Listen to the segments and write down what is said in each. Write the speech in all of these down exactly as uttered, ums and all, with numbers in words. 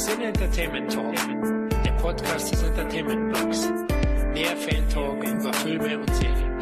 Cine Entertainment Talk, der Podcast des Entertainment Blogs. Der Fan-Talk über Filme und Serien.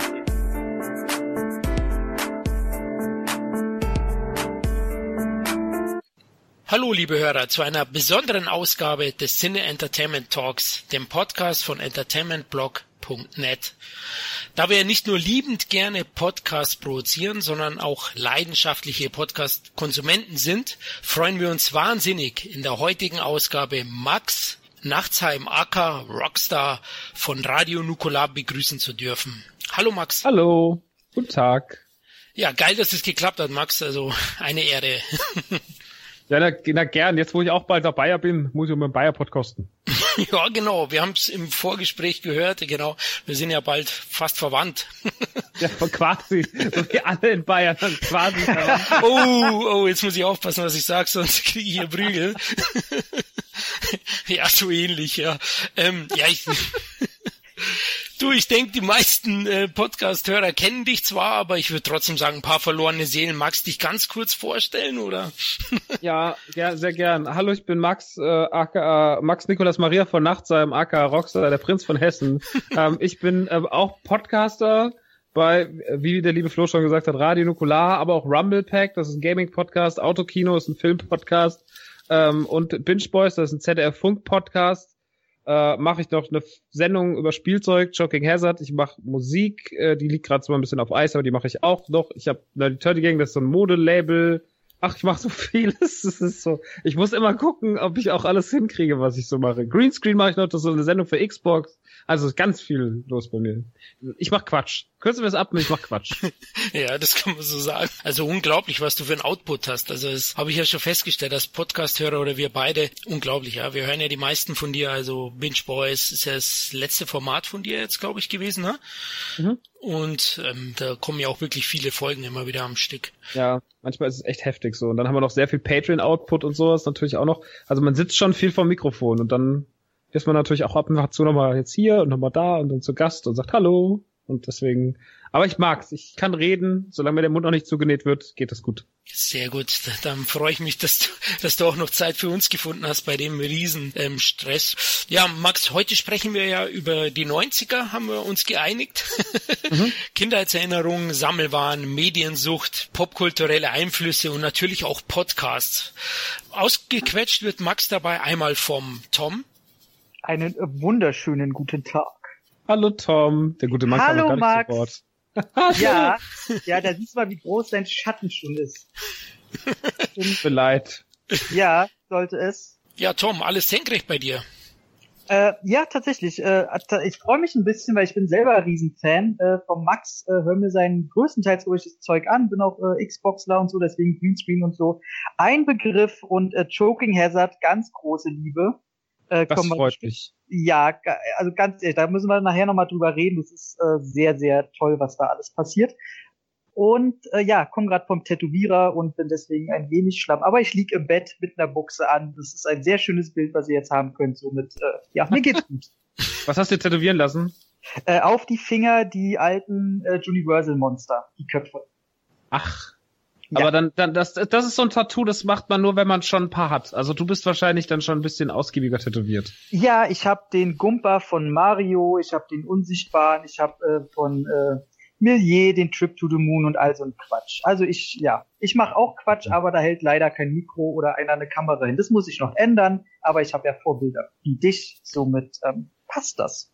Hallo liebe Hörer zu einer besonderen Ausgabe des Cine Entertainment Talks, dem Podcast von entertainmentblog punkt net. Da wir nicht nur liebend gerne Podcasts produzieren, sondern auch leidenschaftliche Podcast-Konsumenten sind, freuen wir uns wahnsinnig, in der heutigen Ausgabe Max Nachtsheim aka Rockstar von Radio Nukular begrüßen zu dürfen. Hallo Max. Hallo, guten Tag. Ja, geil, dass es geklappt hat, Max, also eine Ehre. Ja, na, na gern. Jetzt, wo ich auch bald dabei bin, muss ich um einen Bayer podcasten. Ja, genau. Wir haben es im Vorgespräch gehört. Genau. Wir sind ja bald fast verwandt. Ja, quasi. So wie alle in Bayern quasi verwandt. Oh, oh, jetzt muss ich aufpassen, was ich sage, sonst kriege ich hier Prügel. Ja, so ähnlich, ja. Ähm, ja, ich... Du, ich denke, die meisten äh, Podcast-Hörer kennen dich zwar, aber ich würde trotzdem sagen, ein paar verlorene Seelen. Magst du dich ganz kurz vorstellen, oder? Ja, ja, sehr gern. Hallo, ich bin Max, äh, aka Max Nikolaus Maria von Nachtsheim, aka Rockstar, der Prinz von Hessen. ähm, ich bin äh, auch Podcaster bei, wie der liebe Flo schon gesagt hat, Radio Nukular, aber auch Rumble Pack, das ist ein Gaming-Podcast, Autokino ist ein Film-Podcast ähm, und Binge Boys, das ist ein Z D F-Funk-Podcast. Äh, mache ich noch eine Sendung über Spielzeug, Joking Hazard. Ich mache Musik, äh, die liegt gerade so ein bisschen auf Eis, aber die mache ich auch noch. Ich habe die Turtle Gang, das ist so ein Modelabel. Ach, ich mache so vieles. Das ist so. Ich muss immer gucken, ob ich auch alles hinkriege, was ich so mache. Greenscreen mache ich noch, das ist so eine Sendung für Xbox. Also ist ganz viel los bei mir. Ich mach Quatsch. Kürzen wir es ab und ich mach Quatsch. Ja, das kann man so sagen. Also unglaublich, was du für ein Output hast. Also das habe ich ja schon festgestellt, als Podcast-Hörer oder wir beide. Unglaublich, ja. Wir hören ja die meisten von dir. Also Binge Boys ist ja das letzte Format von dir jetzt, glaube ich, gewesen, ne? Mhm. Und ähm, da kommen ja auch wirklich viele Folgen immer wieder am Stück. Ja, manchmal ist es echt heftig so. Und dann haben wir noch sehr viel Patreon-Output und sowas natürlich auch noch. Also man sitzt schon viel vom Mikrofon und dann ist man natürlich auch ab und zu nochmal jetzt hier und nochmal da und dann zu Gast und sagt Hallo. Und deswegen, aber ich mag's. Ich kann reden, solange mir der Mund noch nicht zugenäht wird, geht das gut. Sehr gut. Dann freue ich mich, dass du, dass du auch noch Zeit für uns gefunden hast bei dem riesen ähm, Stress. Ja, Max, heute sprechen wir ja über die neunziger, haben wir uns geeinigt. Mhm. Kindheitserinnerungen, Sammelwaren, Mediensucht, popkulturelle Einflüsse und natürlich auch Podcasts. Ausgequetscht wird Max dabei einmal vom Tom. Einen wunderschönen guten Tag. Hallo Tom, der gute Mann Hallo, kam noch gar nicht Max. zu Wort. Ja, ja, da siehst du mal, wie groß dein Schatten schon ist. Tut mir leid. Ja, sollte es. Ja, Tom, alles senkrecht bei dir. Äh, ja, tatsächlich. Äh, ich freue mich ein bisschen, weil ich bin selber ein Riesenfan äh, vom Max. Äh, hör mir sein größtenteils ruhiges Zeug an. Bin auch äh, Xboxler und so, deswegen Greenscreen und so. Ein Begriff und äh, Joking Hazard, ganz große Liebe. Äh, das freut mich. Ja, also ganz ehrlich, da müssen wir nachher nochmal drüber reden. Das ist äh, sehr, sehr toll, was da alles passiert. Und äh, ja, komme gerade vom Tätowierer und bin deswegen ein wenig schlamm. Aber ich lieg im Bett mit einer Buchse an. Das ist ein sehr schönes Bild, was ihr jetzt haben könnt. Somit, äh, ja, mir geht's gut. Was hast du dir tätowieren lassen? Äh, auf die Finger die alten äh, Universal-Monster, die Köpfe. Ach. Ja. Aber dann, dann das, das ist so ein Tattoo, das macht man nur, wenn man schon ein paar hat. Also du bist wahrscheinlich dann schon ein bisschen ausgiebiger tätowiert. Ja, ich habe den Gumpa von Mario, ich habe den Unsichtbaren, ich habe äh, von äh, Millier den Trip to the Moon und all so ein Quatsch. Also ich, ja, ich mache auch Quatsch, aber da hält leider kein Mikro oder einer eine Kamera hin. Das muss ich noch ändern, aber ich habe ja Vorbilder wie dich, somit ähm, passt das.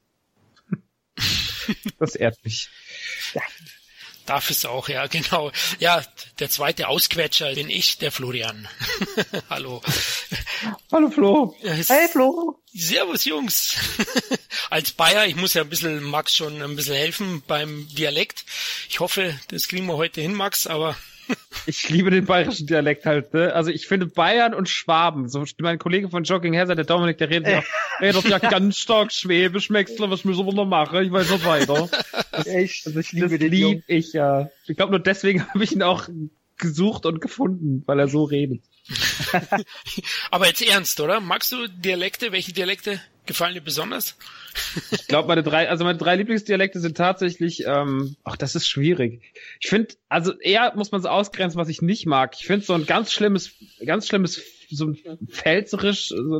Das ehrt mich. Ja. Darf es auch, ja, genau. Ja, der zweite Ausquetscher bin ich, der Florian. Hallo. Hallo Flo. Hey Flo. Servus Jungs. Als Bayer, ich muss ja ein bisschen Max schon ein bisschen helfen beim Dialekt. Ich hoffe, das kriegen wir heute hin, Max, aber... Ich liebe den bayerischen Dialekt halt, ne? Also ich finde Bayern und Schwaben, so mein Kollege von Joking Hazard, der Dominik, der redet ja, redet ja ganz stark Schwäbisch, Mäxler, was müssen wir noch machen? Ich weiß nicht weiter. Das, Echt? Also ich liebe das den lieb Jungen. ich ja. Ich glaube, nur deswegen habe ich ihn auch gesucht und gefunden, weil er so redet. Aber jetzt ernst, oder? Magst du Dialekte? Welche Dialekte gefallen dir besonders? Ich glaube, meine drei, also meine drei Lieblingsdialekte sind tatsächlich, ähm, ach, das ist schwierig. Ich finde, also eher muss man so ausgrenzen, was ich nicht mag. Ich finde so ein ganz schlimmes, ganz schlimmes, so ein Pfälzerisch, so,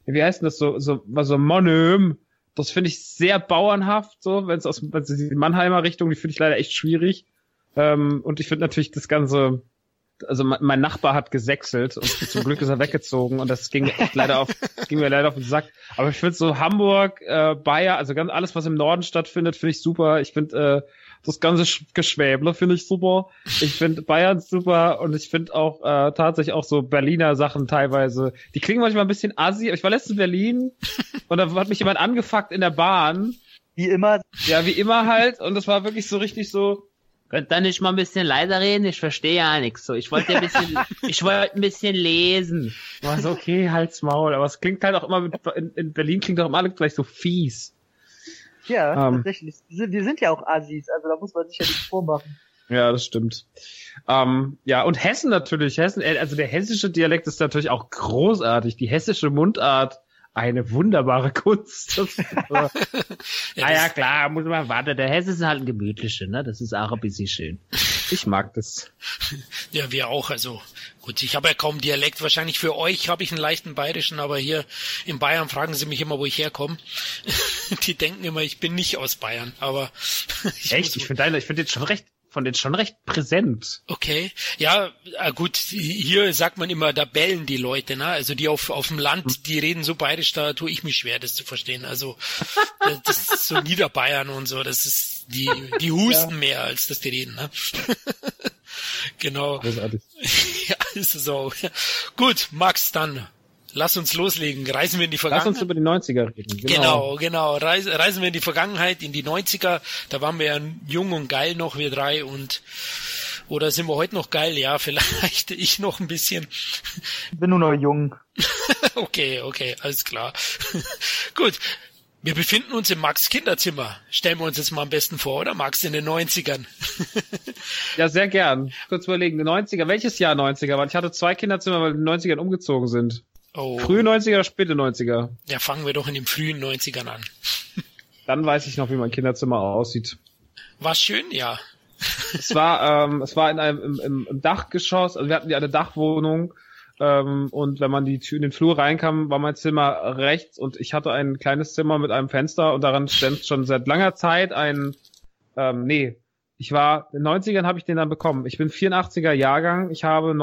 wie heißt denn das so, so, so Monym. Das finde ich sehr bauernhaft, so, wenn es aus, also die Mannheimer Richtung, die finde ich leider echt schwierig. Ähm, und ich finde natürlich das Ganze, also mein, mein Nachbar hat gesächselt und zum Glück ist er weggezogen und das ging leider auf, das ging mir leider auf den Sack. Aber ich finde so Hamburg, äh, Bayern, also ganz alles, was im Norden stattfindet, finde ich super. Ich finde, äh, das ganze Geschwäble finde ich super. Ich finde Bayern super und ich finde auch äh, tatsächlich auch so Berliner Sachen teilweise. Die klingen manchmal ein bisschen assi. Ich war letztens in Berlin und da hat mich jemand angefuckt in der Bahn. Wie immer. Ja, wie immer halt. Und das war wirklich so richtig so, könnt ihr nicht mal ein bisschen leiser reden? Ich verstehe ja nichts. So, ich wollte ja ein bisschen, ich wollte ein bisschen lesen. War so, okay, halt's Maul. Aber es klingt halt auch immer, mit, in, in Berlin klingt auch immer alles gleich so fies. Ja, ähm, tatsächlich. Die sind, die sind ja auch Assis, also da muss man sich ja nichts vormachen. Ja, das stimmt. Ähm, ja, und Hessen natürlich. Hessen, also der hessische Dialekt ist natürlich auch großartig. Die hessische Mundart, eine wunderbare Kunst. Das, äh, ja, ah ja, klar, muss man warten. Der Hesse ist halt ein gemütlicher, ne? Das ist auch ein bisschen schön. Ich mag das. Ja, wir auch. Also gut, ich habe ja kaum Dialekt. Wahrscheinlich für euch habe ich einen leichten bayerischen, aber hier in Bayern fragen sie mich immer, wo ich herkomme. Die denken immer, ich bin nicht aus Bayern. Aber ich echt? Ich finde deine, ich finde jetzt schon recht, von denen schon recht präsent. Okay, ja, gut, hier sagt man immer, da bellen die Leute, ne? Also die auf auf dem Land, die reden so bayerisch, da tue ich mich schwer, das zu verstehen. Also das ist so Niederbayern und so, das ist, die die husten ja. mehr, als dass die reden, ne? Genau. Großartig. Ja, ist es so. Gut, Max, dann lass uns loslegen. Reisen wir in die Vergangenheit. Lass uns über die neunziger reden. Genau, genau. genau. Reise, reisen wir in die Vergangenheit, in die neunziger. Da waren wir ja jung und geil noch, wir drei. Und oder sind wir heute noch geil? Ja, vielleicht ich noch ein bisschen. Ich bin nur noch jung. Okay, okay, alles klar. Gut. Wir befinden uns im Max Kinderzimmer. Stellen wir uns jetzt mal am besten vor, oder Max, in den neunzigern? Ja, sehr gern. Kurz überlegen, die neunziger, welches Jahr neunziger? Weil ich hatte zwei Kinderzimmer, weil die in den neunzigern umgezogen sind. Oh. Frühe neunziger oder späte neunziger? Ja, fangen wir doch in den frühen neunzigern an. Dann weiß ich noch, wie mein Kinderzimmer aussieht. War schön, ja. Es war, ähm, es war in einem im, im, im Dachgeschoss, also wir hatten ja eine Dachwohnung, ähm, und wenn man die Tür in den Flur reinkam, war mein Zimmer rechts und ich hatte ein kleines Zimmer mit einem Fenster und daran stand schon seit langer Zeit ein, ähm, nee, ich war, in den neunzigern habe ich den dann bekommen. Ich bin vierundachtziger Jahrgang, ich habe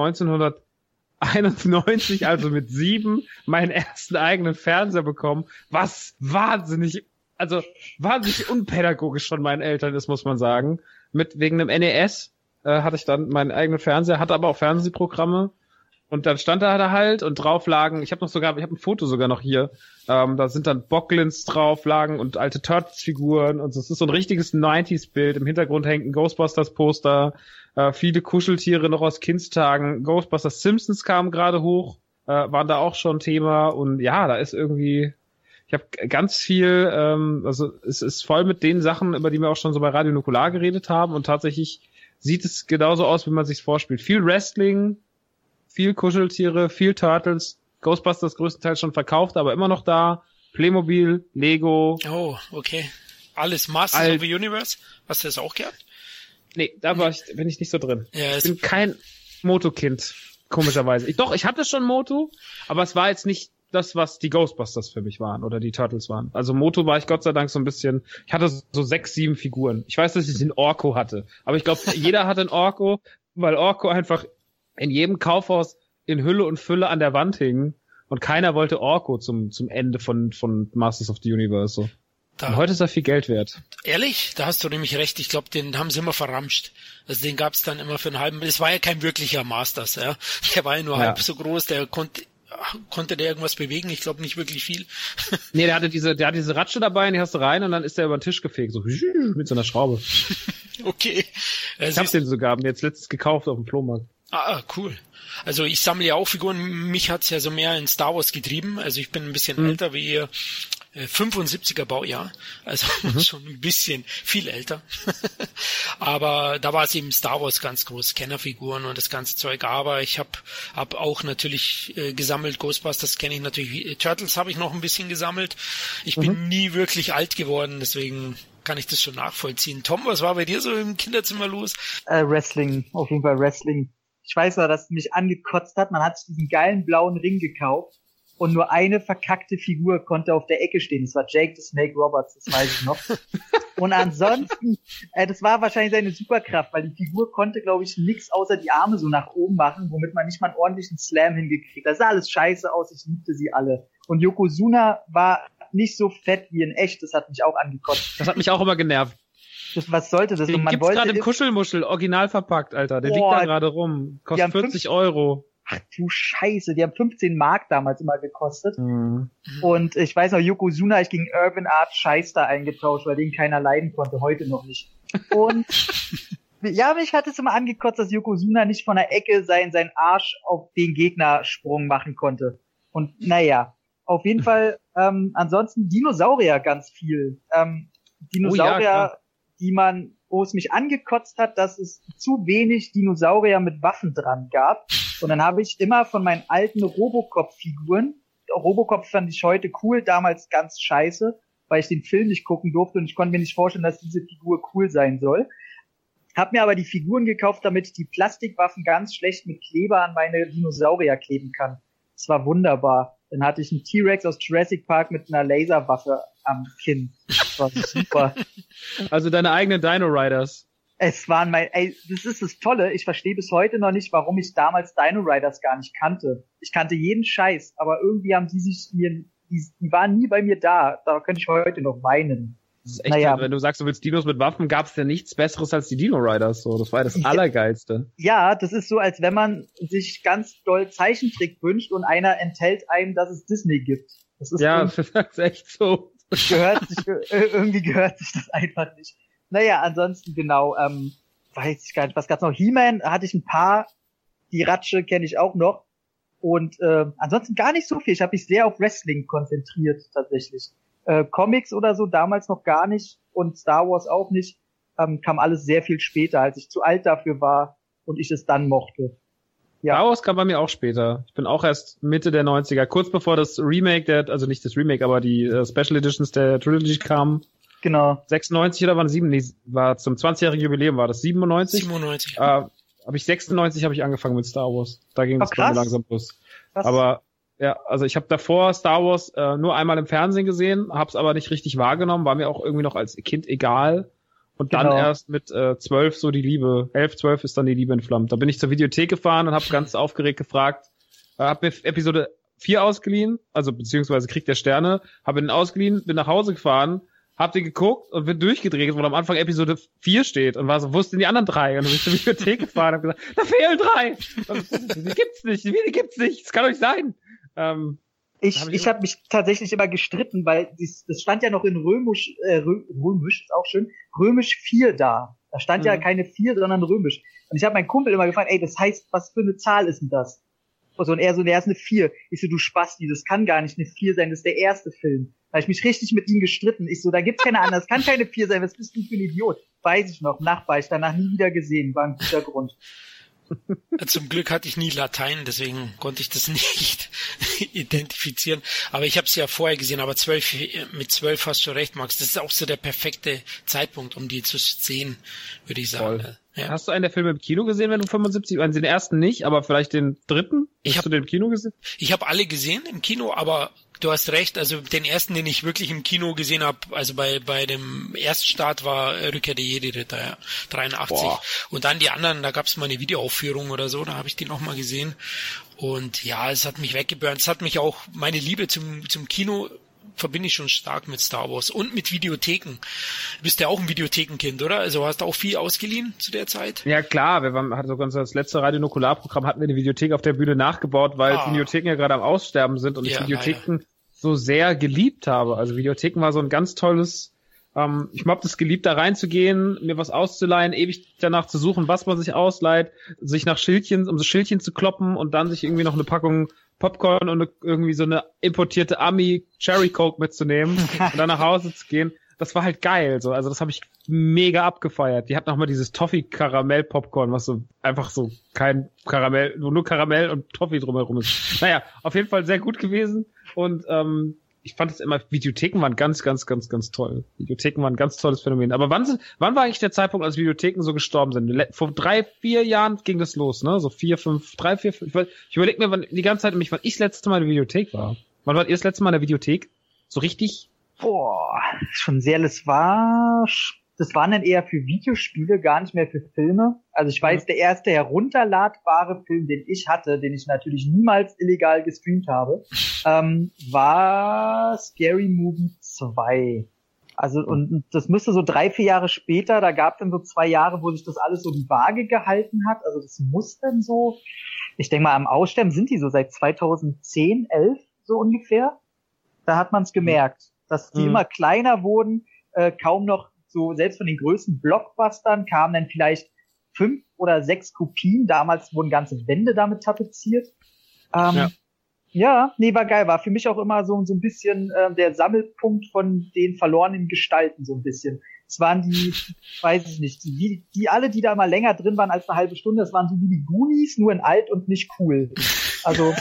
neunzehnhunderteinundneunzig, also mit sieben, meinen ersten eigenen Fernseher bekommen, was wahnsinnig, also wahnsinnig unpädagogisch von meinen Eltern ist, muss man sagen. Mit wegen einem N E S äh, hatte ich dann meinen eigenen Fernseher, hatte aber auch Fernsehprogramme. Und dann stand er da halt und drauf lagen, ich habe noch sogar, ich habe ein Foto sogar noch hier, ähm, da sind dann Bocklins drauf lagen und alte Turtles-Figuren und das ist so ein richtiges neunziger-Bild. Im Hintergrund hängt ein Ghostbusters-Poster, äh, viele Kuscheltiere noch aus Kindstagen, Ghostbusters Simpsons kamen gerade hoch, äh, waren da auch schon Thema und ja, da ist irgendwie, ich habe ganz viel, ähm, also es ist voll mit den Sachen, über die wir auch schon so bei Radio Nukular geredet haben und tatsächlich sieht es genauso aus, wie man sich's vorspielt. Viel Wrestling, viel Kuscheltiere, viel Turtles, Ghostbusters größtenteils schon verkauft, aber immer noch da, Playmobil, Lego. Oh, okay. Alles Masters All- of the Universe? Hast du das auch gehabt? Nee, da war ich, bin ich nicht so drin. Ja, ich bin kein Moto-Kind, komischerweise. Ich, doch, ich hatte schon Moto, aber es war jetzt nicht das, was die Ghostbusters für mich waren oder die Turtles waren. Also Moto war ich Gott sei Dank so ein bisschen, ich hatte so sechs, sieben Figuren. Ich weiß, dass ich den Orko hatte, aber ich glaube, jeder hatte einen Orko, weil Orko einfach in jedem Kaufhaus in Hülle und Fülle an der Wand hing und keiner wollte Orko zum zum Ende von von Masters of the Universe. So. Da, und heute ist er viel Geld wert. Ehrlich? Da hast du nämlich recht. Ich glaube, den haben sie immer verramscht. Also den gab's dann immer für einen halben. Es war ja kein wirklicher Masters, ja. Der war ja nur ja. halb so groß. Der konnte konnte der irgendwas bewegen? Ich glaube nicht wirklich viel. Nee, der hatte diese der hat diese Ratsche dabei, und die hast du rein und dann ist der über den Tisch gefegt, so mit so einer Schraube. Okay. Ich hab den sogar, hab mir jetzt letztens gekauft auf dem Flohmarkt. Ah, cool. Also ich sammle ja auch Figuren. Mich hat's ja so mehr in Star Wars getrieben. Also ich bin ein bisschen mhm. älter wie ihr. fünfundsiebziger Baujahr. Also mhm. schon ein bisschen viel älter. Aber da war es eben Star Wars ganz groß. Kennerfiguren und das ganze Zeug. Aber ich habe hab auch natürlich äh, gesammelt. Ghostbusters kenne ich natürlich. Turtles habe ich noch ein bisschen gesammelt. Ich mhm. bin nie wirklich alt geworden. Deswegen kann ich das schon nachvollziehen. Tom, was war bei dir so im Kinderzimmer los? Äh, Wrestling. Auf jeden Fall Wrestling. Ich weiß noch, dass es mich angekotzt hat. Man hat sich diesen geilen blauen Ring gekauft. und nur eine verkackte Figur konnte auf der Ecke stehen. Das war Jake the Snake Roberts, das weiß ich noch. Und ansonsten, äh, das war wahrscheinlich seine Superkraft, weil die Figur konnte, glaube ich, nichts außer die Arme so nach oben machen, womit man nicht mal einen ordentlichen Slam hingekriegt hat. Das sah alles scheiße aus, ich liebte sie alle. Und Yokozuna war nicht so fett wie in echt, das hat mich auch angekotzt. Das hat mich auch immer genervt. Das, was sollte das? Den und man gibt's wollte gerade im Kuschelmuschel, original verpackt, Alter. Der Boah, liegt da gerade rum. Kostet vierzig Euro. Ach du Scheiße, die haben fünfzehn Mark damals immer gekostet. Mhm. Und ich weiß noch, Yokozuna, ich gegen Urban Art Scheiß da eingetauscht, weil den keiner leiden konnte, heute noch nicht. Und ja, mich hat es immer angekotzt, dass Yokozuna nicht von der Ecke sein, sein Arsch auf den Gegnersprung machen konnte. Und naja, auf jeden Fall, ähm, ansonsten Dinosaurier ganz viel. Ähm, Dinosaurier, oh ja, die man, wo es mich angekotzt hat, dass es zu wenig Dinosaurier mit Waffen dran gab. Und dann habe ich immer von meinen alten Robocop-Figuren, Robocop fand ich heute cool, damals ganz scheiße, weil ich den Film nicht gucken durfte und ich konnte mir nicht vorstellen, dass diese Figur cool sein soll. Hab mir aber die Figuren gekauft, damit ich die Plastikwaffen ganz schlecht mit Kleber an meine Dinosaurier kleben kann. Das war wunderbar. Dann hatte ich einen T-Rex aus Jurassic Park mit einer Laserwaffe am Kinn. Das war super. Also deine eigenen Dino Riders. Es waren mein, ey, das ist das Tolle. Ich verstehe bis heute noch nicht, warum ich damals Dino Riders gar nicht kannte. Ich kannte jeden Scheiß, aber irgendwie haben die sich mir, die, die waren nie bei mir da. Da könnte ich heute noch weinen. Das ist echt, naja. Wenn du sagst, du willst Dinos mit Waffen, gab es ja nichts Besseres als die Dino Riders. So, das war ja das Allergeilste. Ja, das ist so, als wenn man sich ganz doll Zeichentrick wünscht und einer enthält einem, dass es Disney gibt. Das ist ja, das ist echt so. Gehört sich, irgendwie gehört sich das einfach nicht. Naja, ansonsten genau, ähm, weiß ich gar nicht, was gab's noch? He-Man hatte ich ein paar, die Ratsche kenne ich auch noch. Und äh, ansonsten gar nicht so viel. Ich habe mich sehr auf Wrestling konzentriert, tatsächlich. Äh, Comics oder so damals noch gar nicht und Star Wars auch nicht. Ähm, kam alles sehr viel später, als ich zu alt dafür war und ich es dann mochte. Ja. Star Wars kam bei mir auch später. Ich bin auch erst Mitte der neunziger, kurz bevor das Remake, der, also nicht das Remake, aber die äh, Special Editions der Trilogy kamen. Genau. sechsundneunzig oder waren sieben? Nee, war zum zwanzigjährigen Jubiläum, war das siebenundneunzig? siebenundneunzig. Äh, habe ich sechsundneunzig habe ich angefangen mit Star Wars. Da ging oh, das bei mir langsam los. Krass. Aber ja, also ich habe davor Star Wars äh, nur einmal im Fernsehen gesehen, hab's aber nicht richtig wahrgenommen, war mir auch irgendwie noch als Kind egal. Und dann genau. erst mit äh, zwölf so die Liebe, elf, zwölf ist dann die Liebe entflammt. Da bin ich zur Videothek gefahren und habe ganz aufgeregt gefragt, äh, hab mir Episode vier ausgeliehen, also beziehungsweise Krieg der Sterne, habe ihn ausgeliehen, bin nach Hause gefahren, hab den geguckt und bin durchgedreht, wo am Anfang Episode vier steht und war so, wo sind die anderen drei? Und dann bin ich zur Videothek gefahren und hab gesagt, da fehlen drei! Die gibt's nicht, die gibt's nicht, das kann doch nicht sein. Ähm, Ich, hab ich, ich habe mich tatsächlich immer gestritten, weil dies, das stand ja noch in Römisch, äh, Römisch ist auch schön, Römisch vier da. Da stand mhm. ja keine vier, sondern Römisch. Und ich habe meinen Kumpel immer gefragt, ey, das heißt, was für eine Zahl ist denn das? Und er so, der ist eine vier. Ich so, du Spasti, das kann gar nicht eine vier sein, das ist der erste Film. Da habe ich mich richtig mit ihm gestritten. Ich so, da gibt's keine andere, das kann keine vier sein, was bist du für ein Idiot? Weiß ich noch, Nachbar, ich danach nie wieder gesehen, war ein guter Grund. Zum Glück hatte ich nie Latein, deswegen konnte ich das nicht identifizieren. Aber ich habe es ja vorher gesehen, aber zwölf, mit zwölf hast du recht, Max. Das ist auch so der perfekte Zeitpunkt, um die zu sehen, würde ich sagen. Ja. Hast du einen der Filme im Kino gesehen, wenn du fünfundsiebzig, also den ersten nicht, aber vielleicht den dritten? Ich Hast hab, du den im Kino gesehen? Ich habe alle gesehen im Kino, aber du hast recht, also den ersten, den ich wirklich im Kino gesehen habe, also bei bei dem Erststart war Rückkehr der Jedi-Ritter, ja, dreiundachtzig. Boah. Und dann die anderen, da gab es mal eine Videoaufführung oder so, da habe ich die nochmal gesehen. Und ja, es hat mich weggeburnt. Es hat mich auch, meine Liebe zum zum Kino verbinde ich schon stark mit Star Wars und mit Videotheken. Du bist ja auch ein Videothekenkind, oder? Also hast du auch viel ausgeliehen zu der Zeit? Ja klar, wir waren, hatten sogar das letzte Radionukularprogramm, hatten wir eine Videothek auf der Bühne nachgebaut, weil ah. Videotheken ja gerade am Aussterben sind und ja, ich Videotheken leider. so sehr geliebt habe. Also Videotheken war so ein ganz tolles, ähm, ich mochte es geliebt, da reinzugehen, mir was auszuleihen, ewig danach zu suchen, was man sich ausleiht, sich nach Schildchen, um so Schildchen zu kloppen und dann sich irgendwie noch eine Packung Popcorn und irgendwie so eine importierte Ami Cherry Coke mitzunehmen und dann nach Hause zu gehen. Das war halt geil, so. Also das habe ich mega abgefeiert. Die hatten auch mal dieses Toffee-Karamell-Popcorn, was so einfach so kein Karamell, nur Karamell und Toffee drumherum ist. Naja, auf jeden Fall sehr gut gewesen und ähm, ich fand es immer, Videotheken waren ganz, ganz, ganz, ganz toll. Videotheken waren ein ganz tolles Phänomen. Aber wann sind, wann war eigentlich der Zeitpunkt, als Videotheken so gestorben sind? Vor drei, vier Jahren ging das los, ne? So vier, fünf, drei, vier, fünf. Ich, ich überlege mir wann, die ganze Zeit nämlich, wann ich das letzte Mal in der Videothek war. Wann wart ihr das letzte Mal in der Videothek? So richtig? Boah, schon sehr, das war, das waren dann eher für Videospiele, gar nicht mehr für Filme. Also ich weiß, der erste herunterladbare Film, den ich hatte, den ich natürlich niemals illegal gestreamt habe, ähm, war Scary Movie zwei. Also, und das müsste so drei, vier Jahre später, da gab es dann so zwei Jahre, wo sich das alles so die Waage gehalten hat. Also das muss dann so, ich denke mal, am Aussterben sind die so seit zweitausendzehn, elf so ungefähr. Da hat man es gemerkt, dass die mhm. immer kleiner wurden, äh, kaum noch so, selbst von den größten Blockbustern kamen dann vielleicht fünf oder sechs Kopien. Damals wurden ganze Wände damit tapeziert. Ähm, ja. Ja, nee, war geil. War für mich auch immer so, so ein bisschen äh, der Sammelpunkt von den verlorenen Gestalten, so ein bisschen. Es waren die, weiß ich nicht, die, die alle, die da mal länger drin waren als eine halbe Stunde, das waren so wie die Goonies, nur in alt und nicht cool. Also,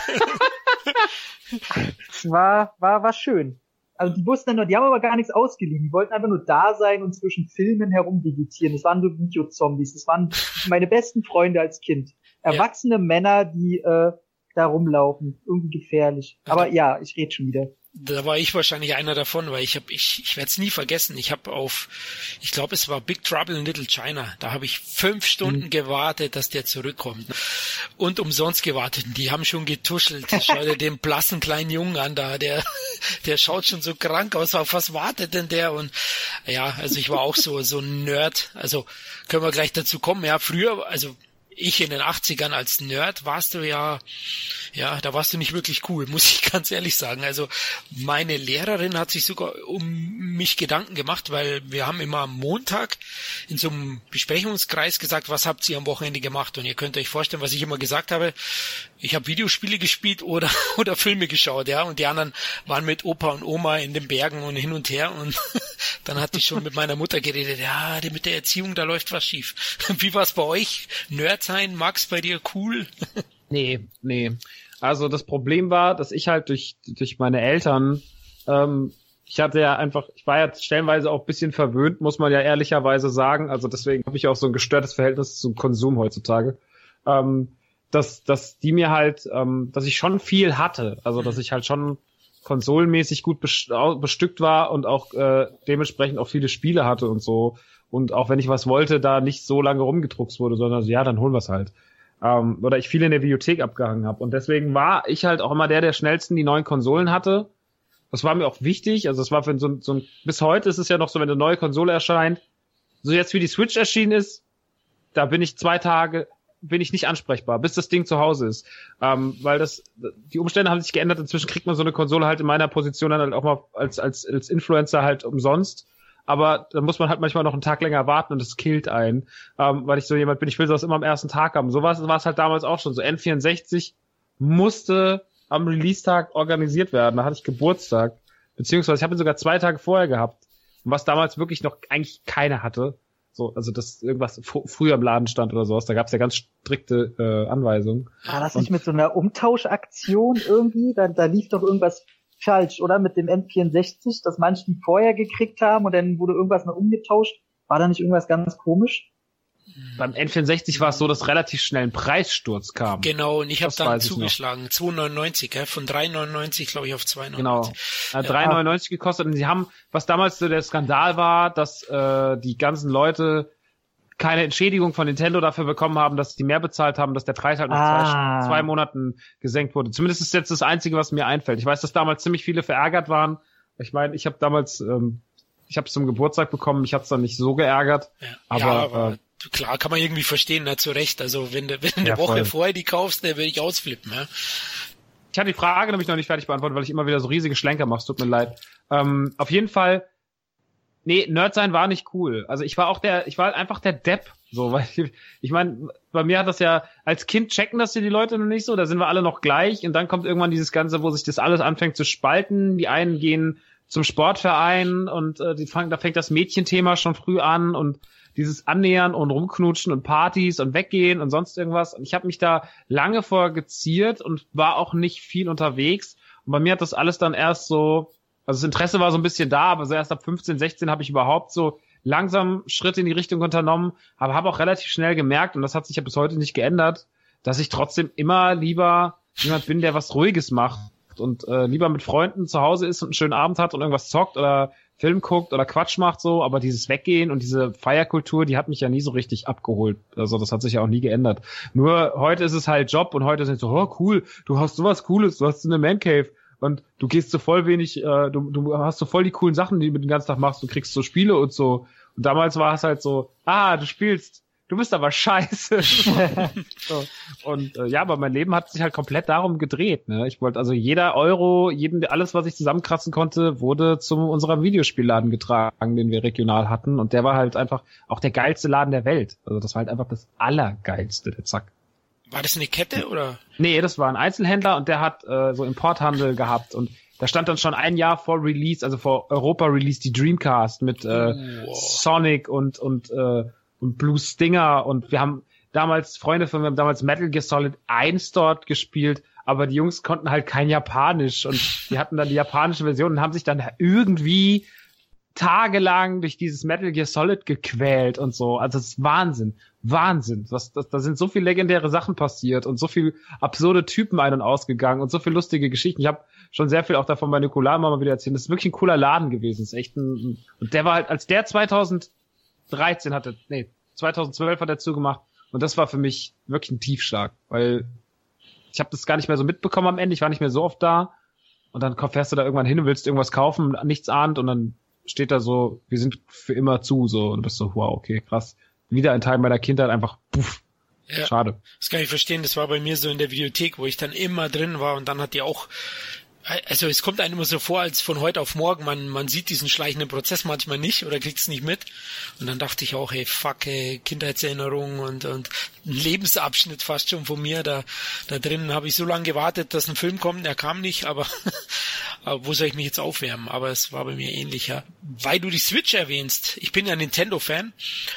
es war, war, war schön. Also die wussten dann nur, die haben aber gar nichts ausgeliehen. Die wollten einfach nur da sein und zwischen Filmen herumvegetieren. Das waren so Videozombies. Das waren meine besten Freunde als Kind. Erwachsene ja. Männer, die äh, da rumlaufen. Irgendwie gefährlich. Aber ja, ich rede schon wieder. Da war ich wahrscheinlich einer davon, weil ich habe ich ich werde es nie vergessen. Ich habe auf, ich glaube es war Big Trouble in Little China. Da habe ich fünf Stunden mhm. gewartet, dass der zurückkommt und umsonst gewartet. Die haben schon getuschelt. Schau dir den blassen kleinen Jungen an da, der der schaut schon so krank aus. Auf was wartet denn der? Und ja, also ich war auch so so ein Nerd. Also können wir gleich dazu kommen. Ja, früher, also ich in den achtzigern als Nerd warst du ja, ja, da warst du nicht wirklich cool, muss ich ganz ehrlich sagen. Also meine Lehrerin hat sich sogar um mich Gedanken gemacht, weil wir haben immer am Montag in so einem Besprechungskreis gesagt, was habt ihr am Wochenende gemacht? Und ihr könnt euch vorstellen, was ich immer gesagt habe, ich habe Videospiele gespielt oder oder Filme geschaut, ja, und die anderen waren mit Opa und Oma in den Bergen und hin und her und dann hatte ich schon mit meiner Mutter geredet, ja, mit der Erziehung, da läuft was schief. Wie war's bei euch? Nerd sein, Max, bei dir cool? Nee, nee. Also das Problem war, dass ich halt durch durch meine Eltern, ähm, ich hatte ja einfach, ich war ja stellenweise auch ein bisschen verwöhnt, muss man ja ehrlicherweise sagen, also deswegen habe ich auch so ein gestörtes Verhältnis zum Konsum heutzutage, ähm, dass dass die mir halt, ähm, dass ich schon viel hatte, also dass ich halt schon konsolenmäßig gut bestückt war und auch äh, dementsprechend auch viele Spiele hatte und so. Und auch wenn ich was wollte, da nicht so lange rumgedruckst wurde, sondern so, ja, dann holen wir's halt. Ähm, oder ich viel in der Videothek abgehangen habe. Und deswegen war ich halt auch immer der, der schnellsten die neuen Konsolen hatte. Das war mir auch wichtig. Also es war für so, so ein, bis heute ist es ja noch so, wenn eine neue Konsole erscheint, so jetzt wie die Switch erschienen ist, da bin ich zwei Tage, bin ich nicht ansprechbar, bis das Ding zu Hause ist. Ähm, weil das, die Umstände haben sich geändert. Inzwischen kriegt man so eine Konsole halt in meiner Position dann halt auch mal als, als, als Influencer halt umsonst. Aber da muss man halt manchmal noch einen Tag länger warten und es killt einen, ähm, weil ich so jemand bin, ich will sowas immer am ersten Tag haben. So war es halt damals auch schon. So N vierundsechzig musste am Release-Tag organisiert werden. Da hatte ich Geburtstag. Beziehungsweise ich habe ihn sogar zwei Tage vorher gehabt. Und was damals wirklich noch eigentlich keiner hatte. So, also dass irgendwas f- früher im Laden stand oder sowas. Da gab es ja ganz strikte äh, Anweisungen. War das nicht mit so einer Umtauschaktion irgendwie? Da, da lief doch irgendwas falsch, oder? Mit dem N vierundsechzig, dass manche die vorher gekriegt haben und dann wurde irgendwas noch umgetauscht. War da nicht irgendwas ganz komisch? Beim N vierundsechzig war es so, dass relativ schnell ein Preissturz kam. Genau, und ich habe dann zugeschlagen. zwei neunundneunzig, ja, von drei neunundneunzig, glaube ich, auf zwei neunundneunzig. Genau, äh, drei neunundneunzig gekostet. Und sie haben, was damals so der Skandal war, dass äh, die ganzen Leute keine Entschädigung von Nintendo dafür bekommen haben, dass die mehr bezahlt haben, dass der Preis halt nach ah. zwei, zwei Monaten gesenkt wurde. Zumindest ist jetzt das Einzige, was mir einfällt. Ich weiß, dass damals ziemlich viele verärgert waren. Ich meine, ich habe damals, ähm, ich habe es zum Geburtstag bekommen, mich hat's dann nicht so geärgert. Ja, aber, ja, aber äh, klar, kann man irgendwie verstehen, na, zu Recht. Also wenn du, wenn du eine ja, Woche voll. vorher die kaufst, dann würde ich ausflippen. Ja. Ich hatte die Frage nämlich noch nicht fertig beantwortet, weil ich immer wieder so riesige Schlenker mache. Tut mir leid. Ähm, auf jeden Fall, nee, Nerd sein war nicht cool. Also ich war auch der, ich war einfach der Depp. So, weil ich, ich meine, bei mir hat das ja, als Kind checken das ja die Leute noch nicht so, da sind wir alle noch gleich und dann kommt irgendwann dieses Ganze, wo sich das alles anfängt zu spalten. Die einen gehen zum Sportverein und äh, die fangen, da fängt das Mädchenthema schon früh an und dieses Annähern und Rumknutschen und Partys und Weggehen und sonst irgendwas. Und ich habe mich da lange vor geziert und war auch nicht viel unterwegs. Und bei mir hat das alles dann erst so, also das Interesse war so ein bisschen da, aber so erst ab fünfzehn, sechzehn habe ich überhaupt so langsam Schritte in die Richtung unternommen, aber habe auch relativ schnell gemerkt, und das hat sich ja bis heute nicht geändert, dass ich trotzdem immer lieber jemand bin, der was Ruhiges macht macht und äh, lieber mit Freunden zu Hause ist und einen schönen Abend hat und irgendwas zockt oder Film guckt oder Quatsch macht so, aber dieses Weggehen und diese Feierkultur, die hat mich ja nie so richtig abgeholt. Also das hat sich ja auch nie geändert. Nur heute ist es halt Job und heute ist es so, oh cool, du hast sowas Cooles, du hast eine Man Cave und du gehst so voll wenig, äh, du, du hast so voll die coolen Sachen, die du den ganzen Tag machst, du kriegst so Spiele und so. Und damals war es halt so, ah, du spielst, du bist aber scheiße. So. Und äh, ja, aber mein Leben hat sich halt komplett darum gedreht. Ne? Ich wollte also jeder Euro, jeden, alles, was ich zusammenkratzen konnte, wurde zu unserem Videospielladen getragen, den wir regional hatten. Und der war halt einfach auch der geilste Laden der Welt. Also das war halt einfach das Allergeilste, der Zack. War das eine Kette oder? Nee, das war ein Einzelhändler und der hat äh, so Importhandel gehabt und da stand dann schon ein Jahr vor Release, also vor Europa-Release, die Dreamcast mit äh, wow. Sonic und und äh, und Blue Stinger und wir haben damals, Freunde von mir haben damals Metal Gear Solid eins dort gespielt, aber die Jungs konnten halt kein Japanisch und die hatten dann die japanische Version und haben sich dann irgendwie tagelang durch dieses Metal Gear Solid gequält und so. Also das ist Wahnsinn. Wahnsinn. Das, das, da sind so viele legendäre Sachen passiert und so viel absurde Typen ein- und ausgegangen und so viele lustige Geschichten. Ich habe schon sehr viel auch davon bei Nikolai mal wieder erzählt. Das ist wirklich ein cooler Laden gewesen. Das ist echt ein, und der war halt, als der zweitausenddreizehn hatte, nee, zweitausendzwölf hat er zugemacht und das war für mich wirklich ein Tiefschlag, weil ich habe das gar nicht mehr so mitbekommen am Ende. Ich war nicht mehr so oft da und dann fährst du da irgendwann hin und willst irgendwas kaufen, nichts ahnt und dann steht da so, wir sind für immer zu, so, und du bist so, wow, okay, krass. Wieder ein Teil meiner Kindheit, einfach, puff, ja, schade. Das kann ich verstehen, das war bei mir so in der Videothek, wo ich dann immer drin war und dann hat die auch, also es kommt einem immer so vor, als von heute auf morgen, man man sieht diesen schleichenden Prozess manchmal nicht oder kriegt es nicht mit und dann dachte ich auch, hey, fuck, ey, Kindheitserinnerung und und ein Lebensabschnitt fast schon von mir, da da drin habe ich so lange gewartet, dass ein Film kommt, der kam nicht, aber, aber wo soll ich mich jetzt aufwärmen, aber es war bei mir ähnlich, ja. Weil du die Switch erwähnst, ich bin ja Nintendo-Fan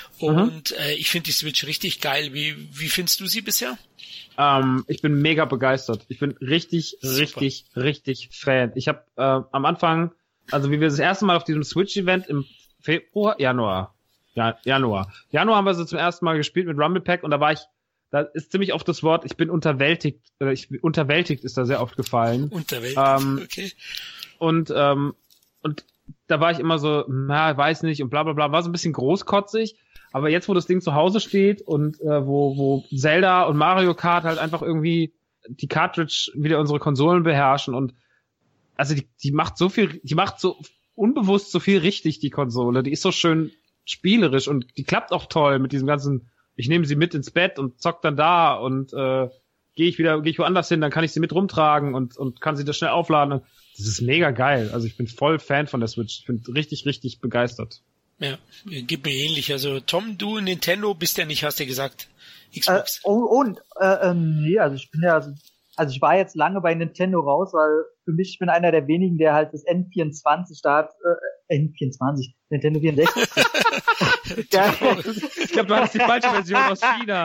und mhm. äh, ich finde die Switch richtig geil, wie wie findest du sie bisher? Ähm, ich bin mega begeistert. Ich bin richtig, Super. richtig, richtig Fan. Ich habe äh, am Anfang, also wie wir das erste Mal auf diesem Switch-Event im Februar, Januar, ja, Januar, Januar haben wir so zum ersten Mal gespielt mit Rumble Pack und da war ich, da ist ziemlich oft das Wort, ich bin unterwältigt, oder ich unterwältigt ist da sehr oft gefallen. Unterwältigt, ähm, okay. Und ähm, und da war ich immer so, na, weiß nicht und bla bla bla, war so ein bisschen großkotzig. Aber jetzt, wo das Ding zu Hause steht und äh, wo wo Zelda und Mario Kart halt einfach irgendwie die Cartridge wieder unsere Konsolen beherrschen und also die die macht so viel, die macht so unbewusst so viel richtig, die Konsole. Die ist so schön spielerisch und die klappt auch toll mit diesem ganzen, ich nehme sie mit ins Bett und zock dann da und äh, gehe ich wieder, gehe ich woanders hin, dann kann ich sie mit rumtragen und und kann sie da schnell aufladen. Das ist mega geil. Also ich bin voll Fan von der Switch. Ich bin richtig, richtig begeistert. Ja, geht mir ähnlich. Also Tom, du Nintendo bist ja nicht, hast du gesagt, Xbox. Äh, oh, und äh, ähm, nee, also ich bin ja, also, also ich war jetzt lange bei Nintendo raus, weil für mich, ich bin einer der wenigen, der halt das N vierundzwanzig da hat, äh, N vierundzwanzig, Nintendo vierundsechzig. Ja, ich glaube, du hast die falsche Version aus China.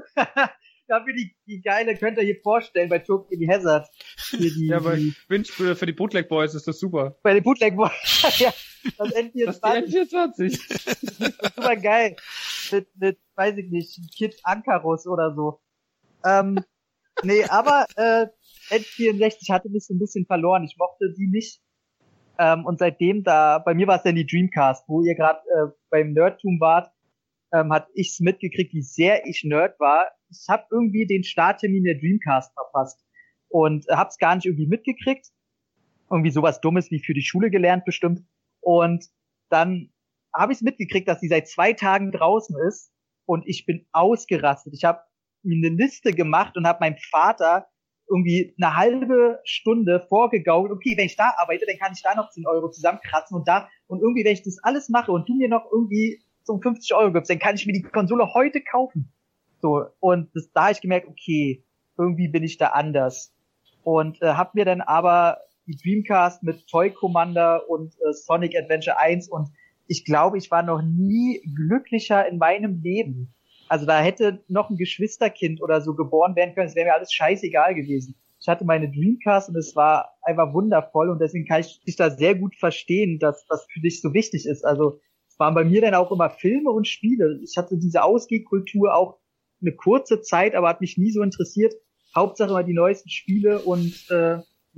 Dafür die, die geile, könnt ihr hier vorstellen, bei Tokyo Hazard. Hier die, ja, bei die, für, für die Bootleg Boys ist das super. Bei den Bootleg Boys, ja, das N vierundzwanzig. Das N vierundzwanzig. Das ist super geil. Mit, mit, weiß ich nicht, Kid Ankarus oder so. Ähm, nee, aber, äh, N vierundsechzig hatte mich so ein bisschen verloren. Ich mochte die nicht. Ähm, und seitdem da, bei mir war es dann die Dreamcast, wo ihr gerade äh, beim Nerdtum wart, ähm, hat ich's mitgekriegt, wie sehr ich Nerd war. Ich habe irgendwie den Starttermin der Dreamcast verpasst und äh, hab's gar nicht irgendwie mitgekriegt. Irgendwie sowas Dummes wie für die Schule gelernt bestimmt. Und dann habe ich mitgekriegt, dass die seit zwei Tagen draußen ist und ich bin ausgerastet. Ich habe mir eine Liste gemacht und habe meinem Vater irgendwie eine halbe Stunde vorgegaukelt, okay, wenn ich da arbeite, dann kann ich da noch zehn Euro zusammenkratzen und da, und irgendwie, wenn ich das alles mache und du mir noch irgendwie so fünfzig Euro gibst, dann kann ich mir die Konsole heute kaufen. So, und das, da habe ich gemerkt, okay, irgendwie bin ich da anders. Und äh, hab mir dann aber die Dreamcast mit Toy Commander und äh, Sonic Adventure eins und ich glaube, ich war noch nie glücklicher in meinem Leben. Also da hätte noch ein Geschwisterkind oder so geboren werden können, es wäre mir alles scheißegal gewesen. Ich hatte meine Dreamcast und es war einfach wundervoll und deswegen kann ich dich da sehr gut verstehen, dass das für dich so wichtig ist. Also es waren bei mir dann auch immer Filme und Spiele. Ich hatte diese Ausgehkultur auch eine kurze Zeit, aber hat mich nie so interessiert. Hauptsache immer die neuesten Spiele und äh, ja,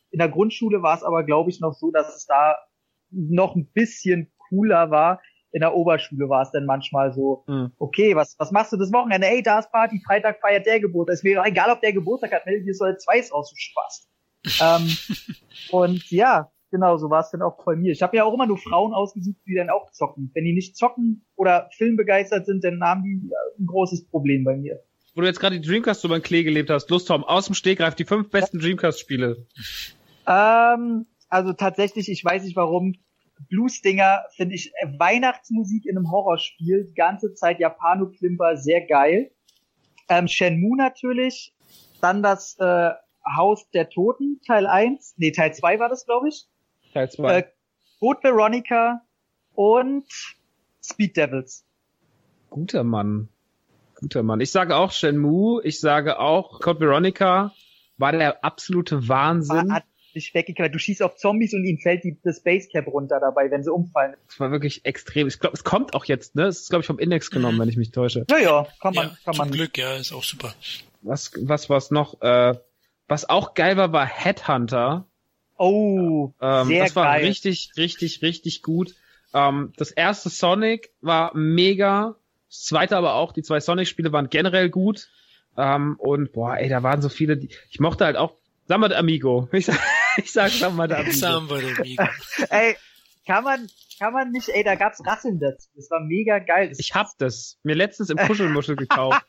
In der Grundschule war es aber, glaube ich, noch so, dass es da noch ein bisschen cooler war. In der Oberschule war es dann manchmal so, mhm. okay, was was machst du das Wochenende? Ey, da ist Party, Freitag feiert der Geburtstag. Es wäre egal, ob der Geburtstag hat, melde dir soll zwei raus, du Spaß. ähm, und ja, genau, so war es dann auch bei mir. Ich habe ja auch immer nur Frauen ausgesucht, die dann auch zocken. Wenn die nicht zocken oder filmbegeistert sind, dann haben die ein großes Problem bei mir. Wo du jetzt gerade die Dreamcast über den Klee gelebt hast, Lust, Tom, aus dem Stegreif, die fünf besten Dreamcast-Spiele. Ähm, also tatsächlich, ich weiß nicht warum, Blues-Dinger finde ich äh, Weihnachtsmusik in einem Horrorspiel, die ganze Zeit Japano-Klimper, sehr geil. Ähm, Shenmue natürlich, dann das äh, Haus der Toten, Teil eins, nee, Teil zwei war das, glaube ich. Teil zwei. Äh, Code Veronica und Speed Devils. Guter Mann. Guter Mann. Ich sage auch Shenmue, ich sage auch Code Veronica war der absolute Wahnsinn. War, hat dich weggeknallt. Du schießt auf Zombies und ihnen fällt die, das Basecap runter dabei, wenn sie umfallen. Das war wirklich extrem. Ich glaube, es kommt auch jetzt, ne? Es ist, glaube ich, vom Index genommen, mhm. wenn ich mich täusche. Ja, ja, kann man, ja, kann zum man. Glück, ja, ist auch super. Was, was war's noch? Äh, was auch geil war, war Headhunter. Oh, ähm, sehr das war geil. richtig, richtig, richtig gut. Ähm, das erste Sonic war mega. Das zweite aber auch. Die zwei Sonic-Spiele waren generell gut. Ähm, und boah, ey, da waren so viele, die, ich mochte halt auch Samba de Amigo. Ich sag, ich sag Samba de Amigo. Samba de Amigo. Ey, kann man, kann man nicht, ey, da gab's Rasseln dazu. Das war mega geil. Das ich hab das mir letztens im Kuschelmuschel gekauft.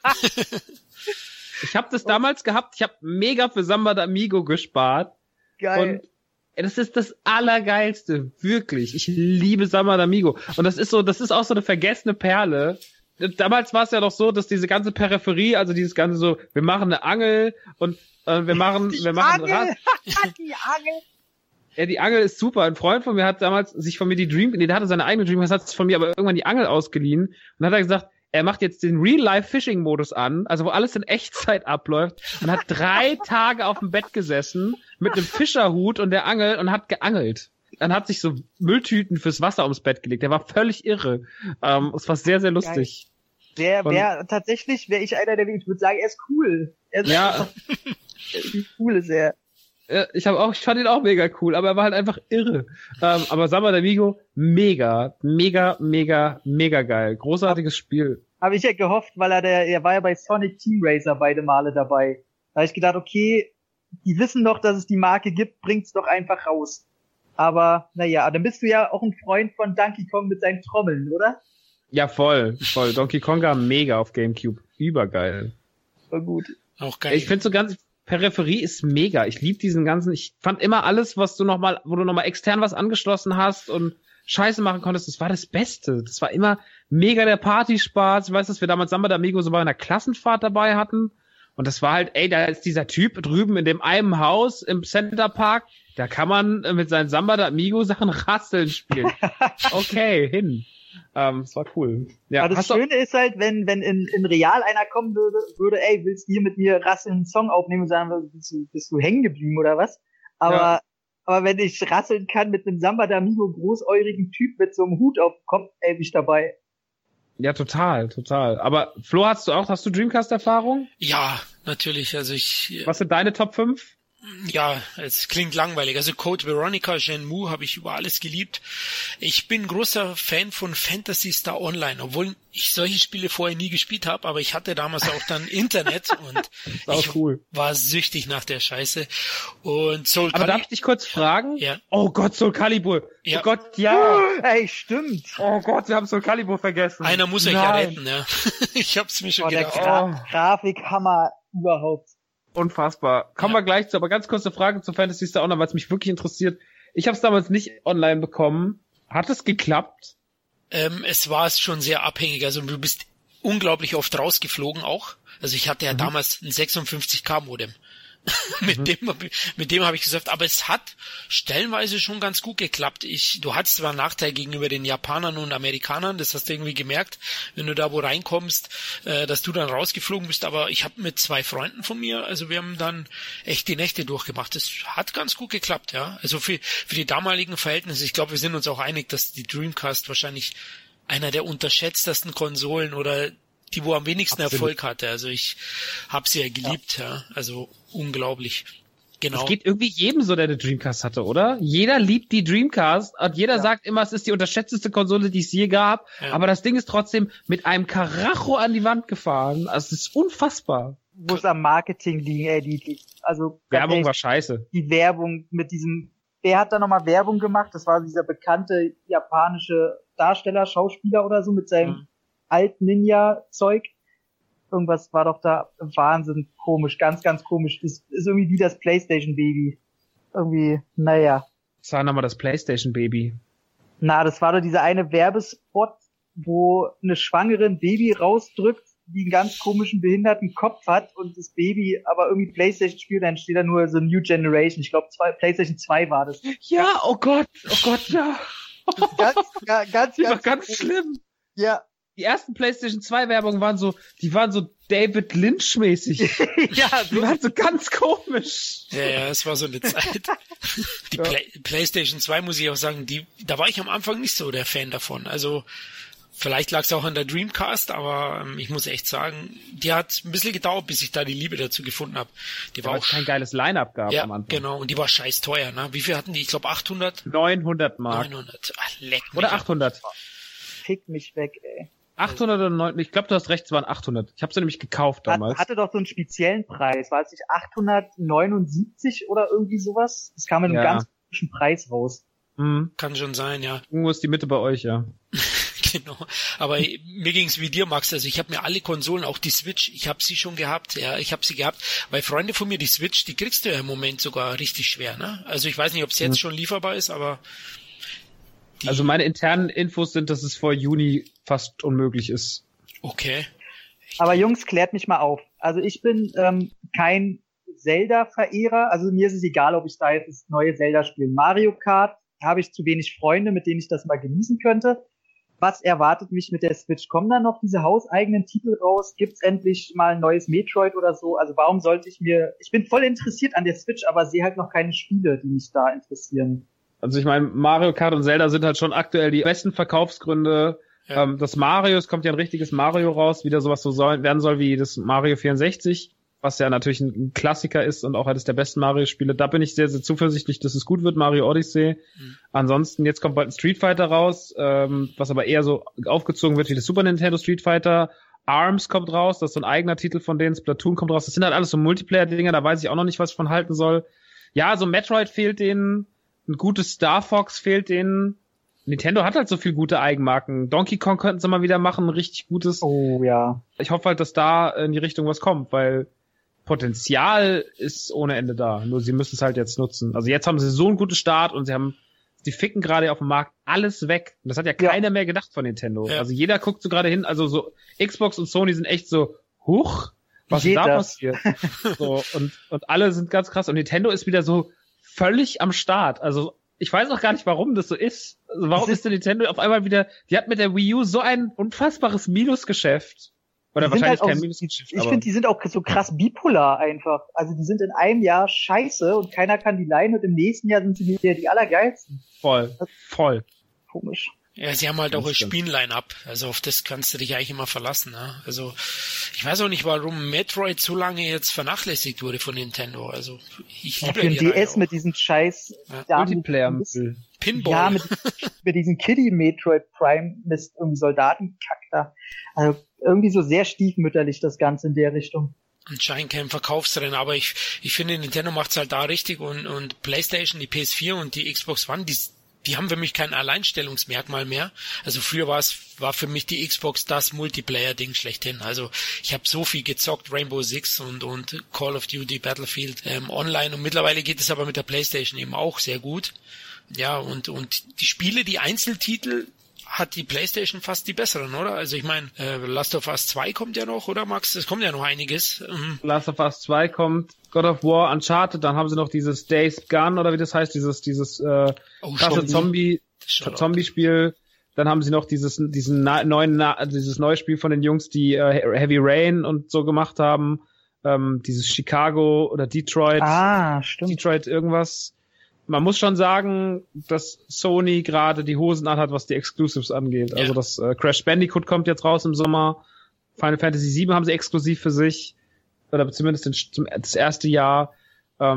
Ich hab das damals gehabt. Ich hab mega für Samba de Amigo gespart. Geil. Und ey, das ist das Allergeilste. Wirklich. Ich liebe Samba de Amigo. Und das ist so, das ist auch so eine vergessene Perle. Damals war es ja doch so, dass diese ganze Peripherie, also dieses ganze so, wir machen eine Angel und äh, wir machen, die wir machen Angel. Rad. Die Angel. Ja, die Angel ist super. Ein Freund von mir hat damals sich von mir die Dream, nee, der hatte seine eigene Dreamcast, hat sich von mir aber irgendwann die Angel ausgeliehen und hat er gesagt, er macht jetzt den Real-Life-Fishing-Modus an, also wo alles in Echtzeit abläuft und hat drei Tage auf dem Bett gesessen mit einem Fischerhut und der Angel und hat geangelt. Dann hat sich so Mülltüten fürs Wasser ums Bett gelegt. Der war völlig irre. Ähm, es war sehr, sehr lustig. Der wäre tatsächlich, wäre ich einer der, ich würde sagen, er ist cool. Er ist ja. Wie cool ist er? Ich habe auch, ich fand ihn auch mega cool, aber er war halt einfach irre. Ähm, aber Samba de Amigo, mega, mega, mega, mega geil. Großartiges Spiel. Habe ich ja gehofft, weil er der, er war ja bei Sonic Team Racer beide Male dabei. Da habe ich gedacht, okay, die wissen doch, dass es die Marke gibt, bringt's doch einfach raus. Aber, naja, dann bist du ja auch ein Freund von Donkey Kong mit seinen Trommeln, oder? Ja, voll, voll. Donkey Kong war mega auf GameCube. Übergeil. War gut. Auch geil. Ich finde so ganz, Peripherie ist mega. Ich liebe diesen ganzen, ich fand immer alles, was du nochmal, wo du nochmal extern was angeschlossen hast und Scheiße machen konntest, das war das Beste. Das war immer mega der Partyspaß. Ich weiß, dass wir damals Samba de Amigo so bei einer Klassenfahrt dabei hatten. Und das war halt, ey, da ist dieser Typ drüben in dem einen Haus im Centerpark, da kann man mit seinen Samba de Amigo Sachen Rasseln spielen. Okay, hin. Ähm, das war cool. Ja, aber das Schöne ist halt, wenn, wenn in, in Real einer kommen würde, würde, ey, willst du hier mit mir rasseln einen Song aufnehmen und sagen, bist du, bist du hängen geblieben oder was? Aber, ja. aber wenn ich rasseln kann mit einem Samba de Amigo großäurigen Typ mit so einem Hut auf dem Kopf, ey, bin ich dabei. Ja, total, total. Aber Flo, hast du auch, hast du Dreamcast-Erfahrung? Ja, natürlich. Also ich. Was sind deine Top fünf? Ja, es klingt langweilig. Also Code Veronica, Shenmue habe ich über alles geliebt. Ich bin großer Fan von Phantasy Star Online, obwohl ich solche Spiele vorher nie gespielt habe, aber ich hatte damals auch dann Internet und ich cool. war süchtig nach der Scheiße. Und Soul Aber darf ich dich kurz fragen? Ja. Oh Gott, Soul Calibur. Ja. Oh Gott, ja. Ey, stimmt. Oh Gott, wir haben Soul Calibur vergessen. Einer muss euch ja retten, ja. Ich hab's mir schon oh, gedacht. Der Gra- oh. Grafikhammer überhaupt. Unfassbar. Kommen ja. wir gleich zu, aber ganz kurze Frage zu Phantasy Star Online, weil es mich wirklich interessiert. Ich habe es damals nicht online bekommen. Hat es geklappt? Ähm, es war es schon sehr abhängig. Also du bist unglaublich oft rausgeflogen auch. Also ich hatte ja mhm. damals ein sechsundfünfzig K Modem. mit mhm. dem mit dem habe ich gesagt, aber es hat stellenweise schon ganz gut geklappt. Ich, du hattest zwar einen Nachteil gegenüber den Japanern und Amerikanern, das hast du irgendwie gemerkt, wenn du da wo reinkommst, äh, dass du dann rausgeflogen bist, aber ich habe mit zwei Freunden von mir, also wir haben dann echt die Nächte durchgemacht. Das hat ganz gut geklappt, ja. Also für für die damaligen Verhältnisse, ich glaube, wir sind uns auch einig, dass die Dreamcast wahrscheinlich einer der unterschätztesten Konsolen oder die, wo am wenigsten Absolut. Erfolg hatte. Also ich habe sie ja geliebt, ja. ja. Also unglaublich. Genau. Es geht irgendwie jedem so, der eine Dreamcast hatte, oder? Jeder liebt die Dreamcast und jeder ja. sagt immer, es ist die unterschätzteste Konsole, die es je gab. Ja. Aber das Ding ist trotzdem mit einem Karacho an die Wand gefahren. Also es ist unfassbar. Muss am Marketing liegen, ey. Die, die, also Werbung echt, war scheiße. Die Werbung mit diesem, wer hat da nochmal Werbung gemacht? Das war dieser bekannte japanische Darsteller, Schauspieler oder so mit seinem mhm. Alt-Ninja-Zeug. Irgendwas war doch da Wahnsinn komisch, ganz, ganz komisch. Das ist irgendwie wie das PlayStation-Baby. Irgendwie, naja. Was war nochmal das PlayStation-Baby? Na, das war doch dieser eine Werbespot, wo eine Schwangere ein Baby rausdrückt, die einen ganz komischen, behinderten Kopf hat und das Baby aber irgendwie PlayStation spielt, dann steht da nur so New Generation. Ich glaube, PlayStation zwei war das. Ja, oh Gott, oh Gott, ja. Ganz, ganz, ganz, das war ganz schlimm. Ja. Die ersten PlayStation zwei Werbungen waren so, die waren so David Lynch-mäßig. Ja, die waren so ganz komisch. Ja, ja, es war so eine Zeit. Die ja. Play- PlayStation zwei, muss ich auch sagen, die, da war ich am Anfang nicht so der Fan davon. Also, vielleicht lag es auch an der Dreamcast, aber ähm, ich muss echt sagen, die hat ein bisschen gedauert, bis ich da die Liebe dazu gefunden habe. Die war ja, auch kein geiles Line-Up gab ja, am Anfang. Genau, und die war scheiß teuer, ne? Wie viel hatten die? Ich glaube achthundert? neunhundert Mark. neunhundert. Ach, leck mich. Oder achthundert. Fick mich weg, ey. achthundert oder neunhundert, ich glaube, du hast recht, es waren achthundert. Ich habe sie nämlich gekauft damals. Hat, hatte doch so einen speziellen Preis, war es nicht achthundertneunundsiebzig oder irgendwie sowas? Das kam mit einem ja. ganz komischen Preis raus. Mhm. Kann schon sein, ja. Irgendwo ist die Mitte bei euch, ja. Genau. Aber mir ging's wie dir, Max. Also ich habe mir alle Konsolen, auch die Switch, ich habe sie schon gehabt. Ja, ich habe sie gehabt, weil Freunde von mir, die Switch, die kriegst du ja im Moment sogar richtig schwer, ne? Also ich weiß nicht, ob es jetzt mhm. schon lieferbar ist, aber die... Also meine internen Infos sind, dass es vor Juni fast unmöglich ist. Okay. Aber Jungs, klärt mich mal auf. Also ich bin ähm, kein Zelda-Verehrer. Also mir ist es egal, ob ich da jetzt das neue Zelda spiele. Mario Kart habe ich zu wenig Freunde, mit denen ich das mal genießen könnte. Was erwartet mich mit der Switch? Kommen da noch diese hauseigenen Titel raus? Gibt's endlich mal ein neues Metroid oder so? Also warum sollte ich mir... Ich bin voll interessiert an der Switch, aber sehe halt noch keine Spiele, die mich da interessieren. Also ich meine, Mario Kart und Zelda sind halt schon aktuell die besten Verkaufsgründe. Ja. Ähm, das Mario, es kommt ja ein richtiges Mario raus, wieder sowas so soll, werden soll wie das Mario vierundsechzig, was ja natürlich ein, ein Klassiker ist und auch eines der besten Mario-Spiele. Da bin ich sehr, sehr zuversichtlich, dass es gut wird, Mario Odyssey. Mhm. Ansonsten, jetzt kommt bald ein Street Fighter raus, ähm, was aber eher so aufgezogen wird wie das Super Nintendo Street Fighter. ARMS kommt raus, das ist so ein eigener Titel von denen, Splatoon kommt raus. Das sind halt alles so Multiplayer-Dinger, da weiß ich auch noch nicht, was ich von halten soll. Ja, so Metroid fehlt denen, ein gutes Star Fox fehlt denen. Nintendo hat halt so viel gute Eigenmarken. Donkey Kong könnten sie mal wieder machen, ein richtig gutes. Oh, ja. Ich hoffe halt, dass da in die Richtung was kommt, weil Potenzial ist ohne Ende da. Nur sie müssen es halt jetzt nutzen. Also jetzt haben sie so einen guten Start und sie haben, die ficken gerade auf dem Markt alles weg. Und das hat ja keiner ja. mehr gedacht von Nintendo. Ja. Also jeder guckt so gerade hin, also so Xbox und Sony sind echt so, huch, was ist da das? passiert? so, und, und alle sind ganz krass. Und Nintendo ist wieder so völlig am Start. Also ich weiß auch gar nicht, warum das so ist. Also warum ist, ist denn Nintendo auf einmal wieder, die hat mit der Wii U so ein unfassbares Minusgeschäft. Oder die wahrscheinlich halt kein auch, Minusgeschäft. Ich finde, die sind auch so krass bipolar einfach. Also die sind in einem Jahr scheiße und keiner kann die leihen und im nächsten Jahr sind sie wieder die allergeilsten. Voll, voll. Komisch. Ja, sie haben halt auch ein Spiel-Line-Up. Also auf das kannst du dich eigentlich immer verlassen. Ne? Also ich weiß auch nicht, warum Metroid so lange jetzt vernachlässigt wurde von Nintendo. Also ich liebe ja, für den D S mit diesen scheiß ja. Multiplayer. Pinball. Ja, mit, mit diesem Kiddie Metroid Prime Mist, irgendwie Soldatenkack da. Also irgendwie so sehr stiefmütterlich das Ganze in der Richtung. Anscheinend kein Verkaufsrennen, aber ich ich finde, Nintendo macht's halt da richtig und und PlayStation, die P S vier und die Xbox One, die die haben für mich kein Alleinstellungsmerkmal mehr. Also früher war es war für mich die Xbox das Multiplayer-Ding schlechthin. Also ich habe so viel gezockt, Rainbow Six und und Call of Duty, Battlefield ähm, online und mittlerweile geht es aber mit der PlayStation eben auch sehr gut. Ja, und und die Spiele, die Einzeltitel hat die PlayStation fast die besseren, oder? Also ich meine, äh, Last of Us zwei kommt ja noch, oder Max? Es kommt ja noch einiges. Mhm. Last of Us zwei kommt, God of War, Uncharted, dann haben sie noch dieses Days Gone, oder wie das heißt, dieses dieses äh, oh, krasse Zombie Zombie-Spiel. Dann haben sie noch dieses diesen na, neuen na, dieses neue Spiel von den Jungs, die äh, Heavy Rain und so gemacht haben. Ähm, dieses Chicago oder Detroit. Ah, stimmt. Detroit irgendwas. Man muss schon sagen, dass Sony gerade die Hosen anhat, was die Exclusives angeht. Ja. Also das äh, Crash Bandicoot kommt jetzt raus im Sommer. Final Fantasy sieben haben sie exklusiv für sich. Oder zumindest den, zum, das erste Jahr. Ähm,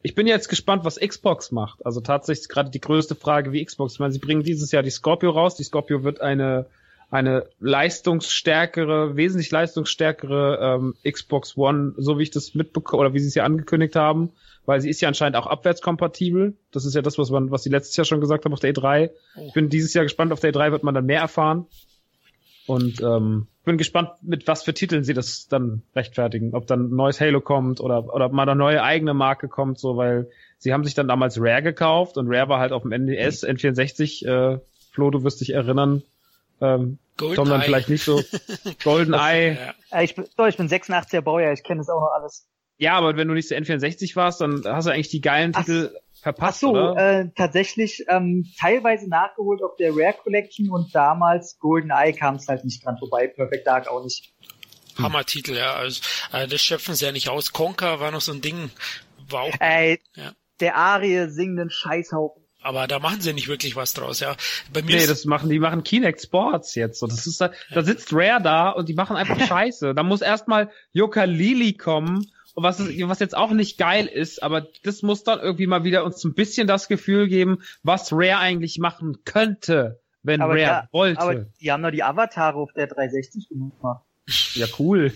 Ich bin jetzt gespannt, was Xbox macht. Also tatsächlich gerade die größte Frage wie Xbox. Ich meine, sie bringen dieses Jahr die Scorpio raus. Die Scorpio wird eine eine leistungsstärkere, wesentlich leistungsstärkere ähm, Xbox One, so wie ich das mitbekomme, oder wie sie es ja angekündigt haben, weil sie ist ja anscheinend auch abwärtskompatibel. Das ist ja das, was man, was sie letztes Jahr schon gesagt haben auf der E drei. Oh. Ich bin dieses Jahr gespannt, auf der E drei wird man dann mehr erfahren. Und ähm, bin gespannt, mit was für Titeln sie das dann rechtfertigen. Ob dann ein neues Halo kommt oder oder ob mal eine neue eigene Marke kommt, so, weil sie haben sich dann damals Rare gekauft und Rare war halt auf dem N D S, N vierundsechzig, äh, Flo, du wirst dich erinnern, ähm, Tom dann vielleicht nicht so. GoldenEye. Ja. Ich bin, ich bin sechsundachtziger Baujahr, ich kenne das auch noch alles. Ja, aber wenn du nicht zu N vierundsechzig warst, dann hast du eigentlich die geilen ach, Titel verpasst, ach so, oder? Äh, tatsächlich ähm, teilweise nachgeholt auf der Rare Collection und damals GoldenEye kam es halt nicht dran vorbei, Perfect Dark auch nicht. Hm. Hammertitel, ja. Also, äh, das schöpfen sie ja nicht aus. Conker war noch so ein Ding. War auch, Ey, ja. Der Arie singenden Scheißhaufen. Aber da machen sie nicht wirklich was draus, ja. Bei mir nee, ist das machen, die machen Kinect Sports jetzt. So, das ist da, da sitzt Rare da und die machen einfach Scheiße. Da muss erstmal Yooka-Laylee kommen. Und was, was jetzt auch nicht geil ist, aber das muss dann irgendwie mal wieder uns ein bisschen das Gefühl geben, was Rare eigentlich machen könnte, wenn aber Rare da, wollte. Aber die haben doch die Avatare auf der dreihundertsechzig gemacht. Ja, cool.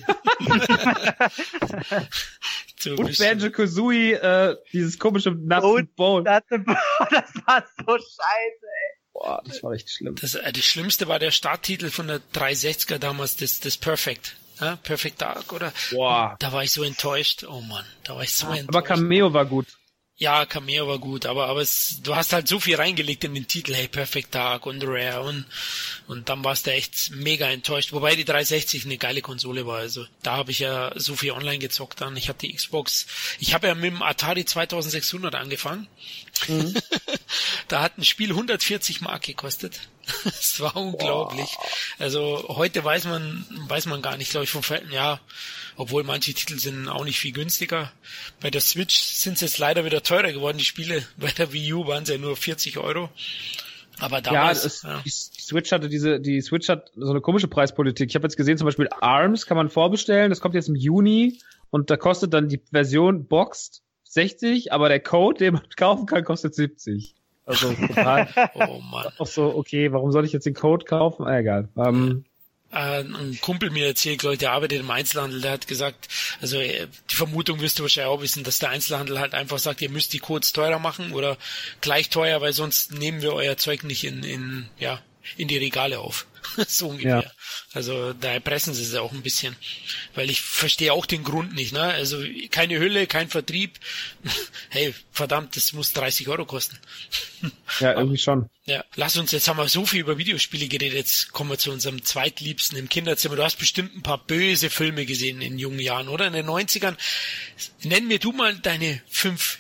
Und Banjo-Kazooie, äh, dieses komische Nuts and Bones. Das war so scheiße, ey. Boah, das war richtig schlimm. Das, äh, das Schlimmste war der Starttitel von der dreihundertsechziger damals, das, das Perfect. Ja, Perfect Dark, oder? Boah. Da war ich so enttäuscht. Oh Mann, da war ich so enttäuscht. Aber Cameo war gut. Ja, Cameo war gut, aber aber es, du hast halt so viel reingelegt in den Titel, hey, Perfect Dark und Rare und und dann warst du echt mega enttäuscht. Wobei die dreihundertsechzig eine geile Konsole war, also da habe ich ja so viel online gezockt dann. Ich hatte die Xbox, ich habe ja mit dem Atari zweitausendsechshundert angefangen. Mhm. Da hat ein Spiel hundertvierzig Mark gekostet. Das war unglaublich. Wow. Also heute weiß man weiß man gar nicht, glaube ich, vom Verhältnis, ja, obwohl manche Titel sind auch nicht viel günstiger. Bei der Switch sind es jetzt leider wieder teurer geworden, die Spiele. Bei der Wii U waren es ja nur vierzig Euro. Aber damals, ja, es, ja. Die Switch hatte diese, die Switch hat so eine komische Preispolitik. Ich habe jetzt gesehen, zum Beispiel ARMS kann man vorbestellen, das kommt jetzt im Juni und da kostet dann die Version Boxed sechzig, aber der Code, den man kaufen kann, kostet siebzig. Also total. Oh Mann. Auch so, okay, warum soll ich jetzt den Code kaufen? Ah, egal. Ähm, äh, ein Kumpel mir erzählt, glaube ich, der arbeitet im Einzelhandel, der hat gesagt, also die Vermutung wirst du wahrscheinlich auch wissen, dass der Einzelhandel halt einfach sagt, ihr müsst die Codes teurer machen oder gleich teuer, weil sonst nehmen wir euer Zeug nicht in, in, ja, in die Regale auf. So ungefähr. Ja. Also da erpressen sie es auch ein bisschen. Weil ich verstehe auch den Grund nicht, ne? Also keine Hülle, kein Vertrieb. Hey, verdammt, das muss dreißig Euro kosten. Ja, irgendwie schon. Ja, lass uns, jetzt haben wir so viel über Videospiele geredet, jetzt kommen wir zu unserem Zweitliebsten im Kinderzimmer. Du hast bestimmt ein paar böse Filme gesehen in jungen Jahren, oder? In den neunzigern. Nenn mir du mal deine fünf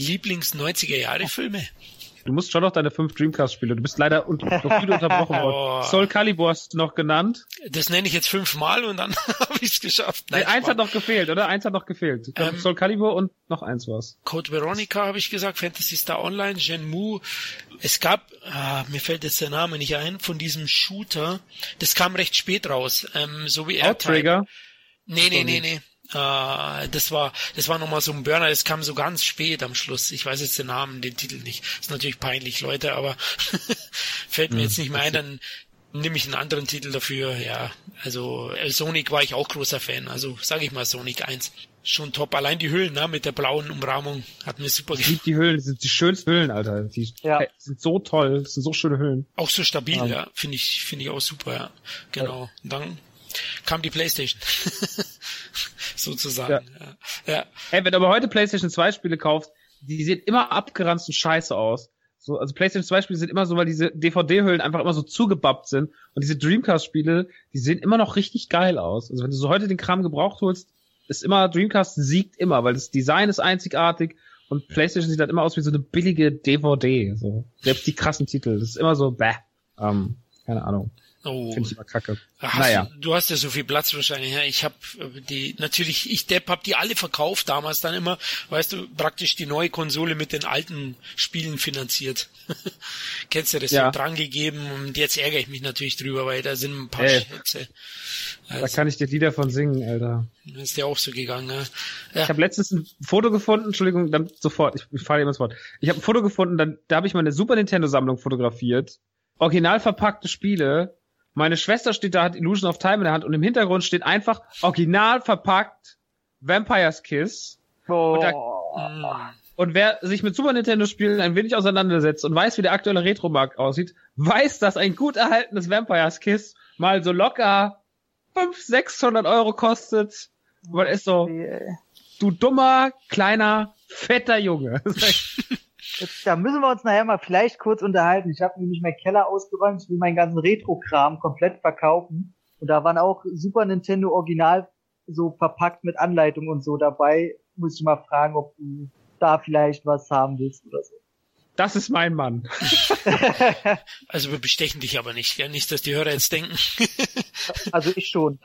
Lieblings-neunziger-Jahre-Filme. Du musst schon noch deine fünf Dreamcast-Spiele. Du bist leider un- noch wieder unterbrochen worden. Soul Calibur hast du noch genannt. Das nenne ich jetzt fünfmal und dann habe ich es geschafft. Nein, eins hat noch gefehlt, oder? Eins hat noch gefehlt. Ich glaub, ähm, Soul Calibur und noch eins war's. Code Veronica habe ich gesagt, Phantasy Star Online, Shenmue. Es gab, ah, mir fällt jetzt der Name nicht ein, von diesem Shooter. Das kam recht spät raus. Ähm, so wie Outrigger? Nee, nee, nee, nee. Uh, das war, das war nochmal so ein Burner, das kam so ganz spät am Schluss. Ich weiß jetzt den Namen, den Titel nicht. Ist natürlich peinlich, Leute, aber fällt mir hm. jetzt nicht mehr ein, dann nehme ich einen anderen Titel dafür. Ja, also Sonic war ich auch großer Fan, also sage ich mal Sonic eins. Schon top. Allein die Hüllen, ne, mit der blauen Umrahmung hat mir super gefallen. Ich liebe die Hüllen, das sind die schönsten Hüllen, Alter. Die ja. sind so toll, das sind so schöne Hüllen. Auch so stabil, ja, ja. finde ich, finde ich auch super, ja. Genau. Ja. Und dann kam die PlayStation. Sozusagen. Ja. Ja. Ja. Hey, wenn du aber heute PlayStation zwei Spiele kaufst, die sehen immer abgeranzt und scheiße aus. So, also PlayStation zwei Spiele sind immer so, weil diese D V D-Hüllen einfach immer so zugebappt sind. Und diese Dreamcast-Spiele, die sehen immer noch richtig geil aus. Also wenn du so heute den Kram gebraucht holst, ist immer, Dreamcast siegt immer, weil das Design ist einzigartig und PlayStation sieht halt immer aus wie so eine billige D V D. So. Selbst die krassen Titel. Das ist immer so, bäh. Ähm, keine Ahnung. Oh. Finde ich immer kacke. Hast naja. du, du hast ja so viel Platz wahrscheinlich. Ja. Ich habe die, natürlich, ich Depp, hab die alle verkauft damals dann immer, weißt du, praktisch die neue Konsole mit den alten Spielen finanziert. Kennst du das? Ja. So dran gegeben und jetzt ärgere ich mich natürlich drüber, weil da sind ein paar Ey. Schätze. Da kann ich dir Lieder von singen, Alter. Ist dir auch so gegangen, ja. Ja. Ich habe letztens ein Foto gefunden, Entschuldigung, dann sofort, ich, ich falle immer ins Wort. Ich habe ein Foto gefunden, dann, da habe ich meine Super Nintendo-Sammlung fotografiert. Original verpackte Spiele. Meine Schwester steht da, hat Illusion of Time in der Hand und im Hintergrund steht einfach original verpackt Vampire's Kiss. Oh. Und, da, und wer sich mit Super Nintendo-Spielen ein wenig auseinandersetzt und weiß, wie der aktuelle Retromarkt aussieht, weiß, dass ein gut erhaltenes Vampire's Kiss mal so locker fünfhundert, sechshundert Euro kostet. Weil es so, du dummer, kleiner, fetter Junge. Jetzt, da müssen wir uns nachher mal vielleicht kurz unterhalten. Ich habe nämlich meinen Keller ausgeräumt, ich will meinen ganzen Retro-Kram komplett verkaufen. Und da waren auch Super Nintendo Original so verpackt mit Anleitung und so dabei. Muss ich mal fragen, ob du da vielleicht was haben willst oder so. Das ist mein Mann. Also wir bestechen dich aber nicht, ja? Nicht, dass die Hörer jetzt denken. Also ich schon.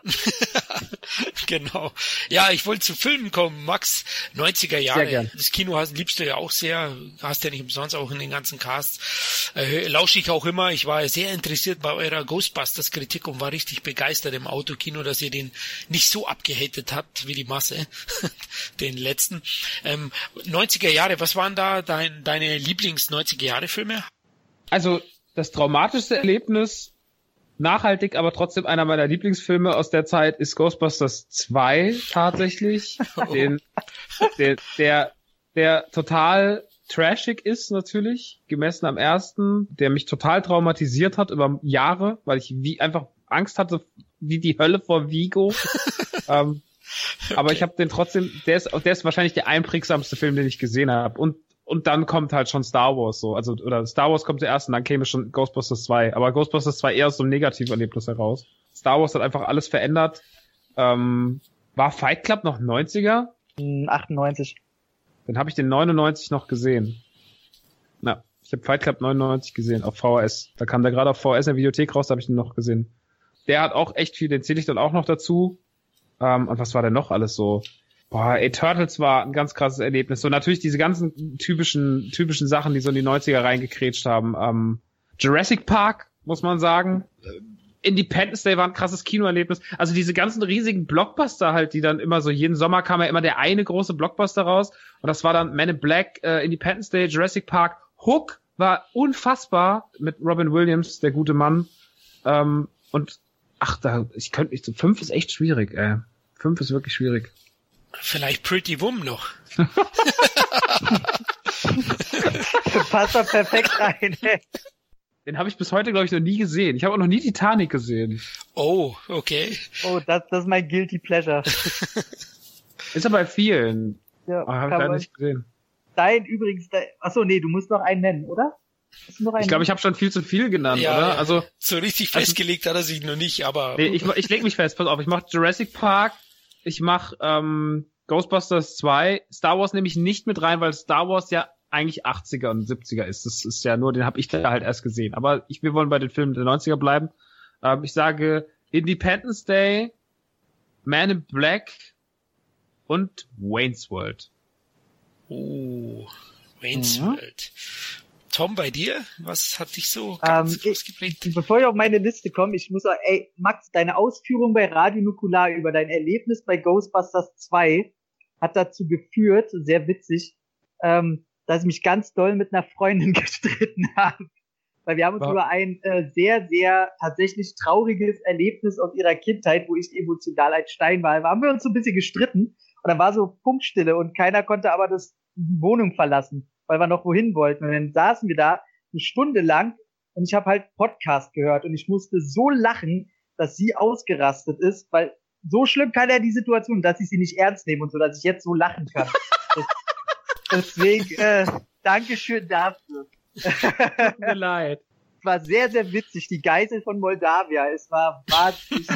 Genau. Ja, ich wollte zu Filmen kommen, Max. neunziger Jahre. Sehr gern. Das Kino hast, liebst du ja auch sehr. Hast ja nicht umsonst auch in den ganzen Casts. Äh, lausche ich auch immer. Ich war sehr interessiert bei eurer Ghostbusters-Kritik und war richtig begeistert im Autokino, dass ihr den nicht so abgehatet habt wie die Masse. Den letzten. Ähm, neunziger Jahre, was waren da dein, deine Lieblings-neunziger-Jahre-Filme? Also, das traumatischste Erlebnis, nachhaltig, aber trotzdem einer meiner Lieblingsfilme aus der Zeit ist Ghostbusters zwei tatsächlich. Den, der, der, der total trashig ist natürlich, gemessen am ersten, der mich total traumatisiert hat über Jahre, weil ich wie einfach Angst hatte, wie die Hölle vor Vigo. ähm, okay. Aber ich habe den trotzdem, der ist, der ist wahrscheinlich der einprägsamste Film, den ich gesehen habe. Und Und dann kommt halt schon Star Wars so, also oder Star Wars kommt zuerst und dann käme schon Ghostbusters zwei, aber Ghostbusters zwei eher aus so einem Negativerlebnis heraus. Star Wars hat einfach alles verändert. Ähm, war Fight Club noch neunziger? achtundneunzig. Dann habe ich den neunundneunzig noch gesehen. Na, ich habe Fight Club neunundneunzig gesehen auf V H S. Da kam der gerade auf V H S in der Videothek raus, da habe ich den noch gesehen. Der hat auch echt viel, den zähle ich dann auch noch dazu. Ähm, und was war denn noch alles so? Boah, ey, Turtles war ein ganz krasses Erlebnis. So natürlich diese ganzen typischen typischen Sachen, die so in die neunziger reingekrätscht haben. Ähm, Jurassic Park, muss man sagen. Independence Day war ein krasses Kinoerlebnis. Also diese ganzen riesigen Blockbuster halt, die dann immer so, jeden Sommer kam ja immer der eine große Blockbuster raus. Und das war dann Man in Black, äh, Independence Day, Jurassic Park. Hook war unfassbar mit Robin Williams, der gute Mann. Ähm, und ach, da, ich könnte nicht so, fünf ist echt schwierig, ey. Fünf ist wirklich schwierig. Vielleicht Pretty Woman noch. Passt doch perfekt rein. Den habe ich bis heute, glaube ich, noch nie gesehen. Ich habe auch noch nie Titanic gesehen. Oh, okay. Oh, das, das ist mein Guilty Pleasure. Ist aber bei vielen. Ja, aber habe ich leider nicht gesehen. Dein übrigens, dein, achso, nee, du musst noch einen nennen, oder? Noch einen ich glaube, ich habe schon viel zu viel genannt, ja, oder? Ja. Also so richtig festgelegt also, hat er sich noch nicht, aber... Nee, ich, ich leg mich fest, pass auf, ich mache Jurassic Park, ich mache ähm, Ghostbusters zwei, Star Wars nehme ich nicht mit rein, weil Star Wars ja eigentlich achtziger und siebziger ist. Das ist ja nur, den habe ich da halt erst gesehen. Aber ich, wir wollen bei den Filmen der neunziger bleiben. Ähm, ich sage Independence Day, Man in Black und Wayne's World. Oh, Wayne's mhm. World. Tom, bei dir? Was hat dich so ganz ähm, ausgeprägt? Bevor ich auf meine Liste komme, ich muss auch, ey, Max, deine Ausführung bei Radio Nukular über dein Erlebnis bei Ghostbusters zwei hat dazu geführt, sehr witzig, ähm, dass ich mich ganz doll mit einer Freundin gestritten habe. Weil wir haben uns ja. über ein äh, sehr, sehr tatsächlich trauriges Erlebnis aus ihrer Kindheit, wo ich emotional ein Stein war, haben wir uns so ein bisschen gestritten und dann war so Funkstille und keiner konnte aber das, die Wohnung verlassen, weil wir noch wohin wollten. Und dann saßen wir da eine Stunde lang und ich habe halt Podcast gehört und ich musste so lachen, dass sie ausgerastet ist, weil so schlimm kann ja die Situation, dass ich sie nicht ernst nehme und so, dass ich jetzt so lachen kann. das, deswegen, äh, Dankeschön dafür. Tut mir leid. Es war sehr, sehr witzig, die Geisel von Moldawia. Es war wahnsinnig.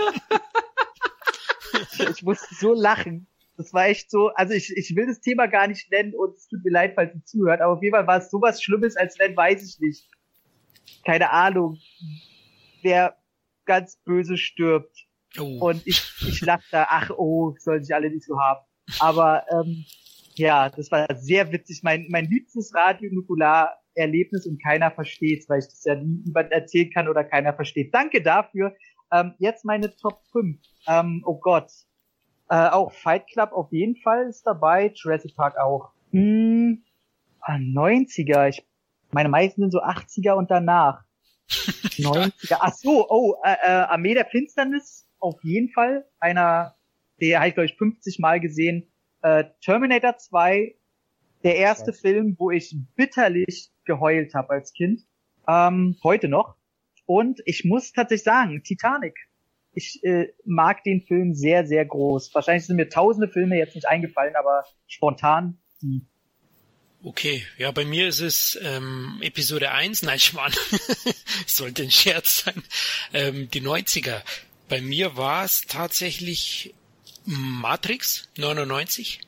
Ich musste so lachen. Das war echt so, also ich, ich will das Thema gar nicht nennen und es tut mir leid, falls ihr zuhört, aber auf jeden Fall war es sowas Schlimmes, als wenn, weiß ich nicht, keine Ahnung, wer ganz böse stirbt. Oh. Und ich, ich lachte da, ach oh, sollen sich alle nicht so haben. Aber ähm, ja, das war sehr witzig. Mein, mein liebstes Radio-Nukular-Erlebnis und keiner versteht's, weil ich das ja niemand erzählen kann oder keiner versteht. Danke dafür. Ähm, jetzt meine Top fünf. Ähm, oh Gott. Äh, auch Fight Club auf jeden Fall ist dabei. Jurassic Park auch. Hm, neunziger. Ich, meine meisten sind so achtziger und danach. neunziger. Ach so, oh, äh, äh, Armee der Finsternis auf jeden Fall. Einer, der habe ich, glaube ich, fünfzig Mal gesehen. Äh, Terminator zwei, der erste Was? Film, wo ich bitterlich geheult habe als Kind. Ähm, heute noch. Und ich muss tatsächlich sagen, Titanic. Ich äh, mag den Film sehr, sehr groß. Wahrscheinlich sind mir tausende Filme jetzt nicht eingefallen, aber spontan die. Okay, ja, bei mir ist es ähm, Episode eins, nein, Schmarrn, sollte ein Scherz sein, ähm, die neunziger. Bei mir war es tatsächlich Matrix neunundneunzig.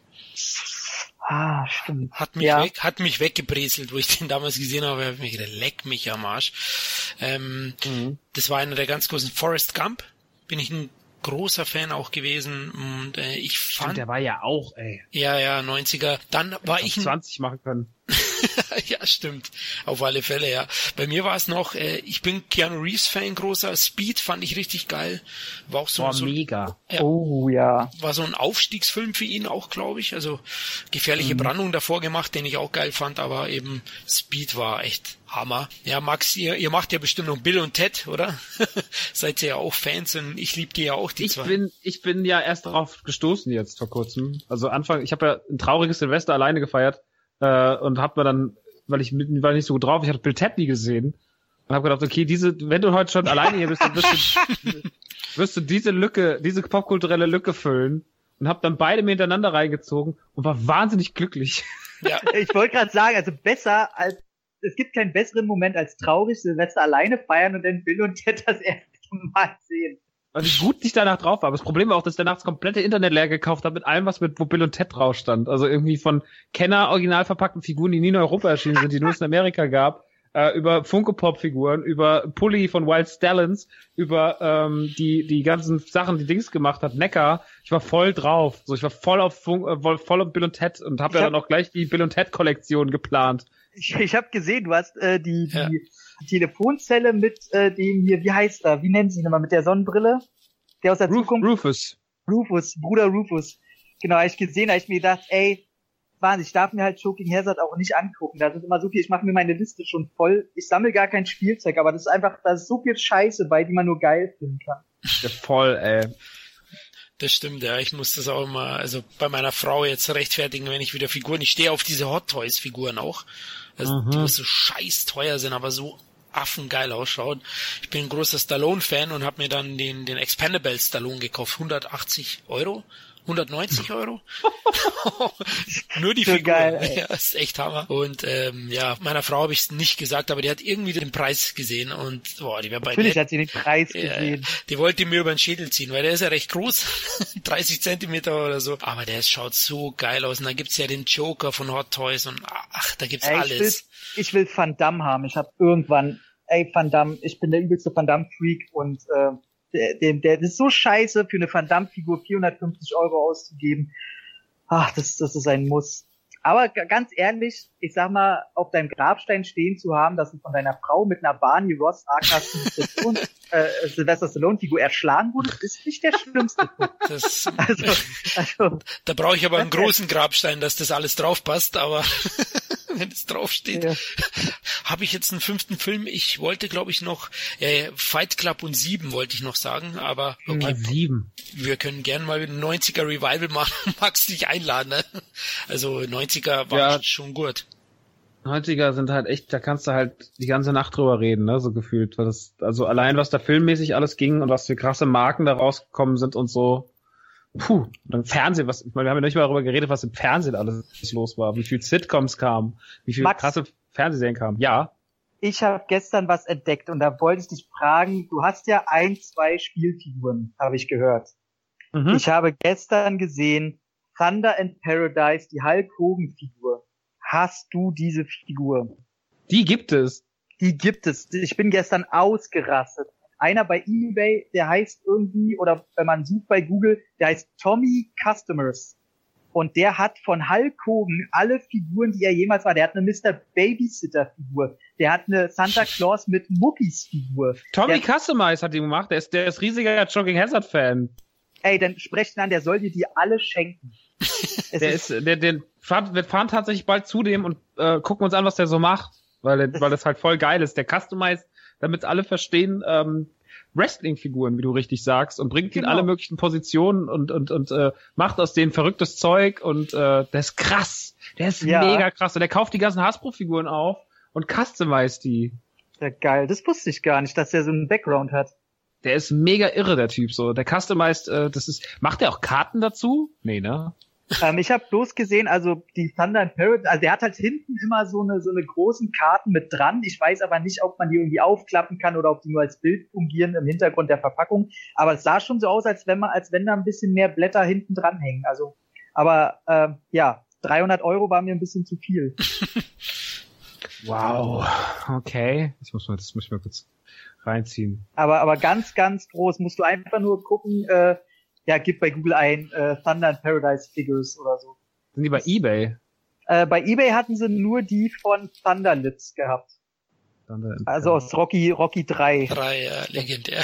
Ah, stimmt. Hat mich ja. weg, hat mich weggebrezelt, wo ich den damals gesehen habe, habe ich mir gedacht, leck mich am Arsch. Ähm, mhm. Das war einer der ganz großen. Forrest Gump, bin ich ein großer Fan auch gewesen und äh, ich fand... Stimmt, der war ja auch, ey. Ja, ja, neunziger. Dann war ich... ich zwanzig machen können. Ja, stimmt. Auf alle Fälle, ja. Bei mir war es noch, äh, ich bin Keanu Reeves Fan, großer. Speed fand ich richtig geil. War auch so... Boah, so mega. Ja, oh, ja. War so ein Aufstiegsfilm für ihn auch, glaube ich. Also Gefährliche mhm. Brandung davor gemacht, den ich auch geil fand, aber eben Speed war echt Hammer. Ja, Max, ihr, ihr macht ja bestimmt noch Bill und Ted, oder? Seid ihr ja auch Fans und ich liebe die ja auch, die ich zwei. Bin, ich bin ja erst darauf gestoßen jetzt vor kurzem. Also Anfang, ich habe ja ein trauriges Silvester alleine gefeiert äh, und hab mir dann, weil ich mit, war nicht so gut drauf, ich hatte Bill Ted nie gesehen und habe gedacht, okay, diese, wenn du heute schon alleine hier bist, dann wirst du, wirst du diese Lücke, diese popkulturelle Lücke füllen und hab dann beide mir hintereinander reingezogen und war wahnsinnig glücklich. Ja, ich wollte gerade sagen, also besser als es gibt keinen besseren Moment als traurig Silvester alleine feiern und dann Bill und Ted das erste Mal sehen. Und wie gut ich danach drauf war. Aber das Problem war auch, dass ich danach das komplette Internet leer gekauft habe mit allem, was mit, wo Bill und Ted drauf stand. Also irgendwie von Kenner original verpackten Figuren, die nie in Europa erschienen sind, die nur in Amerika gab, äh, über Funko-Pop-Figuren, über Pulli von Wild Stallions, über ähm, die die ganzen Sachen, die Dings gemacht hat, Neckar. Ich war voll drauf. So, ich war voll auf Fun- äh, voll auf Bill und Ted und habe ja hab, dann auch gleich die Bill und Ted-Kollektion geplant. Ich, ich habe gesehen, du hast äh, die, ja. die Telefonzelle mit äh, dem hier, wie heißt er? Wie nennen sie ihn immer? Mit der Sonnenbrille? Der aus der Ruf, Zukunft? Rufus. Rufus, Bruder Rufus. Genau, habe ich gesehen, habe ich mir gedacht, ey, Wahnsinn, ich darf mir halt Choking Hazard auch nicht angucken. Da sind immer so viel, ich mache mir meine Liste schon voll. Ich sammle gar kein Spielzeug, aber das ist einfach, da ist so viel Scheiße bei, die man nur geil finden kann. Ja, voll, ey. Das stimmt, ja. Ich muss das auch immer, also bei meiner Frau jetzt rechtfertigen, wenn ich wieder Figuren, ich stehe auf diese Hot Toys Figuren auch. Also, mhm. die so scheiß teuer sind, aber so affengeil ausschauen. Ich bin ein großer Stallone-Fan und habe mir dann den, den Expendables Stallone gekauft. hundertachtzig Euro. hundertneunzig Euro. Nur die so Figur. Geil, ey. Ja, ist echt Hammer. Und ähm, ja, meiner Frau habe ich es nicht gesagt, aber die hat irgendwie den Preis gesehen und boah, die wäre bei Natürlich der, hat sie den Preis äh, gesehen. Die wollte mir über den Schädel ziehen, weil der ist ja recht groß, dreißig Zentimeter oder so. Aber der schaut so geil aus. Und da gibt's ja den Joker von Hot Toys und ach, da gibt's ey, alles. Ich will, ich will Van Damme haben. Ich habe irgendwann, ey Van Damme, ich bin der übelste Van Damme Freak und äh, Der, der, der das ist so scheiße, für eine Van Damme-Figur vierhundertfünfzig Euro auszugeben. Ach, das, das ist ein Muss. Aber g- ganz ehrlich, ich sag mal, auf deinem Grabstein stehen zu haben, dass du von deiner Frau mit einer Barney Ross aka äh, Sylvester Stallone-Figur erschlagen wurdest, ist nicht der schlimmste. Das, also, also, da brauche ich aber einen großen Grabstein, dass das alles drauf passt, aber wenn es draufsteht. Ja. Habe ich jetzt einen fünften Film? Ich wollte, glaube ich, noch äh, Fight Club und Sieben wollte ich noch sagen, aber okay. Sieben. Wir können gerne mal ein neunziger Revival machen. Magst dich einladen, ne? Also neunziger war Ja. schon gut. neunziger sind halt echt, da kannst du halt die ganze Nacht drüber reden, ne, so gefühlt. Weil das, also allein, was da filmmäßig alles ging und was für krasse Marken da rausgekommen sind und so. Puh, und dann Fernsehen, was, ich meine, wir haben ja nicht mal darüber geredet, was im Fernsehen alles los war, wie viel Sitcoms kamen, wie viel Max, krasse Fernsehserien kamen. Ja. ich habe gestern was entdeckt und da wollte ich dich fragen, du hast ja ein, zwei Spielfiguren, habe ich gehört. Mhm. Ich habe gestern gesehen, Thunder in Paradise, die Hulk Hogan Figur. Hast du diese Figur? Die gibt es. Die gibt es. Ich bin gestern ausgerastet. einer bei eBay, der heißt irgendwie, oder wenn man sucht bei Google, der heißt Tommy Customers. Und der hat von Hulk Hogan alle Figuren, die er jemals war. Der hat eine Mister Babysitter-Figur. Der hat eine Santa Claus mit Muckis-Figur. Tommy der, Customize hat die gemacht. Der ist, der ist riesiger Jogging Hazard-Fan. Ey, dann sprecht ihn an, der soll dir die alle schenken. der ist, der, der, wir fahren tatsächlich bald zu dem und äh, gucken uns an, was der so macht. Weil, der, weil das halt voll geil ist. Der Customize, damit alle verstehen, ähm, Wrestling-Figuren, wie du richtig sagst, und bringt die in Genau. alle möglichen Positionen und und und äh, macht aus denen verrücktes Zeug und äh, der ist krass. Der ist Ja. mega krass. Und der kauft die ganzen Hasbro-Figuren auf und customize die. Ja, geil. Das wusste ich gar nicht, dass der so einen Background hat. Der ist mega irre, der Typ, so. Der customized, äh, das ist, macht der auch Karten dazu? Nee, ne? Ähm, ich habe bloß gesehen, also die Thunder and Paradise, also der hat halt hinten immer so eine so eine großen Karten mit dran. Ich weiß aber nicht, ob man die irgendwie aufklappen kann oder ob die nur als Bild fungieren im Hintergrund der Verpackung. Aber es sah schon so aus, als wenn man, als wenn da ein bisschen mehr Blätter hinten dran hängen. Also, aber ähm, ja, dreihundert Euro war mir ein bisschen zu viel. Wow. Okay. Ich muss mal, das muss ich mal kurz reinziehen. Aber aber ganz ganz groß. Musst du einfach nur gucken. Äh, ja, gib bei Google ein äh, Thunder and Paradise Figures oder so. Sind die bei eBay? Äh, bei eBay hatten sie nur die von Thunderlips gehabt. Thunder and Also aus Rocky Rocky drei. Drei, ja, legendär.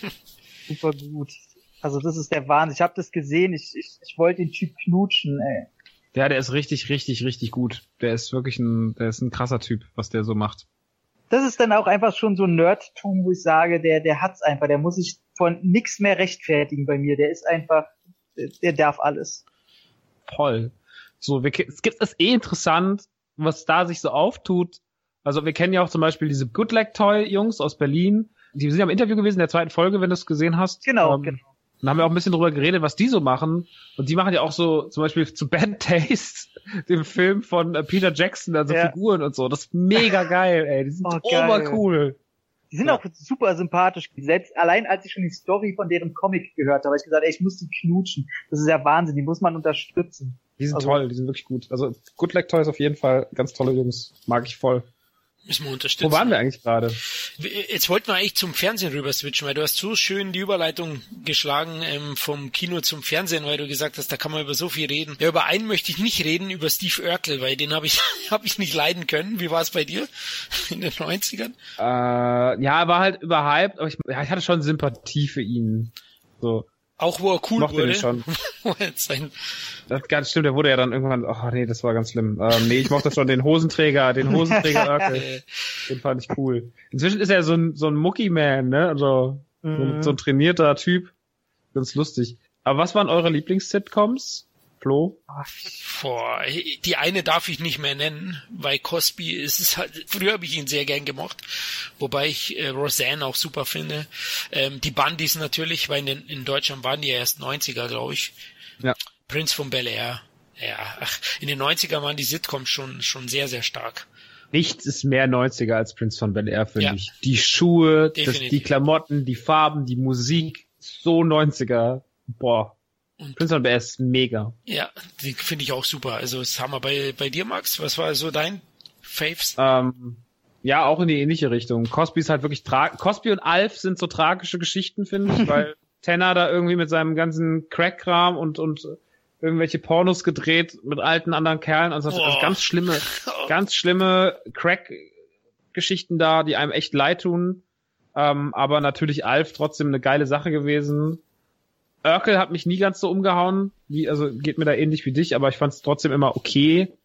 Super gut. Also das ist der Wahnsinn. Ich habe das gesehen. Ich, ich, ich wollte den Typ knutschen, ey. Ja, der ist richtig, richtig, richtig gut. Der ist wirklich ein, der ist ein krasser Typ, was der so macht. Das ist dann auch einfach schon so ein Nerdtum, wo ich sage, der, der hat's einfach. Der muss sich von nix mehr rechtfertigen bei mir. Der ist einfach, der, der darf alles. Voll. So, wir, es gibt es eh interessant, was da sich so auftut. Also wir kennen ja auch zum Beispiel diese Good Luck Toy Jungs aus Berlin. Die sind ja im Interview gewesen in der zweiten Folge, wenn du es gesehen hast. Genau, ähm, genau. Dann haben wir auch ein bisschen drüber geredet, was die so machen. Und die machen ja auch so, zum Beispiel zu Bad Taste, dem Film von äh, Peter Jackson, also Ja. Figuren und so. Das ist mega geil, ey. Die sind Oh, geil. obercool. Die sind Ja. auch super sympathisch. Selbst allein als ich schon die Story von deren Comic gehört habe, habe ich gesagt, ey, ich muss die knutschen. Das ist ja Wahnsinn, die muss man unterstützen. Die sind Also- toll, die sind wirklich gut. Also Good Luck Toys auf jeden Fall, ganz tolle Jungs. Mag ich voll. Müssen wir unterstützen. Wo waren wir eigentlich gerade? Jetzt wollten wir eigentlich zum Fernsehen rüber switchen, weil du hast so schön die Überleitung geschlagen ähm, vom Kino zum Fernsehen, weil du gesagt hast, da kann man über so viel reden. Ja, über einen möchte ich nicht reden, über Steve Urkel, weil den habe ich hab ich nicht leiden können. Wie war es bei dir in den neunzigern? Äh, ja, er war halt überhyped, aber ich, ja, ich hatte schon Sympathie für ihn. So. Auch wo er cool Mochte wurde. den schon. Wo er jetzt sein, Das ganz stimmt, der wurde ja dann irgendwann, oh nee, das war ganz schlimm. Ähm, nee, ich mochte schon den Hosenträger, den Hosenträger Urkel. äh, Den fand ich cool. Inzwischen ist er so ein, so ein Mucki-Man, ne? Also, so, ein- so ein trainierter Typ. Ganz lustig. Aber was waren eure Lieblings-Sitcoms? Flo? boah, die eine darf ich nicht mehr nennen, weil Cosby ist es halt, früher habe ich ihn sehr gern gemocht, wobei ich äh, Roseanne auch super finde. Ähm, die Bundys natürlich, weil in, den, in Deutschland waren die ja erst neunziger, glaube ich. Ja. Prinz von Bel-Air. Ja, ach, in den neunzigern waren die Sitcoms schon schon sehr, sehr stark. Nichts ist mehr neunziger als Prinz von Bel-Air, finde Ja. ich. Die Schuhe, das, Definitiv. die Klamotten, die Farben, die Musik, so neunziger. Boah. Und- Prinz von Bel-Air ist mega. Ja, die finde ich auch super. Also das haben wir bei bei dir, Max. Was war so dein Faves? Ähm, ja, auch in die ähnliche Richtung. Cosby ist halt wirklich tra Cosby und Alf sind so tragische Geschichten, finde ich, weil Tanner da irgendwie mit seinem ganzen Crack-Kram und und irgendwelche Pornos gedreht mit alten anderen Kerlen. Also, also Boah. ganz schlimme, ganz schlimme Crack-Geschichten da, die einem echt leid tun. Ähm, aber natürlich Alf trotzdem eine geile Sache gewesen. Urkel hat mich nie ganz so umgehauen, wie, also geht mir da ähnlich wie dich, aber ich fand es trotzdem immer okay.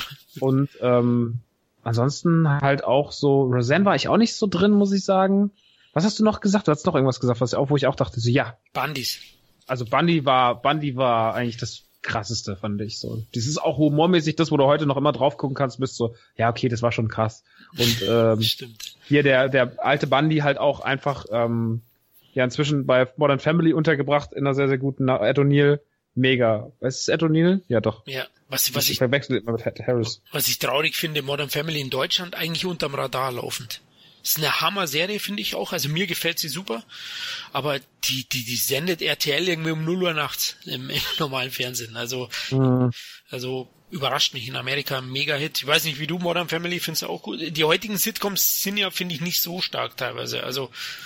Und ähm, ansonsten halt auch so, Roseanne war ich auch nicht so drin, muss ich sagen. Was hast du noch gesagt? Du hast noch irgendwas gesagt, was auch, wo ich auch dachte, so ja. Bundys. Also Bundy war, Bundy war eigentlich das krasseste, fand ich so. Das ist auch humormäßig das, wo du heute noch immer drauf gucken kannst, bist so, ja, okay, das war schon krass. Und ähm, Stimmt. hier der der alte Bundy halt auch einfach ähm, ja inzwischen bei Modern Family untergebracht in einer sehr, sehr guten Ed O'Neill. Mega. Was ist Ed O'Neill? Ja, doch. Ja, was was Ich ich verwechsel immer mit Harris. was ich traurig finde, Modern Family in Deutschland eigentlich unterm Radar laufend. Ist eine Hammer-Serie, finde ich auch. Also mir gefällt sie super. Aber die, die, die sendet R T L irgendwie um null Uhr nachts im, im normalen Fernsehen. Also, Mhm. also überrascht mich. In Amerika ein Mega-Hit. Ich weiß nicht, wie du Modern Family findest du auch gut. Die heutigen Sitcoms sind ja, finde ich, nicht so stark teilweise. Also,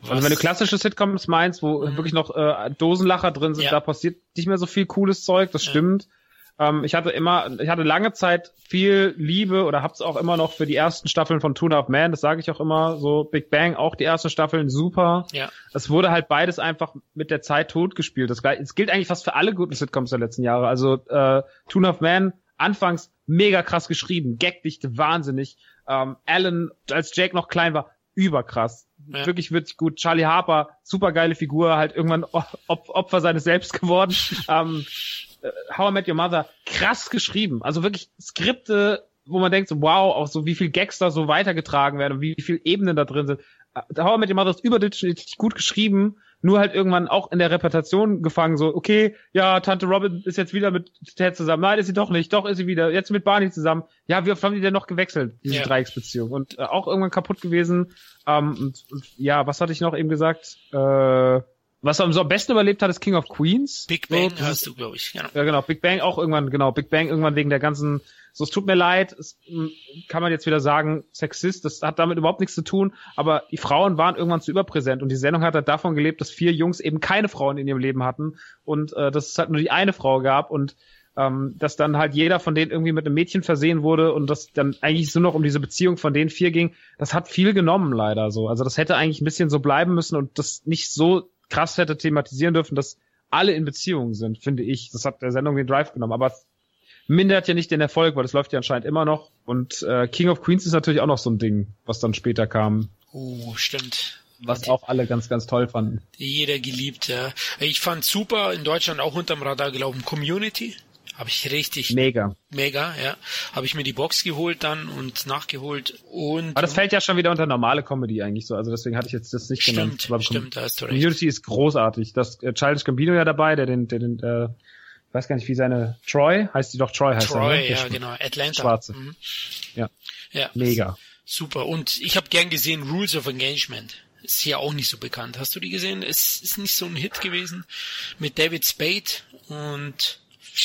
Was? Also wenn du klassische Sitcoms meinst, wo mhm. wirklich noch äh, Dosenlacher drin sind, ja. da passiert nicht mehr so viel cooles Zeug, das ja. stimmt. Ähm, ich hatte immer, ich hatte lange Zeit viel Liebe oder hab's auch immer noch für die ersten Staffeln von Two and a Half Men, das sage ich auch immer, so Big Bang, auch die ersten Staffeln, super. Ja. Es wurde halt beides einfach mit der Zeit totgespielt. Das, das gilt eigentlich fast für alle guten Sitcoms der letzten Jahre. Also äh, Two and a Half Men, anfangs mega krass geschrieben, Gagdichte, wahnsinnig. Ähm, Alan, als Jake noch klein war, überkrass. Ja. Wirklich, wirklich gut. Charlie Harper, super geile Figur, halt irgendwann Op- Opfer seines Selbst geworden. ähm, How I Met Your Mother, krass geschrieben. Also wirklich Skripte, wo man denkt so, wow, auch so wie viel Gags da so weitergetragen werden und wie viel Ebenen da drin sind. How I Met Your Mother ist überdurchschnittlich gut geschrieben, nur halt irgendwann auch in der Reputation gefangen, so, okay, ja, Tante Robin ist jetzt wieder mit Ted zusammen. Nein, ist sie doch nicht. Doch ist sie wieder. Jetzt mit Barney zusammen. Ja, wie oft haben die denn noch gewechselt, diese ja. Dreiecksbeziehung? Und äh, auch irgendwann kaputt gewesen. Ähm, und, und ja, was hatte ich noch eben gesagt? Äh, Was am so am besten überlebt hat, ist King of Queens. Big Bang so, hast du, glaube ich. Genau. Ja, genau. Big Bang auch irgendwann, genau. Big Bang irgendwann wegen der ganzen, so, es tut mir leid, es, kann man jetzt wieder sagen, Sexist, das hat damit überhaupt nichts zu tun, aber die Frauen waren irgendwann zu überpräsent und die Sendung hat halt davon gelebt, dass vier Jungs eben keine Frauen in ihrem Leben hatten und äh, dass es halt nur die eine Frau gab und ähm, dass dann halt jeder von denen irgendwie mit einem Mädchen versehen wurde und das dann eigentlich nur noch um diese Beziehung von den vier ging. Das hat viel genommen, leider so. Also das hätte eigentlich ein bisschen so bleiben müssen und das nicht so krass hätte thematisieren dürfen, dass alle in Beziehungen sind, finde ich. Das hat der Sendung den Drive genommen. Aber es mindert ja nicht den Erfolg, weil das läuft ja anscheinend immer noch. Und äh, King of Queens ist natürlich auch noch so ein Ding, was dann später kam. Oh, stimmt. Was die, auch alle ganz, ganz toll fanden. Jeder geliebt, ja. Ich fand super, in Deutschland auch unterm Radar gelaufen, Community. Habe ich richtig... Mega. Mega, ja. Habe ich mir die Box geholt dann und nachgeholt. Und aber das fällt ja schon wieder unter normale Comedy eigentlich so. Also deswegen hatte ich jetzt das nicht stimmt, genannt. Stimmt, stimmt, da hast du recht. Community ist großartig. Das äh, Childish Gambino ja dabei, der den, der den, äh, ich weiß gar nicht, wie seine, Troy, heißt die doch Troy, heißt Troy, er, ne? ja, genau. Atlanta. Schwarze. Mhm. Ja. Ja. Mega. Super. Und ich habe gern gesehen Rules of Engagement. Ist hier auch nicht so bekannt. Hast du die gesehen? Es ist nicht so ein Hit gewesen. Mit David Spade und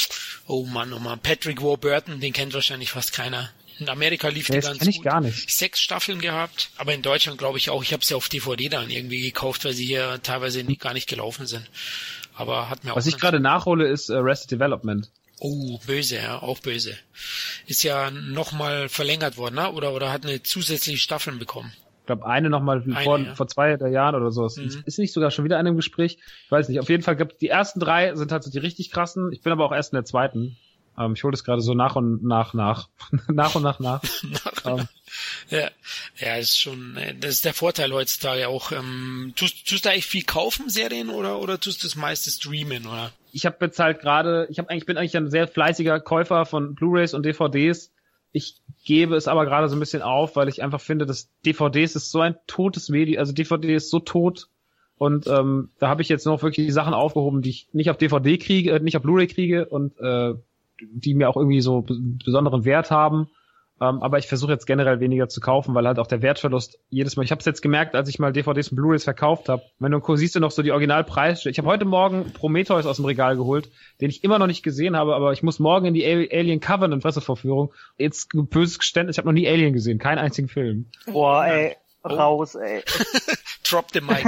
oh Mann, oh Mann, Patrick Warburton, den kennt wahrscheinlich fast keiner. In Amerika lief die ganz kenn ich gut. Gar nicht. Sechs Staffeln gehabt, aber in Deutschland glaube ich auch. Ich habe sie auf D V D dann irgendwie gekauft, weil sie hier teilweise nicht, gar nicht gelaufen sind. Aber hat mir auch... Was ich gerade nachhole, ist Arrested Development. Oh, böse, ja, auch böse. Ist ja nochmal verlängert worden, ne? Oder, oder hat eine zusätzliche Staffel bekommen. Ich glaube, eine nochmal vor, ja. vor zwei Jahren oder so. Mhm. Ist nicht sogar schon wieder in einem Gespräch? Ich weiß nicht. Auf jeden Fall gibt die ersten drei sind halt so die richtig krassen. Ich bin aber auch erst in der zweiten. Ähm, ich hole das gerade so nach und nach, nach. nach und nach, nach. nach, ähm. Ja, ja, ist schon, das ist der Vorteil heutzutage auch. Ähm, tust, tust du eigentlich viel kaufen, Serien, oder, oder tust du das meiste streamen, oder? Ich habe jetzt halt gerade, ich habe eigentlich, bin eigentlich ein sehr fleißiger Käufer von Blu-rays und D V Ds. Ich gebe es aber gerade so ein bisschen auf, weil ich einfach finde, dass D V Ds ist so ein totes Medium, also D V D ist so tot und ähm, da habe ich jetzt noch wirklich die Sachen aufgehoben, die ich nicht auf D V D kriege, äh, nicht auf Blu-ray kriege und äh, die mir auch irgendwie so b- besonderen Wert haben. Ähm, aber ich versuche jetzt generell weniger zu kaufen, weil halt auch der Wertverlust jedes Mal, ich habe es jetzt gemerkt, als ich mal D V Ds und Blu-rays verkauft habe, wenn du siehst du noch so die Originalpreise. Ich habe heute Morgen Prometheus aus dem Regal geholt, den ich immer noch nicht gesehen habe, aber ich muss morgen in die Alien Covenant Pressevorführung. Jetzt böses Geständnis, ich habe noch nie Alien gesehen, keinen einzigen Film. Boah, ey, raus, ey. Drop the mic.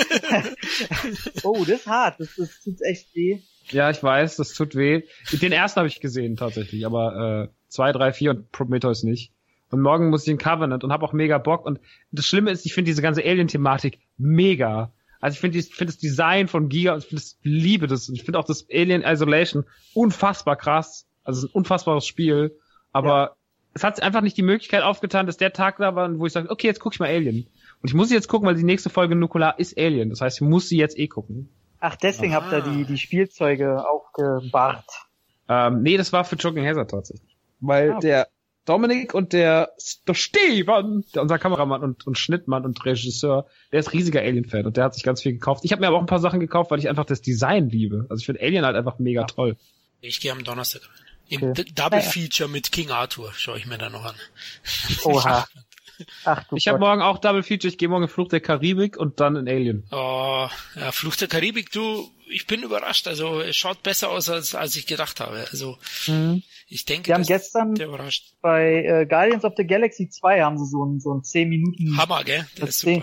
Oh, das ist hart, das, das tut echt weh. Ja, ich weiß, das tut weh. Den ersten habe ich gesehen tatsächlich, aber äh, zwei, drei, vier und Prometheus nicht. Und morgen muss ich in Covenant und habe auch mega Bock. Und das Schlimme ist, ich finde diese ganze Alien-Thematik mega. Also ich finde ich finde das Design von Giga und ich finde das, liebe das. Und ich finde auch das Alien Isolation unfassbar krass. Also es ist ein unfassbares Spiel. Aber ja. Es hat einfach nicht die Möglichkeit aufgetan, dass der Tag da war, wo ich sage, okay, jetzt gucke ich mal Alien. Und ich muss sie jetzt gucken, weil die nächste Folge Nukular ist Alien. Das heißt, ich muss sie jetzt eh gucken. Ach, deswegen Aha. habt ihr die, die Spielzeuge aufgebahrt. Ähm, nee, das war für Joking Hazard tatsächlich. Weil ah, okay. der Dominik und der, der Steven, der unser Kameramann und, und Schnittmann und Regisseur, der ist riesiger Alien-Fan und der hat sich ganz viel gekauft. Ich habe mir aber auch ein paar Sachen gekauft, weil ich einfach das Design liebe. Also ich finde Alien halt einfach mega ja. toll. Ich gehe am Donnerstag rein. Im okay. D- Double Feature mit King Arthur schaue ich mir da noch an. Oha. Ach, du ich habe morgen auch Double Feature, ich gehe morgen in Fluch der Karibik und dann in Alien. Oh, ja, Fluch der Karibik, du, ich bin überrascht, also es schaut besser aus, als als ich gedacht habe. Also mhm. ich denke, wir haben gestern bei äh, Guardians of the Galaxy zwei haben sie so ein so ein zehn Minuten Hammer, gell? Der ist super.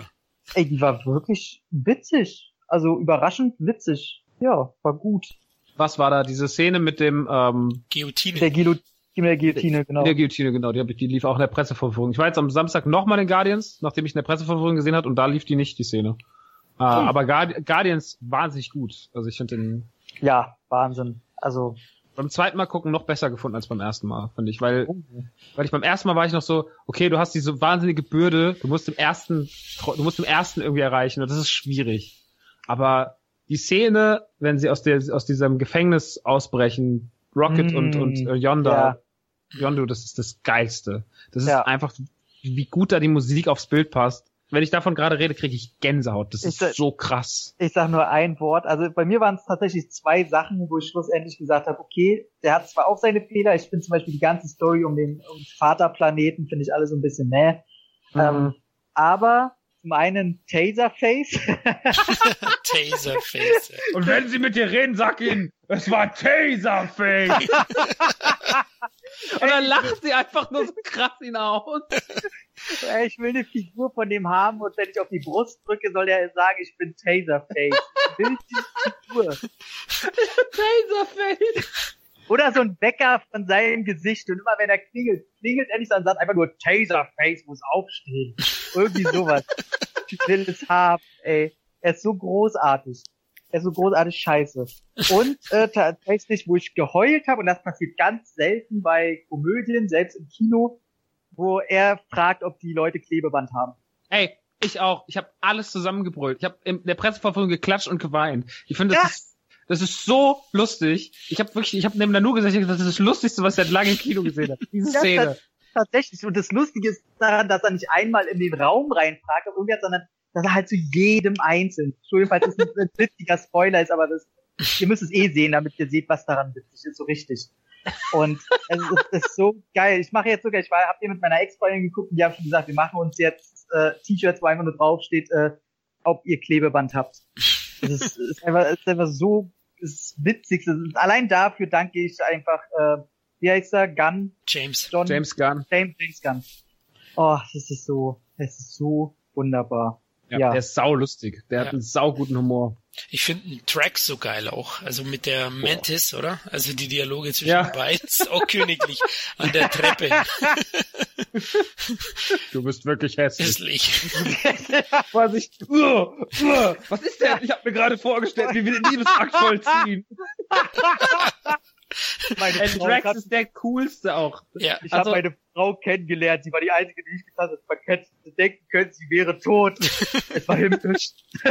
ey, die war wirklich witzig. Also überraschend witzig. Ja, war gut. Was war da? Diese Szene mit dem, ähm, Guillotine. Der Guillotine, der Guillotine, genau. der Guillotine, genau. Die, hab ich, die lief auch in der Pressevorführung. Ich war jetzt am Samstag nochmal in Guardians, nachdem ich in der Pressevorführung gesehen habe, und da lief die nicht, die Szene. Äh, hm. Aber Guard- Guardians wahnsinnig gut. Also ich finde den... Ja, Wahnsinn. Also... beim zweiten Mal gucken noch besser gefunden als beim ersten Mal, finde ich, weil, weil ich beim ersten Mal war ich noch so, okay, du hast diese wahnsinnige Bürde, du musst im ersten, du musst im ersten irgendwie erreichen, und das ist schwierig. Aber die Szene, wenn sie aus der, aus diesem Gefängnis ausbrechen, Rocket mm, und, und äh, Yonda, ja. Yondu, das ist das Geilste. Das ist ja. einfach, wie gut da die Musik aufs Bild passt. Wenn ich davon gerade rede, kriege ich Gänsehaut. Das ist ich, so krass. Ich sag nur ein Wort. Also bei mir waren es tatsächlich zwei Sachen, wo ich schlussendlich gesagt habe, okay, der hat zwar auch seine Fehler. Ich finde zum Beispiel die ganze Story um den um Vaterplaneten, finde ich alle so ein bisschen mäh. Mhm. Ähm, aber zum einen Taserface. Taserface. Und wenn sie mit dir reden, sag ihnen, es war Taserface. Und dann lacht sie einfach nur so krass ihn aus. Ich will eine Figur von dem haben, und wenn ich auf die Brust drücke, soll er sagen, ich bin Taserface. Ich will die Figur. Taserface. Oder so ein Wecker von seinem Gesicht, und immer wenn er klingelt, klingelt er nicht, sondern sagt einfach nur Taserface muss aufstehen. Irgendwie sowas. Ich will es haben, ey. Er ist so großartig. Er ist so großartig scheiße. Und äh, tatsächlich, wo ich geheult habe, und das passiert ganz selten bei Komödien, selbst im Kino, wo er fragt, ob die Leute Klebeband haben. Ey, ich auch. Ich habe alles zusammengebrüllt. Ich habe in der Pressevorführung geklatscht und geweint. Ich finde, das, ja. ist, das ist so lustig. Ich habe wirklich, ich habe neben Nanu gesagt, das ist das Lustigste, was er lange im Kino gesehen hat. Diese ja, Szene. Das, tatsächlich. Und das Lustige ist daran, dass er nicht einmal in den Raum reinfragt, sondern dass er halt zu jedem einzeln. Entschuldigung, falls das ein, ein witziger Spoiler ist, aber das, ihr müsst es eh sehen, damit ihr seht, was daran witzig ist, so richtig. Und es ist, es ist so geil. Ich mache jetzt sogar, ich war, hab hier mit meiner Ex-Freundin geguckt, und die haben schon gesagt, wir machen uns jetzt äh, T-Shirts, wo einfach nur draufsteht, äh, ob ihr Klebeband habt. Es ist, ist, einfach, ist einfach so, ist witzig. Ist, allein dafür danke ich einfach, äh, wie heißt er? Gunn? James. John, James Gunn. James, James Gunn. Oh, das ist so, das ist so wunderbar. Ja, ja. Der ist saulustig. Der ja. hat einen sauguten Humor. Ich finde den Track so geil auch. Also mit der Mantis, Boah. oder? Also die Dialoge zwischen ja. den beiden. Ist auch königlich. An der Treppe. Du bist wirklich hässlich. Hässlich. Was, ich, uh, uh, was ist denn? Ich habe mir gerade vorgestellt, wie wir den Liebesakt vollziehen. Meine Frau Drax hat, ist der coolste auch. Ja. Ich also, habe meine Frau kennengelernt. Sie war die einzige, die ich gesagt habe. Man könnte denken können, sie wäre tot. Es war himmlisch.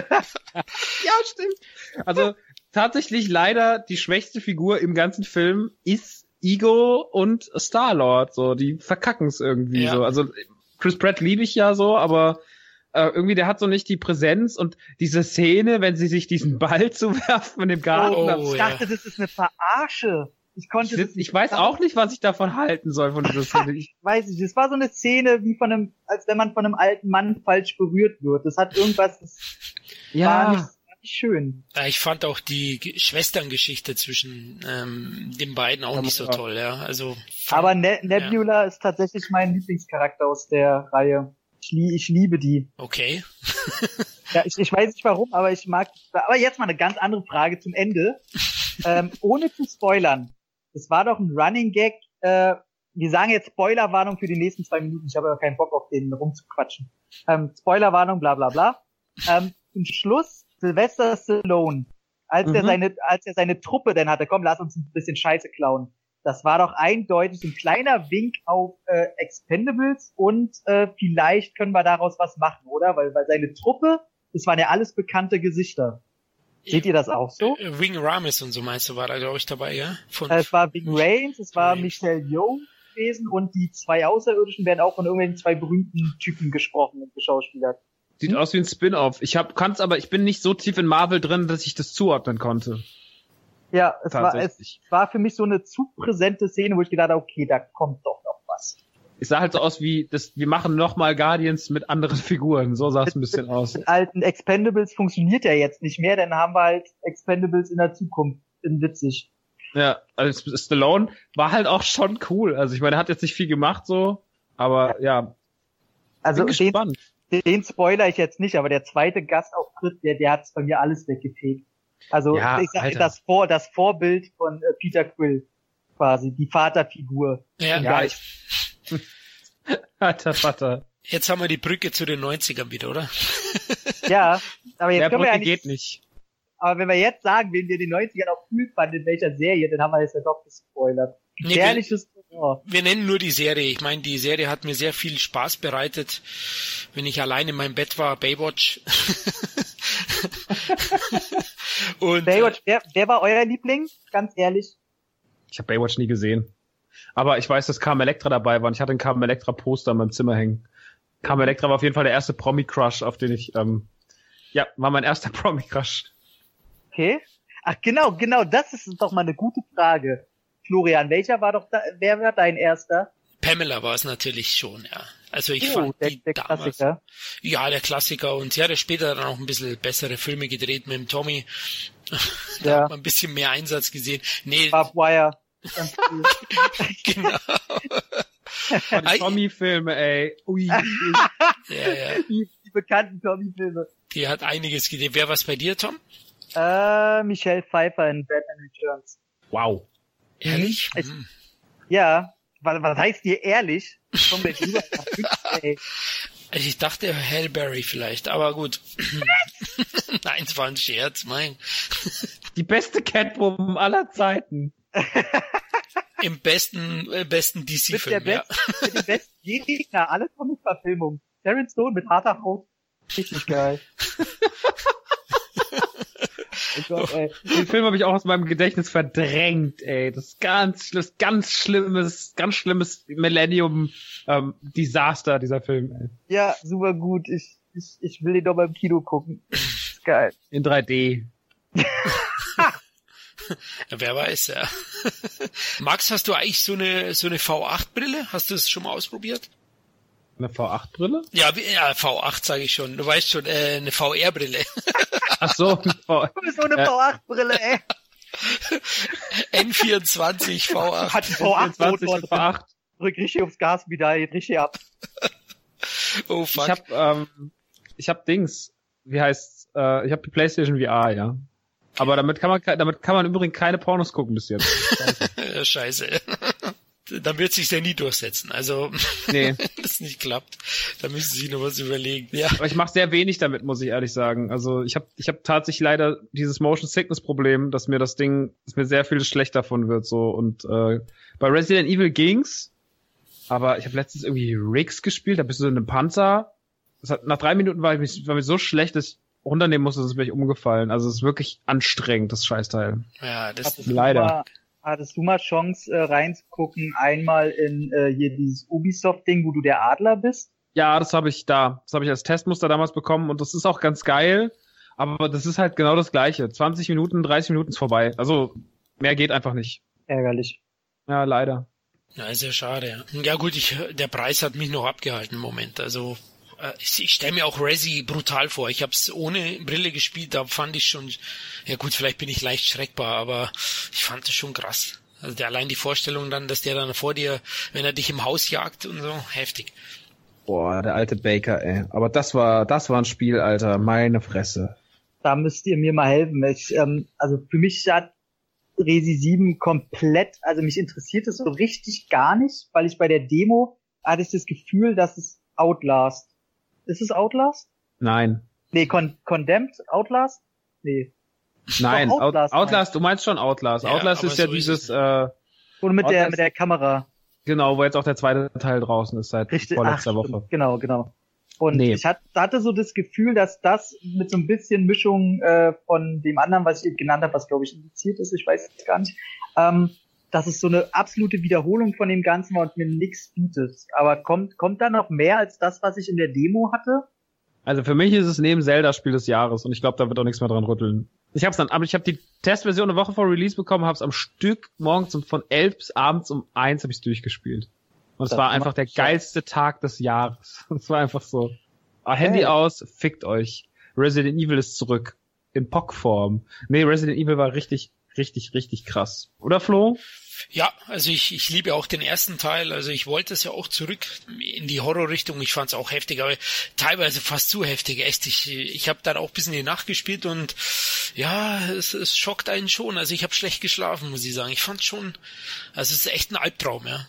Ja, stimmt. Also tatsächlich leider die schwächste Figur im ganzen Film ist Ego und Star-Lord. So, die verkacken es irgendwie ja. so. Also Chris Pratt liebe ich ja so, aber äh, irgendwie der hat so nicht die Präsenz, und diese Szene, wenn sie sich diesen Ball zuwerfen in dem Garten. Oh, ich dachte, ja. das ist eine Verarsche. Ich konnte ich, das nicht ich weiß auch nicht, was ich davon halten soll von dieser Szene. Ich weiß nicht, das war so eine Szene wie von einem, als wenn man von einem alten Mann falsch berührt wird. Das hat irgendwas, das ja. war nicht, war nicht schön. Ja, ich fand auch die G- Schwesterngeschichte zwischen ähm, den beiden auch ja, nicht so ja. toll, ja. Also. Fand, Aber ne- Nebula ja. ist tatsächlich mein Lieblingscharakter aus der Reihe. Ich, lie- ich liebe die. Okay. Ja, ich, ich weiß nicht warum, aber ich mag. Aber jetzt mal eine ganz andere Frage zum Ende. ähm, ohne zu spoilern. Es war doch ein Running Gag. Äh, wir sagen jetzt Spoilerwarnung für die nächsten zwei Minuten. Ich habe aber keinen Bock auf den rumzuquatschen. Ähm, Spoilerwarnung, bla bla bla. Ähm, zum Schluss Sylvester Stallone, als mhm. er seine, als er seine Truppe dann hatte, komm, lass uns ein bisschen Scheiße klauen. Das war doch eindeutig ein kleiner Wink auf äh, Expendables, und äh, vielleicht können wir daraus was machen, oder? Weil, weil seine Truppe, das waren ja alles bekannte Gesichter. Seht ihr das auch so? Wing Ramis und so meinst du, war da, glaube ich, dabei, ja? Von es war Ving Rhames, es war Rhames. Michelle Yeoh gewesen, und die zwei Außerirdischen werden auch von irgendwelchen zwei berühmten Typen gesprochen und geschauspielert. Sieht hm? aus wie ein Spin-off. Ich hab, kann's aber, ich bin nicht so tief in Marvel drin, dass ich das zuordnen konnte. Ja, es war, es war für mich so eine zu präsente Szene, wo ich gedacht habe, okay, da kommt doch noch was. Es sah halt so aus wie, das, wir machen nochmal Guardians mit anderen Figuren. So sah es ein bisschen aus. Mit alten Expendables funktioniert ja jetzt nicht mehr, dann haben wir halt Expendables in der Zukunft. In witzig. Ja, also Stallone war halt auch schon cool. Also ich meine, er hat jetzt nicht viel gemacht so, aber ja. Also bin gespannt. Den, Den spoiler ich jetzt nicht, aber der zweite Gastauftritt, der, der hat's bei mir alles weggefegt. Also Ja, ich sag, Alter. das Vor, das Vorbild von äh, Peter Quill quasi, die Vaterfigur. Ja, Ja, ich. Alter Vater. jetzt haben wir die Brücke zu den neunzigern wieder, oder? Ja, aber jetzt Der können wir Brücke ja nicht, geht nicht. aber wenn wir jetzt sagen, wen wir in den neunzigern auch cool fanden, in welcher Serie, dann haben wir jetzt ja doch gespoilert. Nee, Gefährliches Terror. Wir nennen nur die Serie. Ich meine, die Serie hat mir sehr viel Spaß bereitet, wenn ich allein in meinem Bett war, Baywatch. Und Baywatch, wer, wer war euer Liebling? Ganz ehrlich. Ich habe Baywatch nie gesehen. Aber ich weiß, dass Carmen Electra dabei war und ich hatte ein Carmen Electra Poster in meinem Zimmer hängen. Carmen Electra war auf jeden Fall der erste Promi-Crush, auf den ich, ähm, ja, war mein erster Promi-Crush. Okay. Ach genau, genau, das ist doch mal eine gute Frage. Florian, welcher war doch da, wer war dein erster? Pamela war es natürlich schon, ja. Also ich Oh, fand der, die der damals, Klassiker. ja, der Klassiker, und sie hat ja später dann auch ein bisschen bessere Filme gedreht mit dem Tommy. Da Ja. hat man ein bisschen mehr Einsatz gesehen. Nee, Barbed Wire. Ganz cool. genau. Die Ei. Tommy-Filme, ey. Ui. Ja, ja. die, die bekannten Tommy-Filme. Die hat einiges gedreht. Wer war's bei dir, Tom? Äh, Michelle Pfeiffer in Batman Returns. Wow. Ehrlich? Es- Hm. Ja, was, was heißt dir ehrlich? Komm gleich rüber. Ey. Also ich dachte Hellberry vielleicht, aber gut. Nein, es war ein Scherz, mein. Die beste Catwoman aller Zeiten. Im besten, äh, besten D Mit der C-Film, ja. besten, mit dem besten Gegner, alle Comic-Verfilmungen. Sharon Stone mit harter Haut. Richtig geil. Oh Gott, ey. Den Film habe ich auch aus meinem Gedächtnis verdrängt, ey. Das ist ganz schlimmes, ganz schlimmes, ganz schlimmes Millennium-Desaster, dieser Film, ey. Ja, super gut. Ich, ich, ich will den doch mal im Kino gucken. Ist geil. In drei D. Wer weiß, ja. Max, hast du eigentlich so eine, so eine V acht Brille? Hast du es schon mal ausprobiert? Eine V acht Brille? Ja, wie- ja, V acht sage ich schon. Du weißt schon, äh, eine V R Brille. Ach so, eine V Du bist so eine Ja. V acht Brille, ey. N vierundzwanzig V acht. Hat die V acht zwanzig Motor und V acht. Drück richtig aufs Gaspedal, geht richtig ab. Oh Ich fuck. hab, ähm, ich hab Dings, wie heißt's, äh, ich hab die PlayStation V R, ja. Aber damit kann man, ke- damit kann man übrigens keine Pornos gucken bis jetzt. Äh, Scheiße. Dann wird sich ja nie durchsetzen. Also, Nee. wenn das nicht klappt, dann müssen Sie noch was überlegen. Ja. Aber ich mache sehr wenig damit, muss ich ehrlich sagen. Also ich habe ich hab tatsächlich leider dieses Motion Sickness Problem, dass mir das Ding, dass mir sehr viel schlecht davon wird so. Und äh, bei Resident Evil ging's, aber ich habe letztens irgendwie Riggs gespielt, da bist du in einem Panzer. Das hat, nach drei Minuten war, ich, war mir so schlecht, dass ich runternehmen musste, dass ich umgefallen. Also es ist wirklich anstrengend, das Scheißteil. Ja, das, Hattest du Leider. Mal, hattest du mal Chance äh, reinzugucken, einmal in äh, hier dieses Ubisoft-Ding, wo du der Adler bist? Ja, das habe ich da. Das habe ich als Testmuster damals bekommen und das ist auch ganz geil. Aber das ist halt genau das Gleiche. zwanzig Minuten, dreißig Minuten ist vorbei. Also mehr geht einfach nicht. Ärgerlich. Ja, leider. ja, ist ja schade. Ja, ja gut, ich, der Preis hat mich noch abgehalten im Moment. Also äh, ich, ich stelle mir auch Resi brutal vor. Ich habe es ohne Brille gespielt, da fand ich schon, ja gut, vielleicht bin ich leicht schreckbar, aber ich fand es schon krass. Also der, allein die Vorstellung dann, dass der dann vor dir, wenn er dich im Haus jagt und so, heftig. Boah, der alte Baker, ey. Aber das war, das war ein Spiel, Alter. Meine Fresse. Da müsst ihr mir mal helfen. Ich, ähm, also für mich hat Resi sieben komplett, also mich interessiert es so richtig gar nicht, weil ich bei der Demo hatte ich das Gefühl, dass es Outlast. Ist es Outlast? Nein. Nee, Con Condemned? Outlast? Nee. Nein, Doch, Outlast, Outlast, Outlast, du meinst schon Outlast. Ja, Outlast aber ist ja so ist dieses, es äh, Oder mit der, Outlast- mit der Kamera. genau, wo jetzt auch der zweite Teil draußen ist, seit Richtig. vorletzter Ach, Woche. stimmt. Genau, genau. Und Nee. ich hat, hatte so das Gefühl, dass das mit so ein bisschen Mischung äh, von dem anderen, was ich eben genannt habe, was glaube ich indiziert ist, ich weiß es gar nicht, ähm, dass es so eine absolute Wiederholung von dem Ganzen war und mir nichts bietet. Aber kommt kommt da noch mehr als das, was ich in der Demo hatte? Also für mich ist es neben Zelda Spiel des Jahres und ich glaube, da wird auch nichts mehr dran rütteln. Ich hab's dann, aber ich habe die Testversion eine Woche vor Release bekommen, hab's am Stück morgens um, von elf bis abends um eins habe ich's durchgespielt. Und es Das war macht einfach der Spaß. geilste Tag des Jahres. Es war einfach so. Ah, Handy aus, fickt euch. Resident Evil ist zurück. In P O C-Form. Nee, Resident Evil war richtig, richtig, richtig krass. Oder Flo? Ja, also ich, ich liebe auch den ersten Teil. Also ich wollte es ja auch zurück in die Horrorrichtung. Ich fand es auch heftig, aber teilweise fast zu heftig. Echt, ich, ich habe dann auch ein bisschen die Nacht gespielt und ja, es, es schockt einen schon. Also ich habe schlecht geschlafen, muss ich sagen. Ich fand schon, also es ist echt ein Albtraum, ja.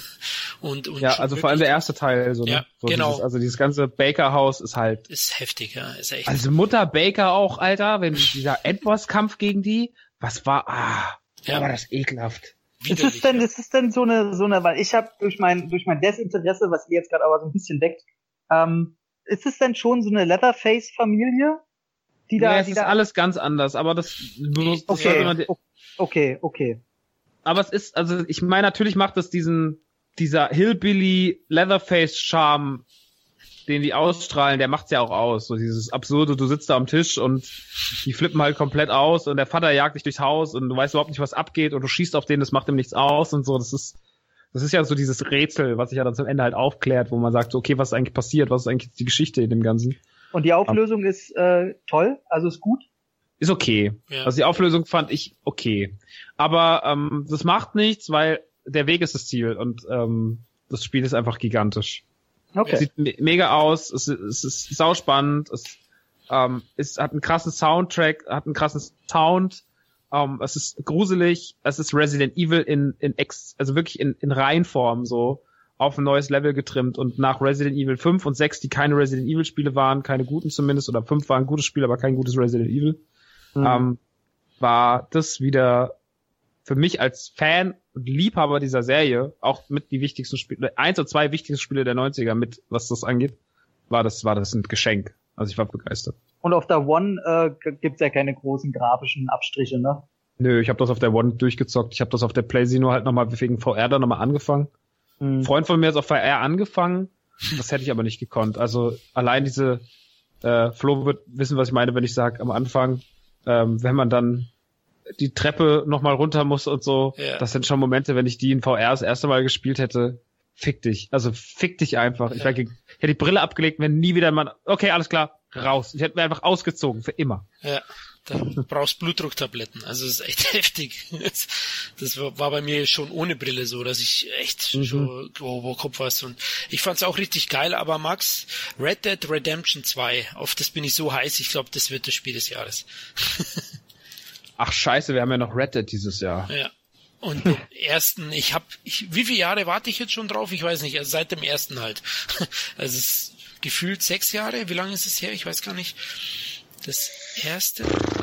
Und, und ja, also vor allem der erste Teil. So, ja, ne? so genau. Dieses, also dieses ganze Baker-Haus ist halt... Ist heftig, ja. Ist echt. Also Mutter Baker auch, Alter, wenn dieser Endboss-Kampf gegen die, was war... Ah, ja. war das ekelhaft. Ist es denn, ist es denn so eine, so eine, weil ich habe durch mein, durch mein Desinteresse, was ihr jetzt gerade aber so ein bisschen deckt, ähm, ist es denn schon so eine Leatherface-Familie, die da, ja, es die ist da alles ganz anders, aber das, das okay, man, okay, okay. Aber es ist, also ich meine, natürlich macht es diesen, dieser Hillbilly Leatherface-Charme, den die ausstrahlen, der macht's ja auch aus. So dieses absurde, du sitzt da am Tisch und die flippen halt komplett aus und der Vater jagt dich durchs Haus und du weißt überhaupt nicht, was abgeht und du schießt auf den, das macht ihm nichts aus und so. Das ist, das ist ja so dieses Rätsel, was sich ja dann zum Ende halt aufklärt, wo man sagt, so, okay, was ist eigentlich passiert, was ist eigentlich die Geschichte in dem Ganzen? Und die Auflösung Aber, ist äh, toll, also ist gut? Ist okay. Ja. Also die Auflösung fand ich okay. Aber ähm, das macht nichts, weil der Weg ist das Ziel und ähm, das Spiel ist einfach gigantisch. Okay. Sieht me- mega aus, es, es ist sauspannend, es, ähm, es hat einen krassen Soundtrack, hat einen krassen Sound, ähm, es ist gruselig, es ist Resident Evil in, in ex, also wirklich in, in Reihenform so auf ein neues Level getrimmt und nach Resident Evil fünf und sechs, die keine Resident Evil Spiele waren, keine guten zumindest, oder fünf waren ein gutes Spiel, aber kein gutes Resident Evil, mhm. ähm, war das wieder für mich als Fan und Liebhaber dieser Serie, auch mit die wichtigsten Spiele, eins oder zwei wichtigsten Spiele der neunziger mit, was das angeht, war das, war das ein Geschenk. Also ich war begeistert. Und auf der One äh, gibt's ja keine großen grafischen Abstriche, ne? Nö, ich habe das auf der One durchgezockt. Ich habe das auf der PlayStation halt nochmal wegen V R da nochmal angefangen. Mhm. Ein Freund von mir hat auf V R angefangen, das hätte ich aber nicht gekonnt. Also allein diese, äh, Flo wird wissen, was ich meine, wenn ich sage, am Anfang, ähm, wenn man dann die Treppe nochmal runter muss und so. Ja. Das sind schon Momente, wenn ich die in V R das erste Mal gespielt hätte. Fick dich. Also fick dich einfach. Ja. Ich, wär, ich hätte die Brille abgelegt, wenn nie wieder man. Okay, alles klar, raus. Ich hätte mir einfach ausgezogen, für immer. Ja, da brauchst Blutdrucktabletten. Also das ist echt heftig. Das war bei mir schon ohne Brille so, dass ich echt mhm. schon wo, wo Kopf was. Und ich fand's auch richtig geil, aber Max, Red Dead Redemption zwei, auf das bin ich so heiß, ich glaube, das wird das Spiel des Jahres. Ach scheiße, wir haben ja noch Red Dead dieses Jahr. Ja. Und den ersten, ich hab, ich, wie viele Jahre warte ich jetzt schon drauf? Ich weiß nicht, also seit dem ersten halt. Also es ist gefühlt sechs Jahre, wie lange ist es her? Ich weiß gar nicht. Das erste.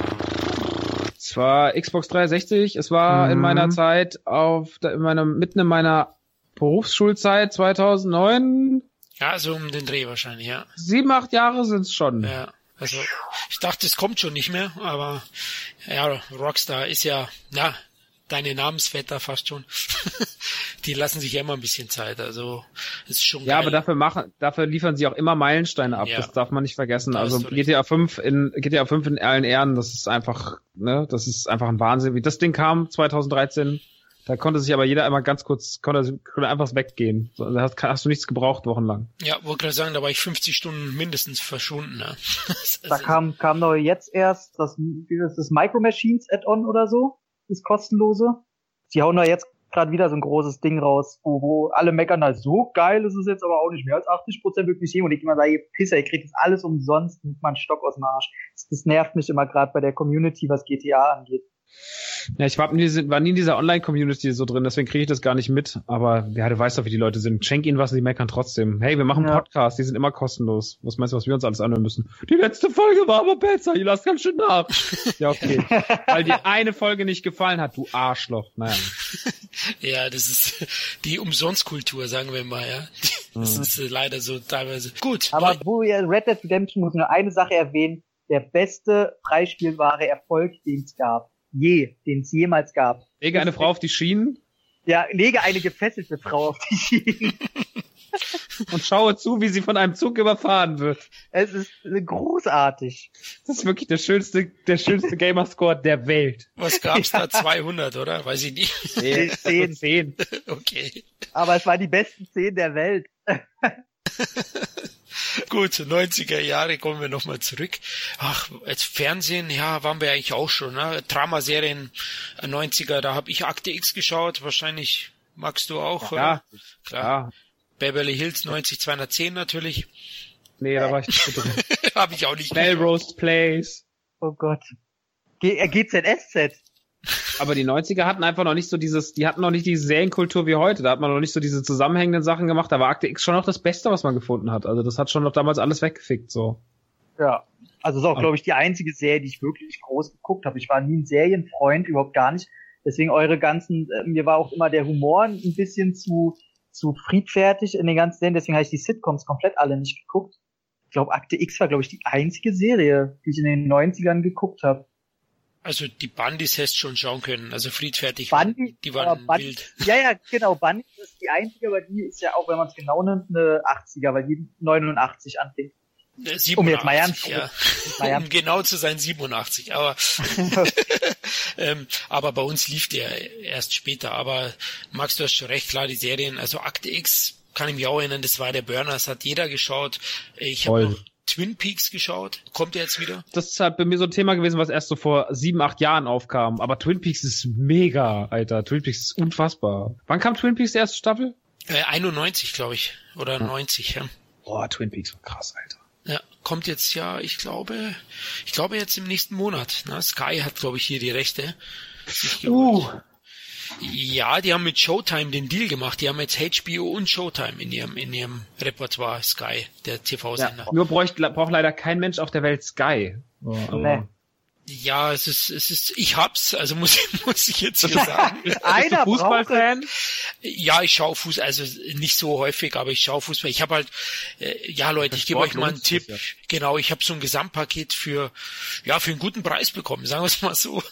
Es war Xbox dreihundertsechzig, es war mhm. in meiner Zeit auf, in meiner, mitten in meiner Berufsschulzeit zweitausendneun. Ja, so um den Dreh wahrscheinlich, ja. Sieben, acht Jahre sind's schon. Ja. Also, ich dachte, es kommt schon nicht mehr, aber ja, Rockstar ist ja, na, deine Namensvetter fast schon. Die lassen sich ja immer ein bisschen Zeit, also ist schon Ja, geil. aber dafür machen, dafür liefern sie auch immer Meilensteine ab, ja. Das darf man nicht vergessen. Also G T A fünf in G T A fünf in allen Ehren, das ist einfach, ne, das ist einfach ein Wahnsinn. Wie das Ding kam zweitausenddreizehn, da konnte sich aber jeder einmal ganz kurz, konnte, konnte einfach weggehen. So, da hast, hast du nichts gebraucht wochenlang. Ja, wollte gerade sagen, da war ich fünfzig Stunden mindestens verschwunden. Ne? Da kam kam doch jetzt erst das, wie ist das Micro Machines Add-on oder so, das kostenlose. Die hauen da jetzt gerade wieder so ein großes Ding raus, wo, wo alle meckern, na, so geil ist es jetzt aber auch nicht mehr als achtzig Prozent wirklich hier. Und ich immer sage, ihr Pisser, ihr kriegt das alles umsonst, nimmt mal einen Stock aus dem Arsch. Das, das nervt mich immer gerade bei der Community, was G T A angeht. Ja, ich war nie, war nie in dieser Online-Community so drin, deswegen kriege ich das gar nicht mit. Aber ja, du weißt doch, wie die Leute sind. Schenk ihnen was und die meckern trotzdem. Hey, wir machen einen ja. Podcast, die sind immer kostenlos. Was meinst du, was wir uns alles anhören müssen? Die letzte Folge war aber besser, ihr lasst ganz schön nach. Ja, okay. Weil dir eine Folge nicht gefallen hat, du Arschloch. Naja. Ja, das ist die Umsonstkultur, sagen wir mal, ja. Das mhm. ist leider so teilweise. Gut. Aber wo wir Red Dead Redemption, muss ich nur eine Sache erwähnen. Der beste freispielbare Erfolg, den es gab. Je, den es jemals gab. Lege eine Frau auf die Schienen. Ja, lege eine gefesselte Frau auf die Schienen. Und schaue zu, wie sie von einem Zug überfahren wird. Es ist großartig. Das ist wirklich der schönste, der schönste Gamerscore der Welt. Was gab's da? zweihundert, oder? Weiß ich nicht. Zehn. Okay. Aber es waren die besten zehn der Welt. Gut, neunziger Jahre, kommen wir nochmal zurück. Ach, als Fernsehen, ja, waren wir eigentlich auch schon, ne? Dramaserien, neunziger, da habe ich Akte X geschaut, wahrscheinlich magst du auch, Ja, oder? Klar. Ja. Beverly Hills neunzig zweihundertzehn natürlich. Nee, da war ich nicht so drin. Habe ich auch nicht Melrose Place. Oh Gott. G äh, G Z S Z. Aber die neunziger hatten einfach noch nicht so dieses, die hatten noch nicht diese Serienkultur wie heute. Da hat man noch nicht so diese zusammenhängenden Sachen gemacht. Da war Akte X schon noch das Beste, was man gefunden hat. Also das hat schon noch damals alles weggefickt, so. Ja. Also ist auch, glaube ich, die einzige Serie, die ich wirklich groß geguckt habe. Ich war nie ein Serienfreund, überhaupt gar nicht. Deswegen eure ganzen, äh, mir war auch immer der Humor ein bisschen zu, zu friedfertig in den ganzen Serien. Deswegen habe ich die Sitcoms komplett alle nicht geguckt. Ich glaube, Akte X war, glaube ich, die einzige Serie, die ich in den neunzigern geguckt habe. Also die Bandys hättest schon schauen können, also friedfertig. Bundy, die waren Bundy, wild. Ja, ja, genau. Bundy ist die einzige, aber die ist ja auch, wenn man es genau nimmt, eine achtziger, weil die neunundachtzig anfängt. siebenundachtzig, Um jetzt mal ernst, ja. mal ernst. Um genau zu sein, siebenundachtzig. Aber ähm, aber bei uns lief der erst später. Aber Max, du hast schon recht, klar, die Serien, also Akte X, kann ich mich auch erinnern, das war der Burner, das hat jeder geschaut. Ich habe noch Twin Peaks geschaut. Kommt der jetzt wieder? Das ist halt bei mir so ein Thema gewesen, was erst so vor sieben, acht Jahren aufkam. Aber Twin Peaks ist mega, Alter. Twin Peaks ist unfassbar. Wann kam Twin Peaks, die erste Staffel? Äh, einundneunzig, glaube ich. Oder hm. neunzig, ja. Boah, Twin Peaks war krass, Alter. Ja, kommt jetzt ja, ich glaube, ich glaube jetzt im nächsten Monat. Ne? Sky hat, glaube ich, hier die Rechte. Uh. Ja, die haben mit Showtime den Deal gemacht. Die haben jetzt H B O und Showtime in ihrem in ihrem Repertoire, Sky, der T V-Sender. Ja, nur braucht, braucht leider kein Mensch auf der Welt Sky. Oh, nee. Ja, es ist, es ist, ich hab's, also muss ich, muss ich jetzt hier sagen. Einer Fußballfan? Ja, ich schaue Fußball, also nicht so häufig, aber ich schaue Fußball. Ich habe halt, äh, ja Leute, ich gebe euch mal einen Tipp. Ja. Genau, ich habe so ein Gesamtpaket für, ja, für einen guten Preis bekommen, sagen wir es mal so.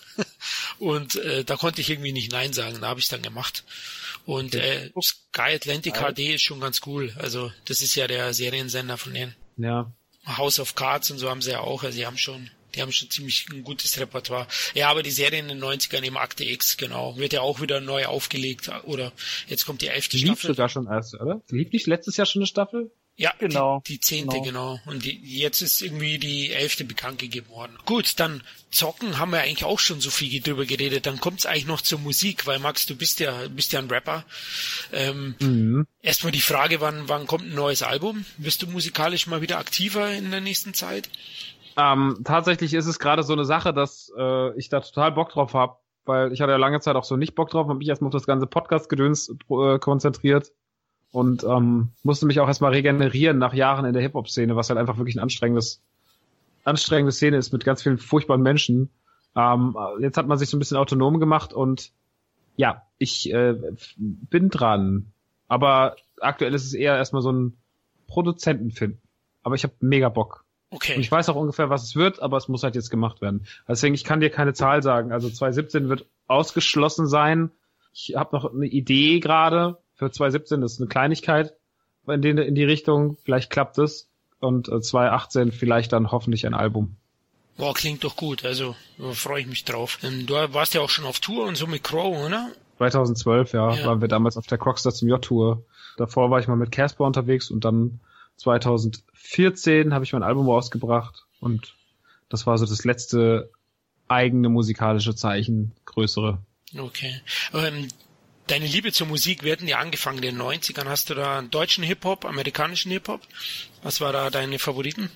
Und äh, da konnte ich irgendwie nicht Nein sagen, da habe ich dann gemacht. Und äh, Sky Atlantic H D ist schon ganz cool. Also das ist ja der Seriensender von denen. Ja. House of Cards und so haben sie ja auch, also sie haben schon Die haben schon ziemlich ein gutes Repertoire. Ja, aber die Serie in den neunzigern, eben Akte X, genau, wird ja auch wieder neu aufgelegt. Oder jetzt kommt die elfte Lief Staffel. Lief sogar schon erst, oder? Lief nicht letztes Jahr schon eine Staffel? Ja, genau. Die, die zehnte, genau. genau. Und die, jetzt ist irgendwie die elfte bekannt gegeben worden. Gut, dann Zocken haben wir eigentlich auch schon so viel drüber geredet. Dann kommt's eigentlich noch zur Musik, weil Max, du bist ja bist ja ein Rapper. Ähm, mhm. Erstmal die Frage, wann wann kommt ein neues Album? Wirst du musikalisch mal wieder aktiver in der nächsten Zeit? Ähm, tatsächlich ist es gerade so eine Sache, dass äh, ich da total Bock drauf habe, weil ich hatte ja lange Zeit auch so nicht Bock drauf, habe mich erstmal auf das ganze Podcast-Gedöns äh, konzentriert und ähm, musste mich auch erstmal regenerieren nach Jahren in der Hip-Hop-Szene, was halt einfach wirklich ein anstrengendes, anstrengende Szene ist mit ganz vielen furchtbaren Menschen. Ähm, jetzt hat man sich so ein bisschen autonom gemacht und ja, ich äh, bin dran. Aber aktuell ist es eher erstmal so ein Produzenten finden. Aber ich habe mega Bock. Okay. Und ich weiß auch ungefähr, was es wird, aber es muss halt jetzt gemacht werden. Deswegen, ich kann dir keine Zahl sagen. Also zwanzig siebzehn wird ausgeschlossen sein. Ich habe noch eine Idee gerade für zwanzig siebzehn, das ist eine Kleinigkeit in die, in die Richtung. Vielleicht klappt es. Und äh, zwanzig achtzehn vielleicht dann hoffentlich ein Album. Boah, klingt doch gut. Also freue ich mich drauf. Du warst ja auch schon auf Tour und so mit Crow, oder? zwanzig zwölf, ja, ja. Waren wir damals auf der Crockstar zum J-Tour. Davor war ich mal mit Casper unterwegs und dann zwanzig vierzehn habe ich mein Album rausgebracht und das war so das letzte eigene musikalische Zeichen, größere. Okay. Ähm, deine Liebe zur Musik, wir hatten ja angefangen in den neunzigern. Hast du da einen deutschen Hip-Hop, amerikanischen Hip-Hop? Was war da deine Favoriten?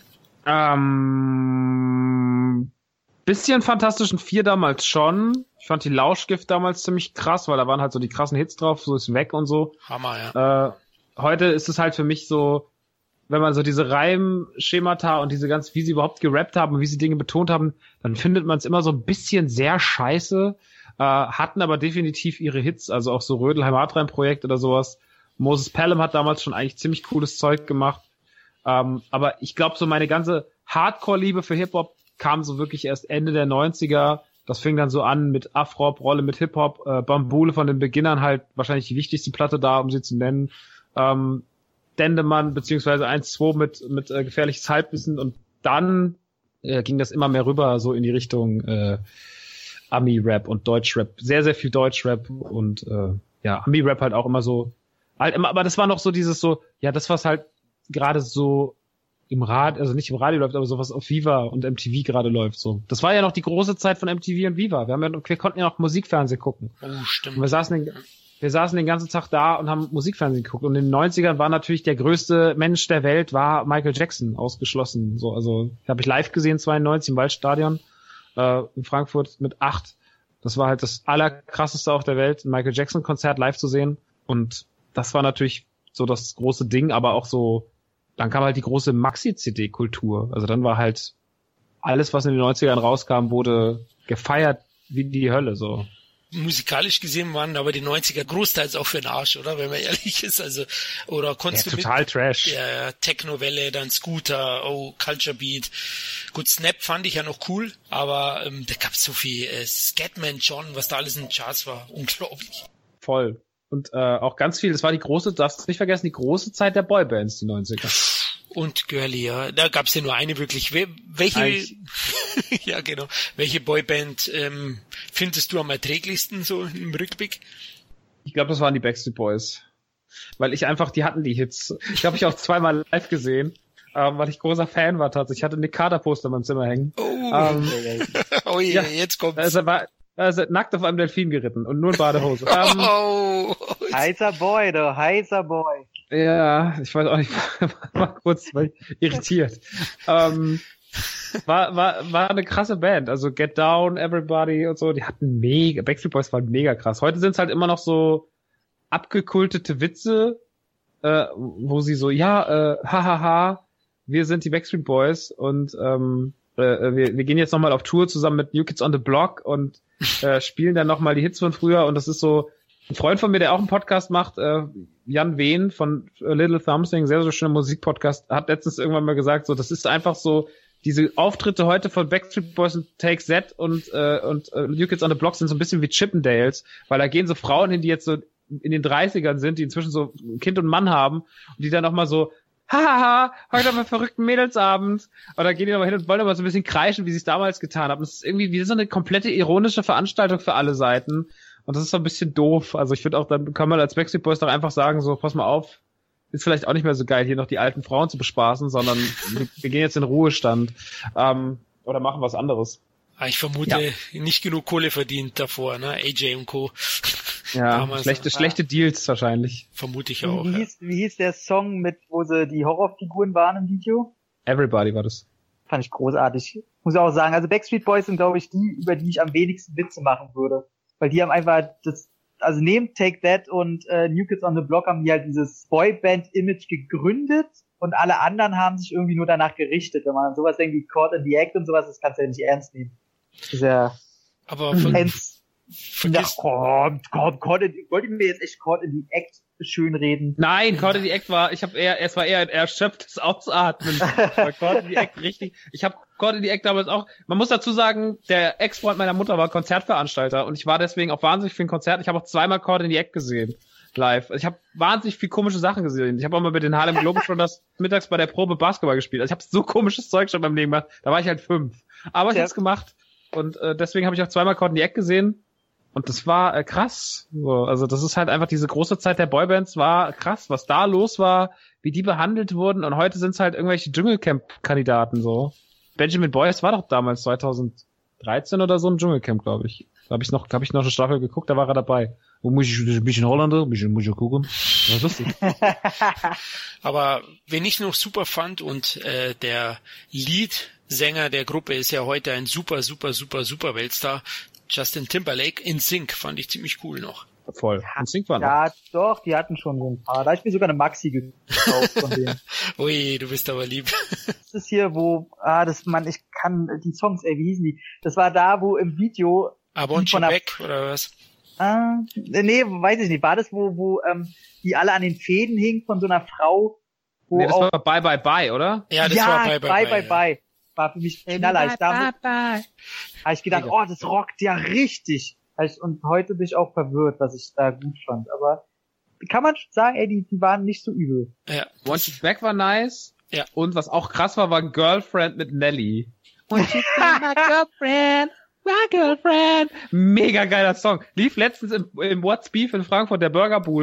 Ähm, bisschen Fantastischen Vier damals schon. Ich fand die Lauschgift damals ziemlich krass, weil da waren halt so die krassen Hits drauf, so ist weg und so. Hammer, ja. Äh, heute ist es halt für mich so, wenn man so diese Reimschemata und diese ganz, wie sie überhaupt gerappt haben und wie sie Dinge betont haben, dann findet man es immer so ein bisschen sehr scheiße, äh, hatten aber definitiv ihre Hits, also auch so Rödelheim Hartreim-Projekt oder sowas. Moses Pelham hat damals schon eigentlich ziemlich cooles Zeug gemacht, ähm, aber ich glaube, so meine ganze Hardcore-Liebe für Hip-Hop kam so wirklich erst Ende der neunziger. Das fing dann so an mit Afrop, Rolle mit Hip-Hop, äh, Bambule von den Beginnern halt wahrscheinlich die wichtigste Platte da, um sie zu nennen. Ähm, Dendemann beziehungsweise eins zwei mit mit äh, gefährliches Halbwissen und dann äh, ging das immer mehr rüber so in die Richtung äh, Ami-Rap und Deutsch-Rap. Sehr, sehr viel Deutsch-Rap und äh, ja, Ami-Rap halt auch immer so halt immer, aber das war noch so dieses so, ja, das was halt gerade so im Radio, also nicht im Radio läuft, aber sowas auf Viva und M T V gerade läuft, so. Das war ja noch die große Zeit von M T V und Viva. Wir haben ja, wir konnten ja noch Musikfernsehen gucken. Oh, stimmt. Und wir saßen den, wir saßen den ganzen Tag da und haben Musikfernsehen geguckt. Und in den neunzigern war natürlich der größte Mensch der Welt, war Michael Jackson, ausgeschlossen, so. Also, habe ich live gesehen, zweiundneunzig im Waldstadion, äh, in Frankfurt mit acht. Das war halt das allerkrasseste auf der Welt, ein Michael Jackson Konzert live zu sehen. Und das war natürlich so das große Ding, aber auch so, dann kam halt die große Maxi-C D-Kultur. Also dann war halt alles, was in den neunzigern rauskam, wurde gefeiert wie die Hölle, so. Musikalisch gesehen waren aber die neunziger großteils auch für den Arsch, oder? Wenn man ehrlich ist, also, oder konntest ja, du total mit Trash. der Techno-Welle, dann Scooter, oh, Culture Beat. Gut, Snap fand ich ja noch cool, aber ähm, da gab's so viel äh, Scatman John, was da alles in den Charts war. Unglaublich. Voll. Und äh, auch ganz viel, das war die große, darfst du nicht vergessen, die große Zeit der Boybands, die neunziger. Und Girly, ja. Da gab's ja nur eine wirklich. Welche, ja genau, welche Boyband ähm, findest du am erträglichsten so im Rückblick? Ich glaube, das waren die Backstreet Boys. Weil ich einfach, die hatten die Hits. Ich habe ich auch zweimal live gesehen, ähm, weil ich großer Fan war tatsächlich. Ich hatte Nick Carter Poster in meinem Zimmer hängen. Oh, ähm, oh je, ja, jetzt kommt's. Also war, also nackt auf einem Delfin geritten und nur in Badehose. ähm, oh, heißer Boy, du, heißer Boy. Ja, ich weiß auch nicht, war kurz weil irritiert. ähm, war, war, war eine krasse Band, also Get Down, Everybody und so, die hatten mega, Backstreet Boys waren mega krass. Heute sind es halt immer noch so abgekultete Witze, äh, wo sie so, ja, äh, hahaha, wir sind die Backstreet Boys und ähm, äh, wir, wir gehen jetzt nochmal auf Tour zusammen mit New Kids on the Block und äh, spielen dann nochmal die Hits von früher und das ist so, ein Freund von mir, der auch einen Podcast macht, äh, Jan Wehn von Little Something, sehr, sehr schöner Musikpodcast, hat letztens irgendwann mal gesagt, so, das ist einfach so, diese Auftritte heute von Backstreet Boys und Take That und, äh, und äh, New Kids on the Block sind so ein bisschen wie Chippendales, weil da gehen so Frauen hin, die jetzt so in den dreißigern sind, die inzwischen so ein Kind und Mann haben und die dann nochmal so, hahaha, heute haben wir verrückten Mädelsabend. Und dann gehen die nochmal hin und wollen aber so ein bisschen kreischen, wie sie es damals getan haben. Das ist irgendwie wie so eine komplette ironische Veranstaltung für alle Seiten. Und das ist so ein bisschen doof. Also ich finde auch, dann kann man als Backstreet Boys doch einfach sagen, so, pass mal auf, ist vielleicht auch nicht mehr so geil, hier noch die alten Frauen zu bespaßen, sondern wir, wir gehen jetzt in Ruhestand. Ähm, oder machen was anderes. Ich vermute, ja. nicht genug Kohle verdient davor, ne? A J und Co. Ja, Damals, schlechte, ja. schlechte Deals wahrscheinlich. Vermute ich auch. Wie, ja. hieß, wie hieß der Song, mit wo sie die Horrorfiguren waren im Video? Everybody war das. Fand ich großartig. Muss ich auch sagen. Also Backstreet Boys sind, glaube ich, die, über die ich am wenigsten Witze machen würde. Weil die haben einfach das, also neben Take That und äh, New Kids on the Block haben die halt dieses Boyband-Image gegründet und alle anderen haben sich irgendwie nur danach gerichtet. Wenn man an sowas denkt wie Caught in the Act und sowas, das kannst du ja nicht ernst nehmen. Das ist ja... Aber ver ernst, vergiss... Na, komm, komm, Caught in, wollt ihr mir jetzt echt Caught in the Act schönreden? Nein, Caught in the Act war, ich habe eher, es war eher ein erschöpftes Ausatmen. Caught in the Act richtig. Ich habe Caught in the Act damals auch, man muss dazu sagen, der Ex-Freund meiner Mutter war Konzertveranstalter und ich war deswegen auch wahnsinnig für ein Konzert. Ich habe auch zweimal Caught in the Act gesehen. Live. Ich habe wahnsinnig viel komische Sachen gesehen. Ich habe auch mal mit den Harlem Globetrotters mittags bei der Probe Basketball gespielt. Also ich habe so komisches Zeug schon beim Leben gemacht. Da war ich halt fünf. Aber ich ja. hab's gemacht. Und äh, deswegen habe ich auch zweimal Caught in the Act gesehen. Und das war äh, krass. So, also das ist halt einfach diese große Zeit der Boybands war krass, was da los war, wie die behandelt wurden. Und heute sind es halt irgendwelche Dschungelcamp-Kandidaten so. Benjamin Boyce war doch damals zweitausenddreizehn oder so im Dschungelcamp, glaube ich. Da habe ich noch, habe ich noch eine Staffel geguckt, da war er dabei. Wo muss ich ein bisschen Holländer, ein bisschen muss ich gucken. Das war lustig. Aber wen ich noch super fand und äh, der Lead-Sänger der Gruppe ist ja heute ein super, super, super, super Weltstar. Justin Timberlake in Sync fand ich ziemlich cool noch. Voll. In Sync war noch. Ja, doch, die hatten schon so ein paar. Da hab ich mir sogar eine Maxi gekauft von denen. Ui, du bist aber lieb. Das ist hier, wo, ah, das, man, ich kann, die Songs, ey, wie hießen die? Das war da, wo im Video... I Want You Back, oder was? Ah, nee, weiß ich nicht. War das, wo, wo, ähm, die alle an den Fäden hingen von so einer Frau? Wo nee, das auch, war Bye Bye Bye, oder? Ja, das ja, war Bye Bye Bye. Bye Bye, Bye. Ja. War für mich Knaller. Bye, bye, bye. Habe ich gedacht, oh, das rockt ja richtig. Und heute bin ich auch verwirrt, was ich da gut fand. Aber kann man schon sagen, ey, die, die waren nicht so übel. Ja. Want You Back war nice. Ja. Und was auch krass war, war Girlfriend mit Nelly. Want You Back, my girlfriend. My girlfriend. Mega geiler Song. Lief letztens im, im What's Beef in Frankfurt, der Burger Pool.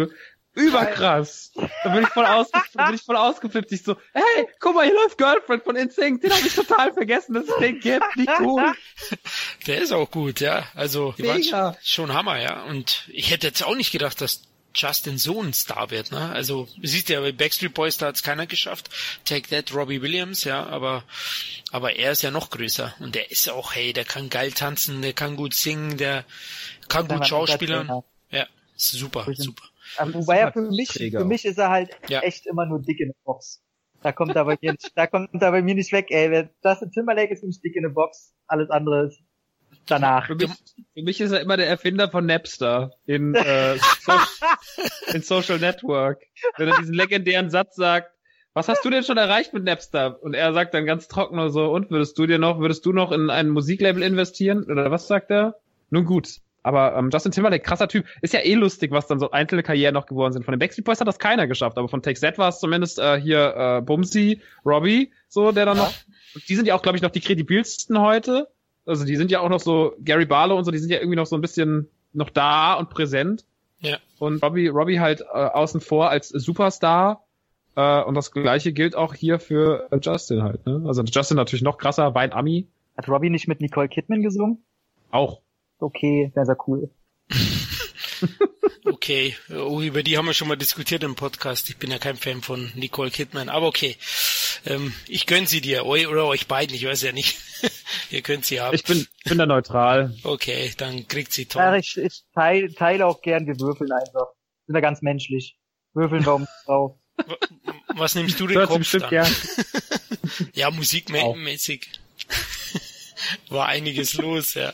Überkrass. Da bin ich voll ausgeflippt, bin ich voll ausgeflippt. Ich so, hey, guck mal, hier läuft Girlfriend von InSync. Den habe ich total vergessen, dass es den gibt. Wie cool. Der ist auch gut, ja. Also, die waren Mega. schon Hammer, ja. Und ich hätte jetzt auch nicht gedacht, dass Justin so ein Star wird, ne? Also, siehst du ja, bei Backstreet Boys, da hat's keiner geschafft. Take That, Robbie Williams, ja, aber, aber er ist ja noch größer. Und der ist auch, hey, der kann geil tanzen, der kann gut singen, der kann gut schauspielern. Ja, super, super. Aber wobei er für mich, für mich ist er halt ja. echt immer nur dick in der Box. Da kommt er bei mir nicht, da kommt er bei mir nicht weg, ey. Justin Timberlake ist nämlich dick in der Box. Alles andere ist danach. Für mich, für mich ist er immer der Erfinder von Napster in, äh, so, in Social Network. Wenn er diesen legendären Satz sagt, was hast du denn schon erreicht mit Napster? Und er sagt dann ganz trocken nur so, und würdest du dir noch, würdest du noch in ein Musiklabel investieren? Oder was sagt er? Nun gut. Aber ähm, Justin Timberlake, krasser Typ, ist ja eh lustig, was dann so einzelne Karrieren noch geworden sind. Von den Backstreet Boys hat das keiner geschafft, aber von Take That war es zumindest äh, hier äh, Bumsy, Robbie, so, der dann ja. noch, und die sind ja auch, glaube ich, noch die kredibilsten heute. Also die sind ja auch noch so, Gary Barlow und so, die sind ja irgendwie noch so ein bisschen noch da und präsent. Ja. Und Robbie, Robbie halt äh, außen vor als Superstar. Äh, und das Gleiche gilt auch hier für äh, Justin halt, ne? Also Justin natürlich noch krasser, Wein-Ami. Hat Robbie nicht mit Nicole Kidman gesungen? Auch. Okay, sehr, sehr cool. Okay, oh, über die haben wir schon mal diskutiert im Podcast. Ich bin ja kein Fan von Nicole Kidman, aber okay. Ähm, ich gönn sie dir, eu, oder euch beiden, ich weiß ja nicht. Ihr könnt sie haben. Ich bin, bin da neutral. Okay, dann kriegt sie Tom. Ja, ich, ich teile, teile auch gern, wir würfeln einfach. Sind ja ganz menschlich. Würfeln wir um drauf. Was nimmst du den Hört Kopf dann? Gern. Ja, musikmäßig war einiges los, ja.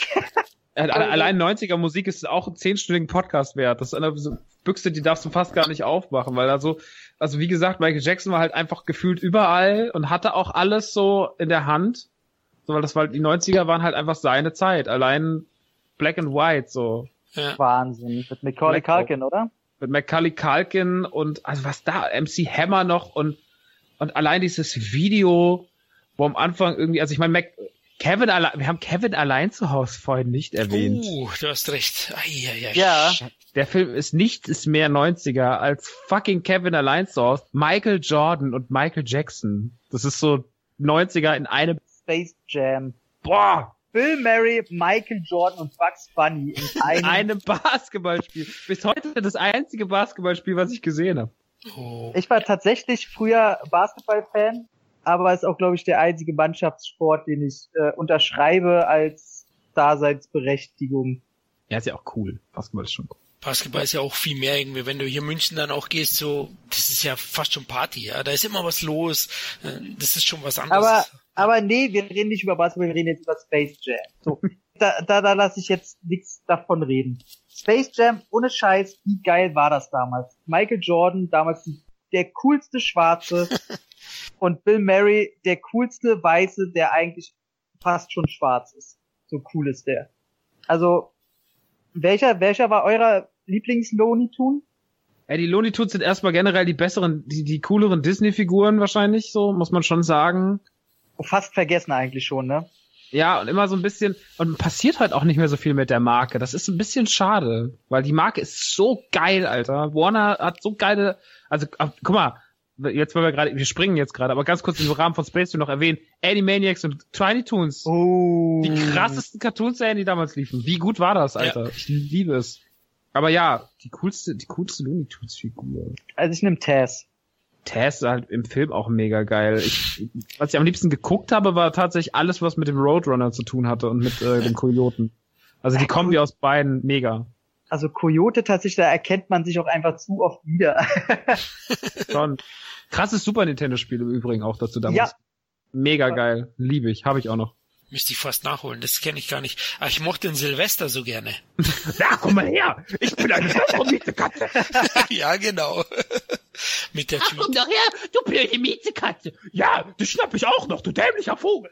Allein neunziger Musik ist auch ein zehnstündigen Podcast wert. Das ist eine Büchse, die darfst du fast gar nicht aufmachen, weil da so, also wie gesagt, Michael Jackson war halt einfach gefühlt überall und hatte auch alles so in der Hand. So, weil das war, die neunziger waren halt einfach seine Zeit. Allein Black and White, so. Ja. Wahnsinn. Mit Macaulay Culkin, oder? Mit Macaulay Culkin und, also was da, M C Hammer noch und, und allein dieses Video, wo am Anfang irgendwie, also ich meine, Mac, Kevin allein, wir haben Kevin allein zu Hause vorhin nicht erwähnt. Uh, du hast recht. Ai, ai, ai. Ja. Der Film ist nichts ist mehr neunziger als fucking Kevin allein zu Hause. Michael Jordan und Michael Jackson. Das ist so neunziger in einem Space Jam. Boah! Bill Murray, Michael Jordan und Bugs Bunny in einem, einem Basketballspiel. Bis heute das einzige Basketballspiel, was ich gesehen habe. Oh. Ich war tatsächlich früher Basketball-Fan. Aber ist auch, glaube ich, der einzige Mannschaftssport, den ich äh, unterschreibe als Daseinsberechtigung. Ja, ist ja auch cool. Basketball ist schon cool. Basketball ist ja auch viel mehr irgendwie, wenn du hier in München dann auch gehst, so, das ist ja fast schon Party, ja, da ist immer was los, das ist schon was anderes. Aber, aber nee, wir reden nicht über Basketball, wir reden jetzt über Space Jam. So, da, da, da lasse ich jetzt nichts davon reden. Space Jam, ohne Scheiß, wie geil war das damals? Michael Jordan, damals der coolste Schwarze, und Bill Murray, der coolste Weiße, der eigentlich fast schon schwarz ist. So cool ist der. Also, welcher, welcher war eurer Lieblings-Looney Tunes? Ja, die Looney Tunes sind erstmal generell die besseren, die, die cooleren Disney-Figuren wahrscheinlich, so, muss man schon sagen. Fast vergessen eigentlich schon, ne? Ja, und immer so ein bisschen, und passiert halt auch nicht mehr so viel mit der Marke. Das ist ein bisschen schade, weil die Marke ist so geil, Alter. Warner hat so geile, also, guck mal, jetzt wollen wir gerade, wir springen jetzt gerade, aber ganz kurz im Rahmen von Space Jam noch erwähnen, Animaniacs und Tiny Toons. Oh. Die krassesten Cartoon-Serien, die damals liefen. Wie gut war das, Alter? Ja. Ich liebe es. Aber ja, die coolste, die coolste Looney Tunes Figur. Also ich nehme Taz. Taz ist halt im Film auch mega geil. Ich, was ich am liebsten geguckt habe, war tatsächlich alles, was mit dem Roadrunner zu tun hatte und mit äh, dem Kojoten. Also die Kombi aus beiden, mega. Also Coyote tatsächlich, da erkennt man sich auch einfach zu oft wieder. Schon. Krasses Super Nintendo-Spiel im Übrigen auch dazu damals. Ja. Mega geil. Liebe ich. Habe ich auch noch. Müsste ich fast nachholen. Das kenne ich gar nicht. Aber ich mochte den Silvester so gerne. Ja, komm mal her. Ich bin eine Miezekatze. Ja, genau. Mit der Ach, komm doch her, du blöde Miezekatze. Ja, das schnapp ich auch noch, du dämlicher Vogel.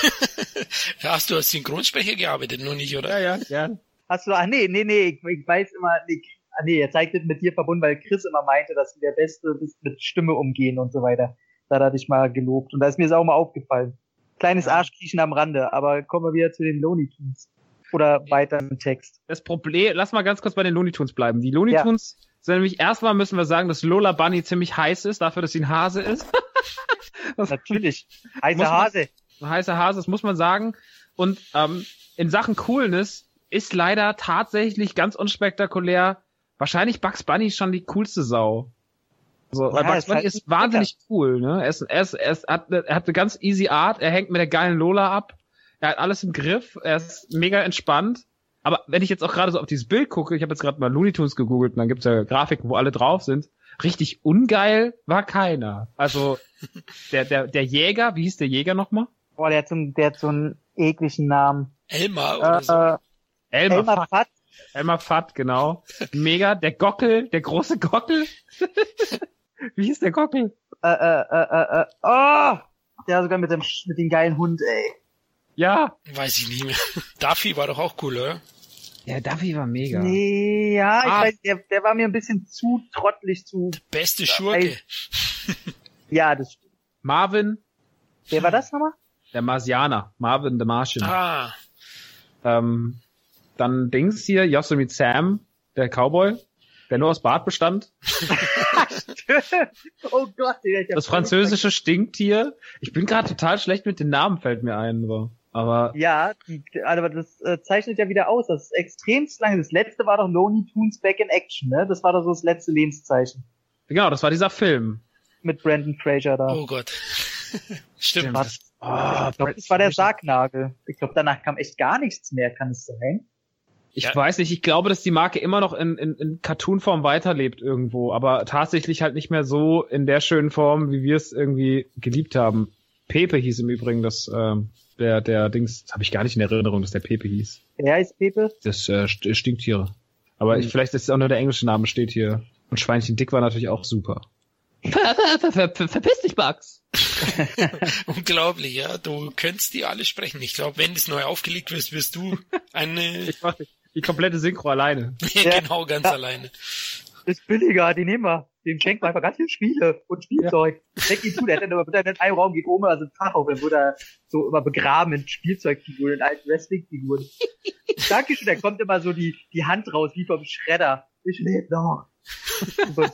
Ja, hast du als Synchronsprecher gearbeitet, nur nicht, oder? Ja, ja, ja. Hast du, ach nee, nee, nee, ich, ich weiß immer, nee, ah, nee, er zeigt das mit dir verbunden, weil Chris immer meinte, dass du der Beste bist mit Stimme umgehen und so weiter. Da hat er dich mal gelobt. Und da ist mir das auch mal aufgefallen. Kleines Arschkriechen am Rande, aber kommen wir wieder zu den Looney Tunes. Oder weiter im Text. Das Problem, lass mal ganz kurz bei den Looney Tunes bleiben. Die Looney Tunes, ja. So, nämlich erstmal müssen wir sagen, dass Lola Bunny ziemlich heiß ist, dafür, dass sie ein Hase ist. Natürlich. Heißer Muss man- Hase. Ein heißer Hase, das muss man sagen. Und ähm, in Sachen Coolness ist leider tatsächlich ganz unspektakulär wahrscheinlich Bugs Bunny schon die coolste Sau. Also, weil Ja, Bugs ist Bunny halt ist ein wahnsinnig cool, ne? Er, ist, er, ist, er, ist, hat, er hat eine ganz easy Art, er hängt mit der geilen Lola ab, er hat alles im Griff, er ist mega entspannt. Aber wenn ich jetzt auch gerade so auf dieses Bild gucke, ich habe jetzt gerade mal Looney Tunes gegoogelt und dann gibt's ja Grafiken, wo alle drauf sind. Richtig ungeil war keiner. Also der der der Jäger, wie hieß der Jäger nochmal? Boah, der hat so, einen- der hat so einen ekligen Namen. Elmar oder Äh, so. äh, Elmer, Elmar Fudd. Fudd. Elmer Fudd, genau. Mega. Der Gockel, der große Gockel. Wie hieß der Gockel? Äh, äh, äh, äh, äh, oh! Der sogar mit dem, mit dem geilen Hund, ey. Ja. Weiß ich nicht mehr. Duffy war doch auch cool, oder? Ja, Duffy war mega. Nee, ja, ich Ah. weiß, der, der war mir ein bisschen zu trottelig, zu, Beste Schurke. ja, das stimmt. Marvin, Wer war das nochmal? der Marsianer. Marvin the Martian. Ah, Ähm, dann Dings hier, Yosemite Sam, der Cowboy, der nur aus Bart bestand. Oh Gott, der, der Das französische Stinktier. Ich bin gerade total schlecht mit den Namen, fällt mir ein. So. Aber Ja, die, aber das äh, zeichnet ja wieder aus. Das ist extremst lange. Das letzte war doch Looney Tunes Back in Action, ne? Das war doch so das letzte Lebenszeichen. genau, das war dieser Film. Mit Brandon Fraser da. oh Gott. Stimmt. Was? Oh, Ich glaube, das war der Sargnagel. Ich glaube, danach kam echt gar nichts mehr, kann es sein? Ich Ja. weiß nicht, ich glaube, dass die Marke immer noch in, in, in Cartoon-Form weiterlebt irgendwo, aber tatsächlich halt nicht mehr so in der schönen Form, wie wir es irgendwie geliebt haben. Pepe hieß im Übrigen, das ähm, der der Dings, das habe ich gar nicht in Erinnerung, dass der Pepe hieß. Wer heißt Pepe? Das äh, St- Stinktiere. Aber ich, vielleicht ist es auch nur der englische Name, steht hier. Und Schweinchen Dick war natürlich auch super. Ver, ver, ver, ver, verpiss dich, Bugs. Unglaublich, ja. Du könntest die alle sprechen. Ich glaube, wenn das neu aufgelegt wird, wirst du eine, Ich mach die, die komplette Synchro alleine. genau, ganz Ja. alleine. Ist billiger, den nehmen wir. Dem schenken wir einfach ganz viele Spiele und Spielzeug. Steck ihn zu, der hat dann immer, wird dann in einem Raum, geht oben also ein Fach auf, dann wird er so immer begraben in Spielzeugfiguren, in alten Wrestling-Figuren. Dankeschön, da kommt immer so die, die Hand raus, wie vom Schredder. Ich lebe noch. Super,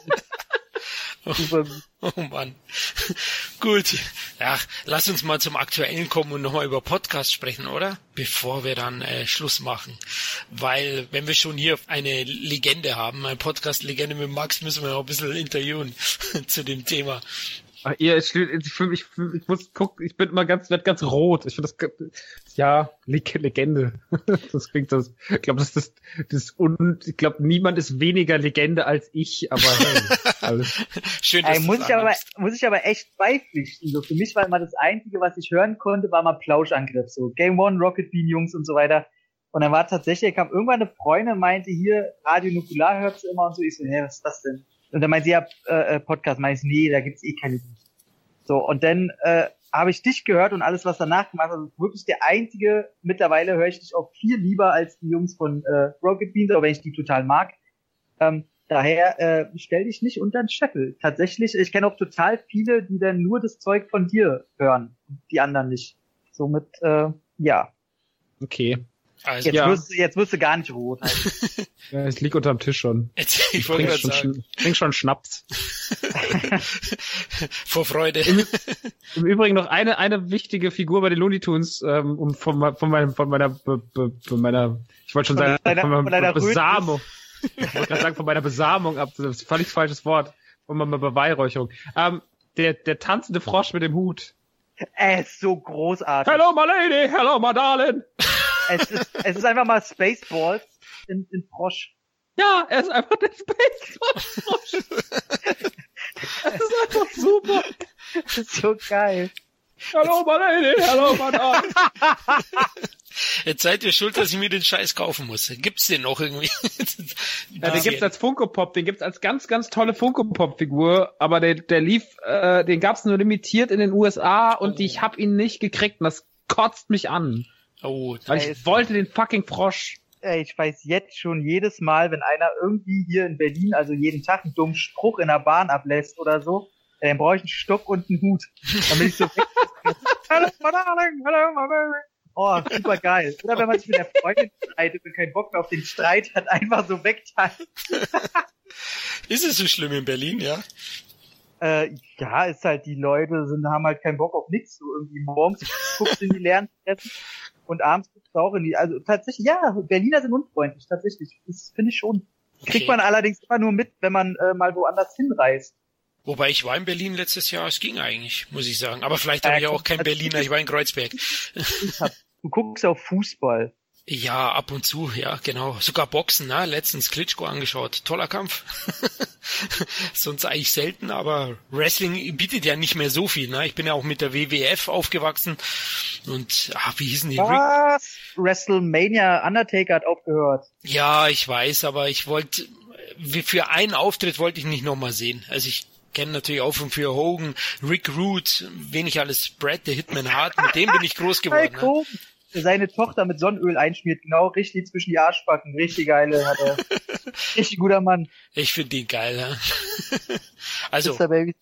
super. Oh Mann. Gut. Ja, lass uns mal zum Aktuellen kommen und nochmal über Podcast sprechen, oder? Bevor wir dann äh, Schluss machen. Weil, wenn wir schon hier eine Legende haben, eine Podcast-Legende mit Max, müssen wir auch ein bisschen interviewen zu dem Thema. Ach, ihr, ich, ich, fühl mich- ich, fühl- ich muss gucken, ich bin immer ganz, werd ganz rot. Ich finde das, ja, Leg Legende. Das klingt das, ich glaube, das ist, das ist un, ich glaube, niemand ist weniger Legende als ich, aber hey, alles. Schön, dass Ey, du muss das ich aber, annimmst. muss ich aber echt beipflichten. So, für mich war immer das Einzige, was ich hören konnte, war mal Plauschangriff. So, Game One, Rocket Bean Jungs und so weiter. Und dann war tatsächlich, kam irgendwann eine Freundin und meinte, hier, Radio Nukular hört sie immer und so. Ich so, hä, was ist das denn? Und dann meinte sie, ja, äh, Podcast. Meinte ich, nee, da gibt's eh keine. So, und dann, äh, habe ich dich gehört und alles, was danach gemacht hast, ist wirklich der einzige. Mittlerweile höre ich dich auch viel lieber als die Jungs von äh, Rocket Beans, auch wenn ich die total mag. Ähm, daher äh, stell dich nicht unter den Scheffel. Tatsächlich, ich kenne auch total viele, die dann nur das Zeug von dir hören, die anderen nicht. Somit, äh, ja. Okay. Also, Jetzt, Ja. wirst, du, jetzt wirst du gar nicht rot. Ja, ich lieg unterm Tisch schon. jetzt, ich Ich wollte trink gerade schon, sagen, Schn- trink schon Schnaps. vor Freude. Im Übrigen noch eine eine wichtige Figur bei den Looney Tunes, ähm, um von, me- von meinem von meiner be, be, von meiner ich wollte schon Von sagen deiner- von meiner von deiner Besamung. Ich wollte gerade sagen von meiner Besamung ab. Das ist ein völlig falsches Wort. Von meiner Beweihräucherung. Ähm, der der tanzende Frosch mit dem Hut. Er ist so großartig. Hello my lady, hello my darling. Es ist, es ist einfach mal Spaceballs in, in Frosch. Ja, er ist einfach der Space-Frosch. Das ist einfach super. Das ist so geil. Hello my lady, hello my darling. Jetzt seid ihr schuld, dass ich mir den Scheiß kaufen muss. Gibt's den noch irgendwie? Ja, den gibt's als Funko Pop, den gibt's als ganz, ganz tolle Funko Pop Figur, aber der, der lief, äh, den gab's nur limitiert in den U S A und Oh. ich hab ihn nicht gekriegt und das kotzt mich an. Oh, Weil Ey, ich wollte den fucking Frosch. Ey, ich weiß jetzt schon jedes Mal, wenn einer irgendwie hier in Berlin, also jeden Tag einen dummen Spruch in der Bahn ablässt oder so, äh, dann brauche ich einen Stock und einen Hut. Damit ich so weg. Hello, my darling, hello, my baby. Oh, super geil. Oder wenn man sich mit der Freundin streitet und keinen Bock mehr auf den Streit hat, einfach so wegteilen. Ist es so schlimm in Berlin, ja? Äh, ja, ist halt, die Leute sind, haben halt keinen Bock auf nichts. So irgendwie morgens guckst du in die leeren Treffen und abends guckst du auch in die, also tatsächlich, ja, Berliner sind unfreundlich, tatsächlich. Das finde ich schon. Okay. Kriegt man allerdings immer nur mit, wenn man äh, mal woanders hinreist. Wobei ich war in Berlin letztes Jahr, es ging eigentlich, muss ich sagen. Aber vielleicht habe ich auch kein Berliner, ich war in Kreuzberg. Ich hab, du guckst auf Fußball. Ja, ab und zu, ja, genau. Sogar Boxen, ne? Letztens Klitschko angeschaut. Toller Kampf. Sonst eigentlich selten, aber Wrestling bietet ja nicht mehr so viel, ne? Ich bin ja auch mit der W W F aufgewachsen und, ah, wie hießen die? Was? WrestleMania, Undertaker hat aufgehört. Ja, ich weiß, aber ich wollte, für einen Auftritt wollte ich nicht nochmal sehen. Also ich kenne natürlich auch von für Hogan, Rick Rude, wen ich alles, Brad, der Hitman Hart, mit dem bin ich groß geworden. Hey, cool. Ne? Seine Tochter mit Sonnenöl einschmiert, genau richtig zwischen die Arschbacken. Richtig geile, hat er. Richtig guter Mann. Ich finde ihn geil, ja. Also,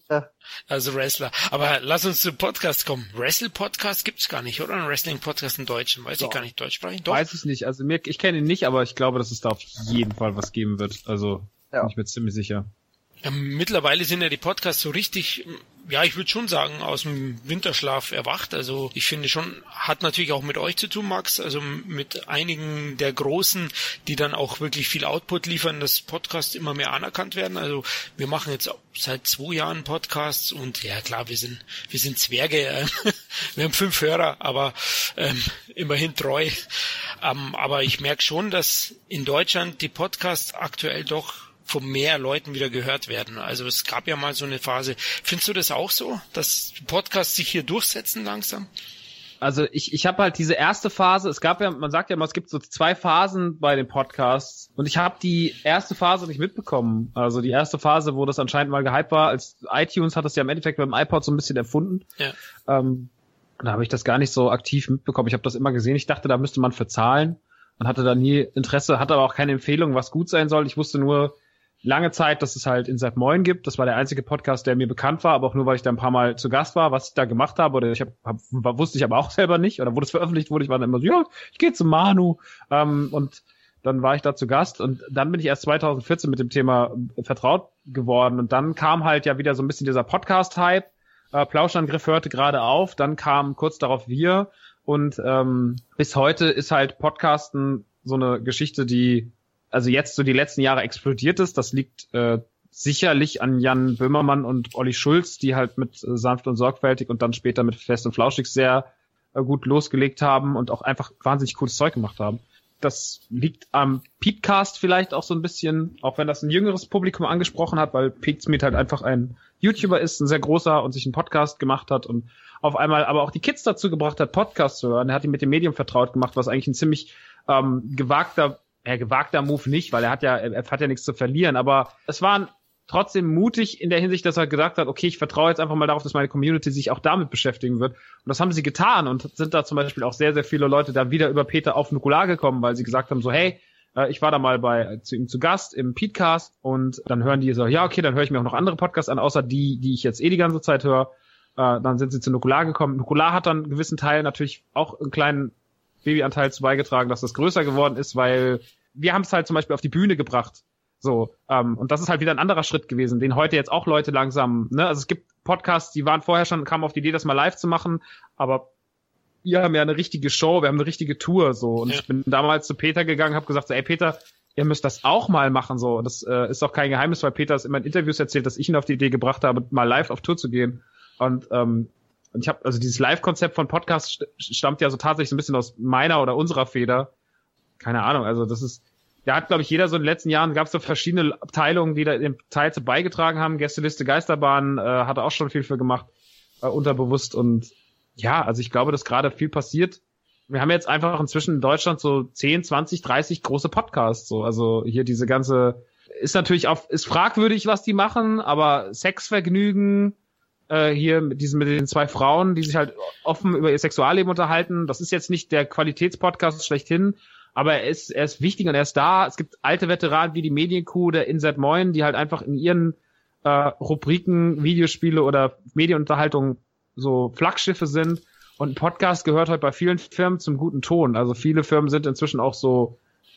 also Wrestler. Aber lass uns zum Podcast kommen. Wrestle-Podcast gibt's gar nicht, oder? Ein Wrestling-Podcast im Deutschen. Weiß Doch. Ich gar nicht, Deutsch sprechen? Doch. Weiß ich nicht. Also mir, ich kenne ihn nicht, aber ich glaube, dass es da auf jeden Fall was geben wird. Also, ja. Bin ich mir ziemlich sicher. Ja, mittlerweile sind ja die Podcasts so richtig, ja, ich würde schon sagen, aus dem Winterschlaf erwacht. Also ich finde schon, hat natürlich auch mit euch zu tun, Max, also mit einigen der Großen, die dann auch wirklich viel Output liefern, dass Podcasts immer mehr anerkannt werden. Also wir machen jetzt seit zwei Jahren Podcasts und ja klar, wir sind wir sind Zwerge, äh, wir haben fünf Hörer, aber ähm, immerhin treu. Ähm, aber ich merke schon, dass in Deutschland die Podcasts aktuell doch von mehr Leuten wieder gehört werden. Also es gab ja mal so eine Phase. Findest du das auch so, dass Podcasts sich hier durchsetzen langsam? Also ich ich habe halt diese erste Phase, es gab ja, man sagt ja immer, es gibt so zwei Phasen bei den Podcasts und ich habe die erste Phase nicht mitbekommen. Also die erste Phase, wo das anscheinend mal gehypt war, als iTunes hat das ja im Endeffekt beim iPod so ein bisschen erfunden. Ja. Ähm, da habe ich das gar nicht so aktiv mitbekommen. Ich habe das immer gesehen. Ich dachte, da müsste man für zahlen und hatte da nie Interesse, hatte aber auch keine Empfehlung, was gut sein soll. Ich wusste nur lange Zeit, dass es halt Inside Moin gibt. Das war der einzige Podcast, der mir bekannt war, aber auch nur, weil ich da ein paar Mal zu Gast war, was ich da gemacht habe. Oder ich hab, hab, wusste ich aber auch selber nicht. Oder wo das veröffentlicht wurde, ich war dann immer so, ja, ich gehe zu Manu. Ähm, und dann war ich da zu Gast. Und dann bin ich erst zwanzig vierzehn mit dem Thema vertraut geworden. Und dann kam halt ja wieder so ein bisschen dieser Podcast-Hype. Äh, Plauschangriff hörte gerade auf. Dann kam kurz darauf wir. Und ähm, bis heute ist halt Podcasten so eine Geschichte, die also jetzt so die letzten Jahre explodiert ist. Das liegt äh, sicherlich an Jan Böhmermann und Olli Schulz, die halt mit äh, Sanft und Sorgfältig und dann später mit Fest und Flauschig sehr äh, gut losgelegt haben und auch einfach wahnsinnig cooles Zeug gemacht haben. Das liegt am Peatcast vielleicht auch so ein bisschen, auch wenn das ein jüngeres Publikum angesprochen hat, weil Peatsmeet halt einfach ein YouTuber ist, ein sehr großer und sich einen Podcast gemacht hat und auf einmal aber auch die Kids dazu gebracht hat, Podcasts zu hören. Er hat die mit dem Medium vertraut gemacht, was eigentlich ein ziemlich ähm, gewagter Ja, gewagter Move nicht, weil er hat ja, er hat ja nichts zu verlieren, aber es war trotzdem mutig in der Hinsicht, dass er gesagt hat, okay, ich vertraue jetzt einfach mal darauf, dass meine Community sich auch damit beschäftigen wird. Und das haben sie getan und sind da zum Beispiel auch sehr, sehr viele Leute da wieder über Peter auf Nukular gekommen, weil sie gesagt haben so, hey, äh, ich war da mal bei zu ihm zu Gast im Peatcast und dann hören die so, ja, okay, dann höre ich mir auch noch andere Podcasts an, außer die, die ich jetzt eh die ganze Zeit höre. Äh, dann sind sie zu Nukular gekommen. Nukular hat dann einen gewissen Teil natürlich auch einen kleinen Babyanteil zu beigetragen, dass das größer geworden ist, weil wir haben es halt zum Beispiel auf die Bühne gebracht. So, ähm, und das ist halt wieder ein anderer Schritt gewesen, den heute jetzt auch Leute langsam, ne, also es gibt Podcasts, die waren vorher schon, kamen auf die Idee, das mal live zu machen, aber wir haben ja eine richtige Show, wir haben eine richtige Tour, so, und ja. Ich bin damals zu Peter gegangen, habe gesagt, so, ey Peter, ihr müsst das auch mal machen, so, und das äh, ist auch kein Geheimnis, weil Peter es immer in Interviews erzählt, dass ich ihn auf die Idee gebracht habe, mal live auf Tour zu gehen, und ähm, und ich habe, also dieses Live-Konzept von Podcasts stammt ja so tatsächlich so ein bisschen aus meiner oder unserer Feder. Keine Ahnung, also das ist, da hat, glaube ich, jeder so in den letzten Jahren, gab es so verschiedene Abteilungen, die da im Teil zu beigetragen haben. Gästeliste Geisterbahn äh, hat auch schon viel für gemacht, äh, unterbewusst. Und ja, also ich glaube, dass gerade viel passiert. Wir haben jetzt einfach inzwischen in Deutschland so zehn, zwanzig, dreißig große Podcasts. So, also hier diese ganze, ist natürlich auch, ist fragwürdig, was die machen, aber Sexvergnügen, äh, hier mit diesen, mit den zwei Frauen, die sich halt offen über ihr Sexualleben unterhalten. Das ist jetzt nicht der Qualitätspodcast schlechthin, aber er ist, er ist wichtig und er ist da. Es gibt alte Veteranen wie die Medienkuh, der Inside Moin, die halt einfach in ihren äh, Rubriken, Videospiele oder Medienunterhaltung so Flaggschiffe sind. Und ein Podcast gehört halt bei vielen Firmen zum guten Ton. Also viele Firmen sind inzwischen auch so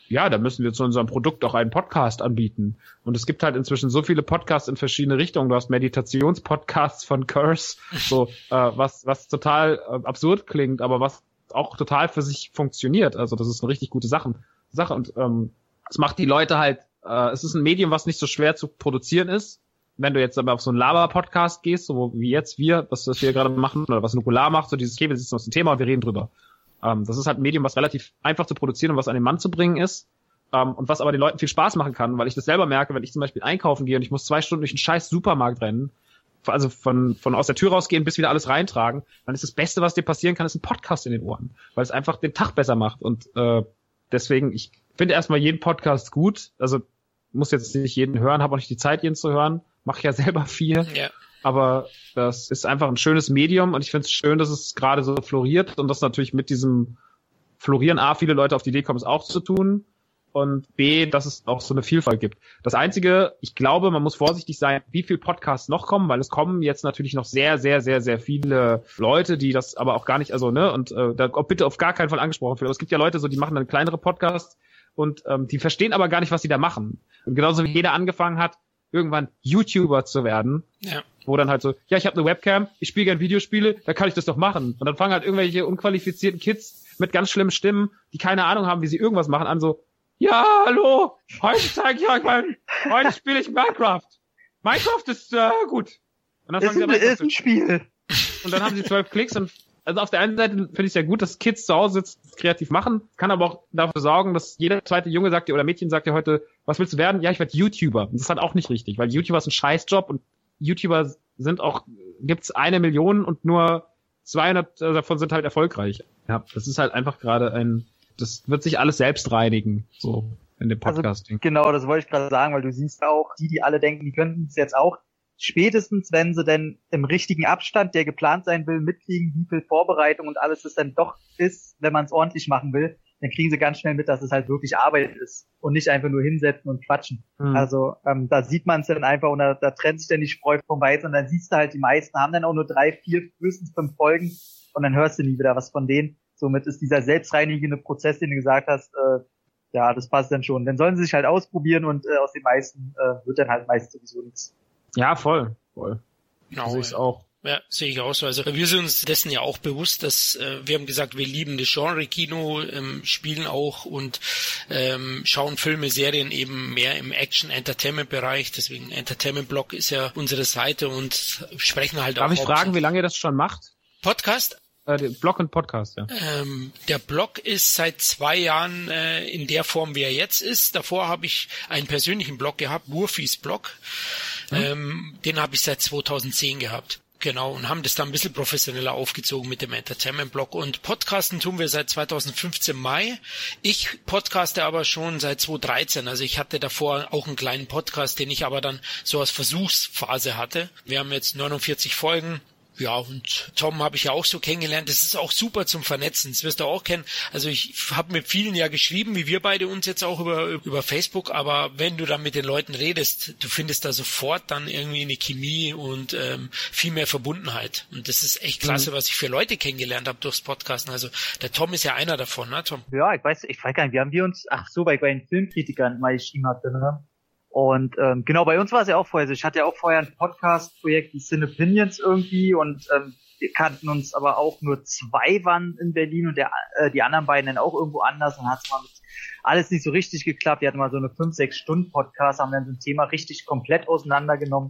ja, da müssen wir zu unserem Produkt auch einen Podcast anbieten. Und es gibt halt inzwischen so viele Podcasts in verschiedene Richtungen. Du hast Meditationspodcasts von Curse, so äh, was was total äh, absurd klingt, aber was auch total für sich funktioniert. Also das ist eine richtig gute Sache. Sache und ähm, es macht die Leute halt, äh, es ist ein Medium, was nicht so schwer zu produzieren ist. Wenn du jetzt aber auf so einen Laber-Podcast gehst, so wie jetzt wir, was, was wir gerade machen, oder was Nukular macht, so dieses, okay, wir sitzen auf dem Thema und wir reden drüber. Ähm, das ist halt ein Medium, was relativ einfach zu produzieren und was an den Mann zu bringen ist. Ähm, und was aber den Leuten viel Spaß machen kann, weil ich das selber merke, wenn ich zum Beispiel einkaufen gehe und ich muss zwei Stunden durch einen scheiß Supermarkt rennen, also von, von aus der Tür rausgehen bis wieder alles reintragen, dann ist das Beste, was dir passieren kann, ist ein Podcast in den Ohren, weil es einfach den Tag besser macht. Und äh, deswegen, ich finde erstmal jeden Podcast gut, also muss jetzt nicht jeden hören, habe auch nicht die Zeit, jeden zu hören, mache ja selber viel. Ja. Aber das ist einfach ein schönes Medium und ich finde es schön, dass es gerade so floriert und dass natürlich mit diesem Florieren A, viele Leute auf die Idee kommen, es auch zu tun und B, dass es auch so eine Vielfalt gibt. Das Einzige, ich glaube, man muss vorsichtig sein, wie viele Podcasts noch kommen, weil es kommen jetzt natürlich noch sehr, sehr, sehr, sehr viele Leute, die das aber auch gar nicht, also ne, und äh, da bitte auf gar keinen Fall angesprochen werden. Aber es gibt ja Leute, so die machen dann kleinere Podcasts und ähm, die verstehen aber gar nicht, was sie da machen. Und genauso wie jeder angefangen hat, irgendwann YouTuber zu werden, ja. Wo dann halt so, ja, ich habe eine Webcam, ich spiele gerne Videospiele, da kann ich das doch machen. Und dann fangen halt irgendwelche unqualifizierten Kids mit ganz schlimmen Stimmen, die keine Ahnung haben, wie sie irgendwas machen, an so, ja, hallo, heute zeige ich euch mal, heute spiele ich Minecraft. Minecraft ist äh, gut. Und dann fangen sie an, ist ein Spiel. Und dann haben sie zwölf Klicks und also auf der einen Seite finde ich es ja gut, dass Kids zu Hause sitzen, kreativ machen, kann aber auch dafür sorgen, dass jeder zweite Junge sagt dir oder Mädchen sagt dir heute, was willst du werden? Ja, ich werde YouTuber. Und das ist halt auch nicht richtig, weil YouTuber ist ein Scheißjob und YouTuber sind auch, gibt's eine Million und nur zweihundert davon sind halt erfolgreich. Ja, das ist halt einfach gerade ein, das wird sich alles selbst reinigen, so in dem Podcasting. Also, genau, das wollte ich gerade sagen, weil du siehst auch, die, die alle denken, die könnten es jetzt auch, spätestens, wenn sie denn im richtigen Abstand, der geplant sein will, mitkriegen, wie viel Vorbereitung und alles es dann doch ist, wenn man es ordentlich machen will, dann kriegen sie ganz schnell mit, dass es halt wirklich Arbeit ist und nicht einfach nur hinsetzen und quatschen. Mhm. Also ähm, da sieht man es dann einfach und da, da trennt sich dann die Spreu vom Weizen und dann siehst du halt, die meisten haben dann auch nur drei, vier, höchstens fünf Folgen und dann hörst du nie wieder was von denen. Somit ist dieser selbstreinigende Prozess, den du gesagt hast, äh, ja, das passt dann schon. Dann sollen sie sich halt ausprobieren und äh, aus den meisten äh, wird dann halt meist sowieso nichts. Ja, voll, voll. Genau, sehe ich auch. Ja, sehe ich auch so. Also wir sind uns dessen ja auch bewusst, dass äh, wir haben gesagt, wir lieben das Genre-Kino, ähm, spielen auch und ähm, schauen Filme, Serien eben mehr im Action-Entertainment-Bereich. Deswegen Entertainment-Blog ist ja unsere Seite und sprechen halt Darf auch. Darf ich fragen, wie lange ihr das schon macht? Podcast? Äh, Blog und Podcast, ja. Ähm, der Blog ist seit zwei Jahren äh, in der Form, wie er jetzt ist. Davor habe ich einen persönlichen Blog gehabt, Wurfis Blog. Hm. Ähm, den habe ich seit zweitausendzehn gehabt. Genau, und haben das dann ein bisschen professioneller aufgezogen mit dem Entertainment-Blog. Und Podcasten tun wir seit zweitausendfünfzehn Mai. Ich podcaste aber schon seit zweitausenddreizehn. Also ich hatte davor auch einen kleinen Podcast, den ich aber dann so als Versuchsphase hatte. Wir haben jetzt neunundvierzig Folgen. Ja, und Tom habe ich ja auch so kennengelernt. Das ist auch super zum Vernetzen. Das wirst du auch kennen. Also ich habe mit vielen ja geschrieben, wie wir beide uns jetzt auch über über Facebook. Aber wenn du dann mit den Leuten redest, du findest da sofort dann irgendwie eine Chemie und ähm, viel mehr Verbundenheit. Und das ist echt klasse, mhm. was ich für Leute kennengelernt habe durchs Podcasten. Also der Tom ist ja einer davon, ne, Tom? Ja, ich weiß, ich weiß gar nicht, wie haben wir uns, ach so, bei, bei den Filmkritikern mal geschrieben hatte, ne? Und ähm, genau, bei uns war es ja auch vorher so. Ich hatte ja auch vorher ein Podcast-Projekt, die Cinepinions irgendwie und ähm, wir kannten uns aber auch nur zwei waren in Berlin und der äh, die anderen beiden dann auch irgendwo anders. Und hat es mal mit alles nicht so richtig geklappt. Die hatten mal so eine fünf, sechs Stunden Podcast, haben dann so ein Thema richtig komplett auseinandergenommen.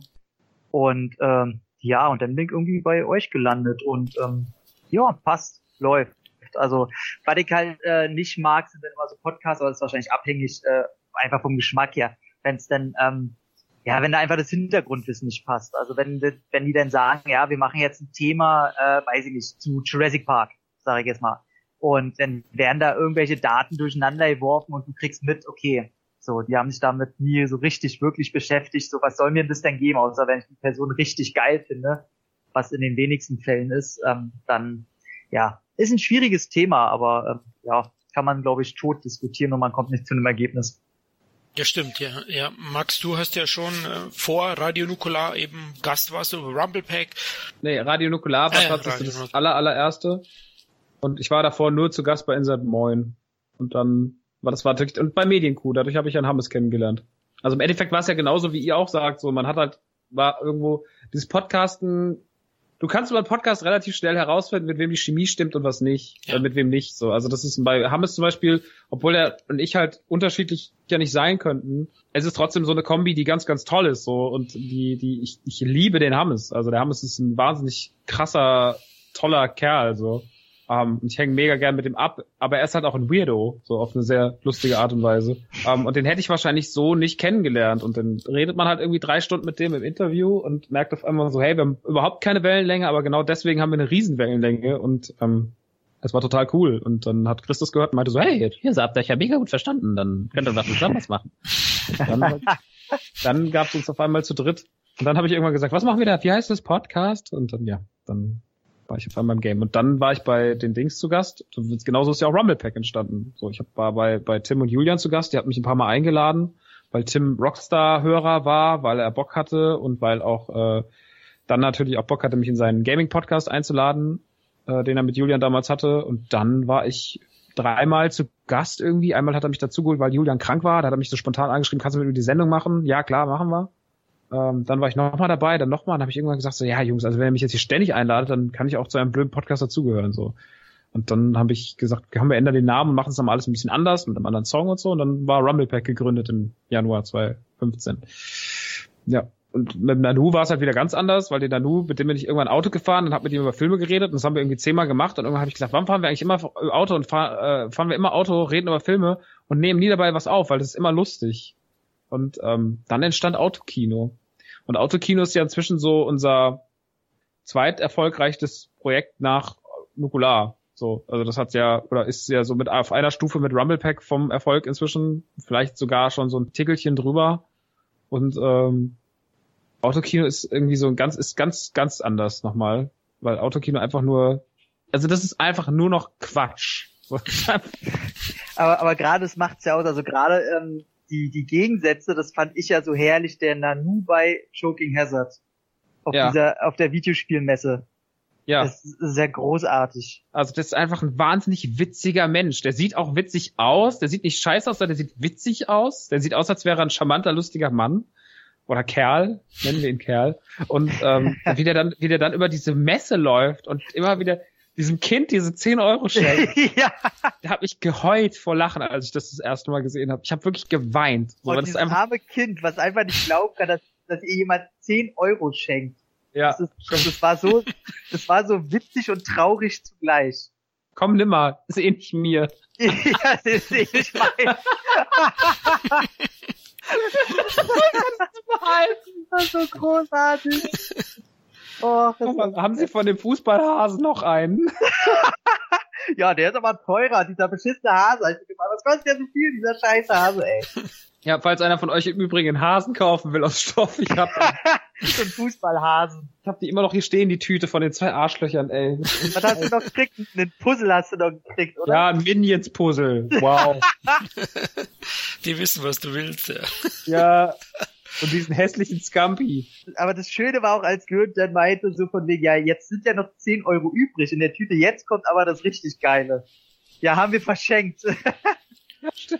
Und ähm, ja, und dann bin ich irgendwie bei euch gelandet und ähm, ja, passt, läuft. Also, was ich halt äh, nicht mag, sind dann immer so Podcasts, aber das ist wahrscheinlich abhängig äh, einfach vom Geschmack her. Wenn es dann, ähm, ja, wenn da einfach das Hintergrundwissen nicht passt. Also wenn wenn die dann sagen, ja, wir machen jetzt ein Thema, äh, weiß ich nicht, zu Jurassic Park, sage ich jetzt mal. Und dann werden da irgendwelche Daten durcheinander geworfen und du kriegst mit, okay, so, die haben sich damit nie so richtig wirklich beschäftigt. So, was soll mir das denn geben, außer wenn ich die Person richtig geil finde, was in den wenigsten Fällen ist, ähm, dann, ja, ist ein schwieriges Thema, aber ähm, ja, kann man, glaube ich, tot diskutieren und man kommt nicht zu einem Ergebnis. Ja, stimmt, ja. Ja, Max, du hast ja schon äh, vor Radio Nukular eben Gast warst du über Rumblepack. Nee, Radio Nukular war ah, ja, das, das aller, allererste. Und ich war davor nur zu Gast bei Insert Moin. Und dann Aber das war wirklich, und bei Medienkuh, dadurch habe ich Jan Hammes kennengelernt. Also im Endeffekt war es ja genauso, wie ihr auch sagt, so, man hat halt, war irgendwo, dieses Podcasten, du kannst über einen Podcast relativ schnell herausfinden, mit wem die Chemie stimmt und was nicht, ja. äh, mit wem nicht, so. Also das ist bei Hammes zum Beispiel, obwohl er und ich halt unterschiedlich ja nicht sein könnten, es ist trotzdem so eine Kombi, die ganz, ganz toll ist, so, und die, die, ich, ich liebe den Hammes. Also der Hammes ist ein wahnsinnig krasser, toller Kerl, so. Um, ich hänge mega gern mit ihm ab, aber er ist halt auch ein Weirdo, so auf eine sehr lustige Art und Weise. Um, und den hätte ich wahrscheinlich so nicht kennengelernt. Und dann redet man halt irgendwie drei Stunden mit dem im Interview und merkt auf einmal so, hey, wir haben überhaupt keine Wellenlänge, aber genau deswegen haben wir eine Riesenwellenlänge. Und ähm, es war total cool. Und dann hat Christus gehört und meinte so, hey, hier habt ihr euch ja mega gut verstanden, dann könnt ihr doch zusammen was machen. Dann, dann gab es uns auf einmal zu dritt. Und dann habe ich irgendwann gesagt, was machen wir da? Wie heißt das Podcast? Und dann, ja, dann war ich auf einmal im Game. Und dann war ich bei den Dings zu Gast. Genauso ist ja auch Rumble Pack entstanden. So, ich hab, war bei, bei Tim und Julian zu Gast. Die hat mich ein paar Mal eingeladen, weil Tim Rockstar-Hörer war, weil er Bock hatte und weil auch äh, dann natürlich auch Bock hatte, mich in seinen Gaming-Podcast einzuladen, äh, den er mit Julian damals hatte. Und dann war ich dreimal zu Gast irgendwie. Einmal hat er mich dazugeholt, weil Julian krank war. Da hat er mich so spontan angeschrieben, kannst du mit mir die Sendung machen? Ja, klar, machen wir. Ähm, dann war ich nochmal dabei, dann nochmal, dann habe ich irgendwann gesagt, so, ja Jungs, also wenn ihr mich jetzt hier ständig einladet, dann kann ich auch zu einem blöden Podcast dazugehören, so. Und dann habe ich gesagt, haben wir ändern den Namen und machen es nochmal alles ein bisschen anders mit einem anderen Song und so. Und dann war Rumble Pack gegründet im Januar zwanzig fünfzehn. Ja, und mit Nanu war es halt wieder ganz anders, weil der Nanu, mit dem bin ich irgendwann Auto gefahren und habe mit ihm über Filme geredet und das haben wir irgendwie zehnmal gemacht und irgendwann habe ich gesagt, warum fahren wir eigentlich immer Auto und fahr, äh, fahren wir immer Auto, reden über Filme und nehmen nie dabei was auf, weil das ist immer lustig. Und ähm, dann entstand Autokino. Und Autokino ist ja inzwischen so unser zweiterfolgreichstes Projekt nach Nukular. So, also das hat ja, oder ist ja so mit auf einer Stufe mit Rumble Pack vom Erfolg inzwischen, vielleicht sogar schon so ein Tickelchen drüber. Und ähm, Autokino ist irgendwie so ein ganz, ist ganz, ganz anders nochmal, weil Autokino einfach nur, also das ist einfach nur noch Quatsch. aber aber gerade das macht's ja aus, also gerade ähm, die die Gegensätze, das fand ich ja so herrlich, der Nanu bei Choking Hazard auf ja. dieser auf der Videospielmesse. Ja. Das ist sehr großartig. Also das ist einfach ein wahnsinnig witziger Mensch. Der sieht auch witzig aus. Der sieht nicht scheiße aus, sondern der sieht witzig aus. Der sieht aus, als wäre er ein charmanter, lustiger Mann. Oder Kerl. Nennen wir ihn Kerl. Und ähm, wie der dann, wie der dann über diese Messe läuft und immer wieder diesem Kind diese zehn Euro schenkt. Ja. Da habe ich geheult vor Lachen, als ich das das erste Mal gesehen habe. Ich habe wirklich geweint. So, und das dieses ist einfach, arme Kind, was einfach nicht glaubt kann, dass, dass ihr jemand zehn Euro schenkt. ja. Das, ist, das war so, das war so witzig und traurig zugleich. Komm nimmer, ist eh nicht mir. Ja, das ist eh nicht mein. Das war so großartig. Oh, das Mal, haben Sie von dem Fußballhasen noch einen? ja, der ist aber teurer, dieser beschissene Hase. Was kostet der so viel, dieser scheiße Hase, ey? Ja, falls einer von euch im Übrigen einen Hasen kaufen will aus Stoff, ich hab den Fußballhasen. Ich hab die immer noch hier stehen, die Tüte von den zwei Arschlöchern, ey. Was hast du noch gekriegt? Einen Puzzle hast du noch gekriegt, oder? Ja, ein Minions-Puzzle. Wow. Die wissen, was du willst, ja. Ja. Und diesen hässlichen Scampi. Aber das Schöne war auch, als Gürnt dann meinte, so von wegen, ja, jetzt sind ja noch zehn Euro übrig in der Tüte, jetzt kommt aber das richtig Geile. Ja, haben wir verschenkt. Ja, stimmt.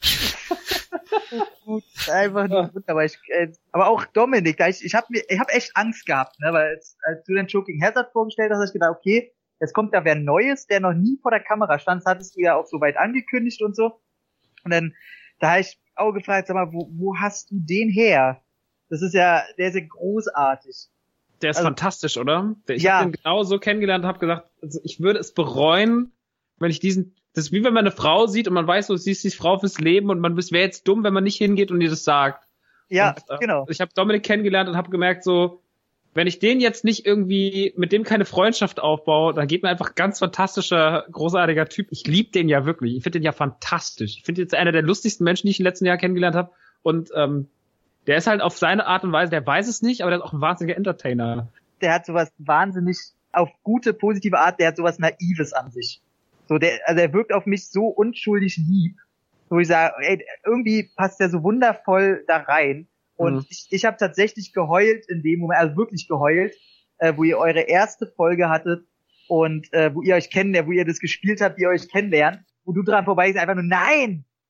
Gut, einfach nur wunderbar. Ich, äh, aber auch Dominik, da ich, ich habe mir, ich habe echt Angst gehabt, ne, weil als, als du den Choking Hazard vorgestellt hast, habe ich gedacht, okay, jetzt kommt da wer Neues, der noch nie vor der Kamera stand, das hattest du ja auch so weit angekündigt und so. Und dann, da habe ich auch gefragt, sag mal, wo, wo hast du den her? Das ist ja, der ist ja großartig. Der ist also fantastisch, oder? Ich ja. habe den genau so kennengelernt und habe gesagt, also ich würde es bereuen, wenn ich diesen, das ist wie wenn man eine Frau sieht und man weiß, so, sie ist die Frau fürs Leben und man wäre jetzt dumm, wenn man nicht hingeht und ihr das sagt. Ja, und, äh, genau. Ich habe Dominik kennengelernt und habe gemerkt, so, wenn ich den jetzt nicht irgendwie, mit dem keine Freundschaft aufbaue, dann geht mir einfach ganz fantastischer, großartiger Typ. Ich liebe den ja wirklich. Ich finde den ja fantastisch. Ich finde jetzt einer der lustigsten Menschen, die ich im letzten Jahr kennengelernt habe. Und ähm, der ist halt auf seine Art und Weise, der weiß es nicht, aber der ist auch ein wahnsinniger Entertainer. Der hat sowas wahnsinnig, auf gute, positive Art, der hat sowas Naives an sich. So, der, also er wirkt auf mich so unschuldig lieb, wo ich sage, ey, irgendwie passt der so wundervoll da rein. Und mhm. ich, ich habe tatsächlich geheult in dem Moment, also wirklich geheult, äh, wo ihr eure erste Folge hattet und äh, wo ihr euch kennenlernt, wo ihr das gespielt habt, wie ihr euch kennenlernt, wo du dran vorbei bist, einfach nur, nein,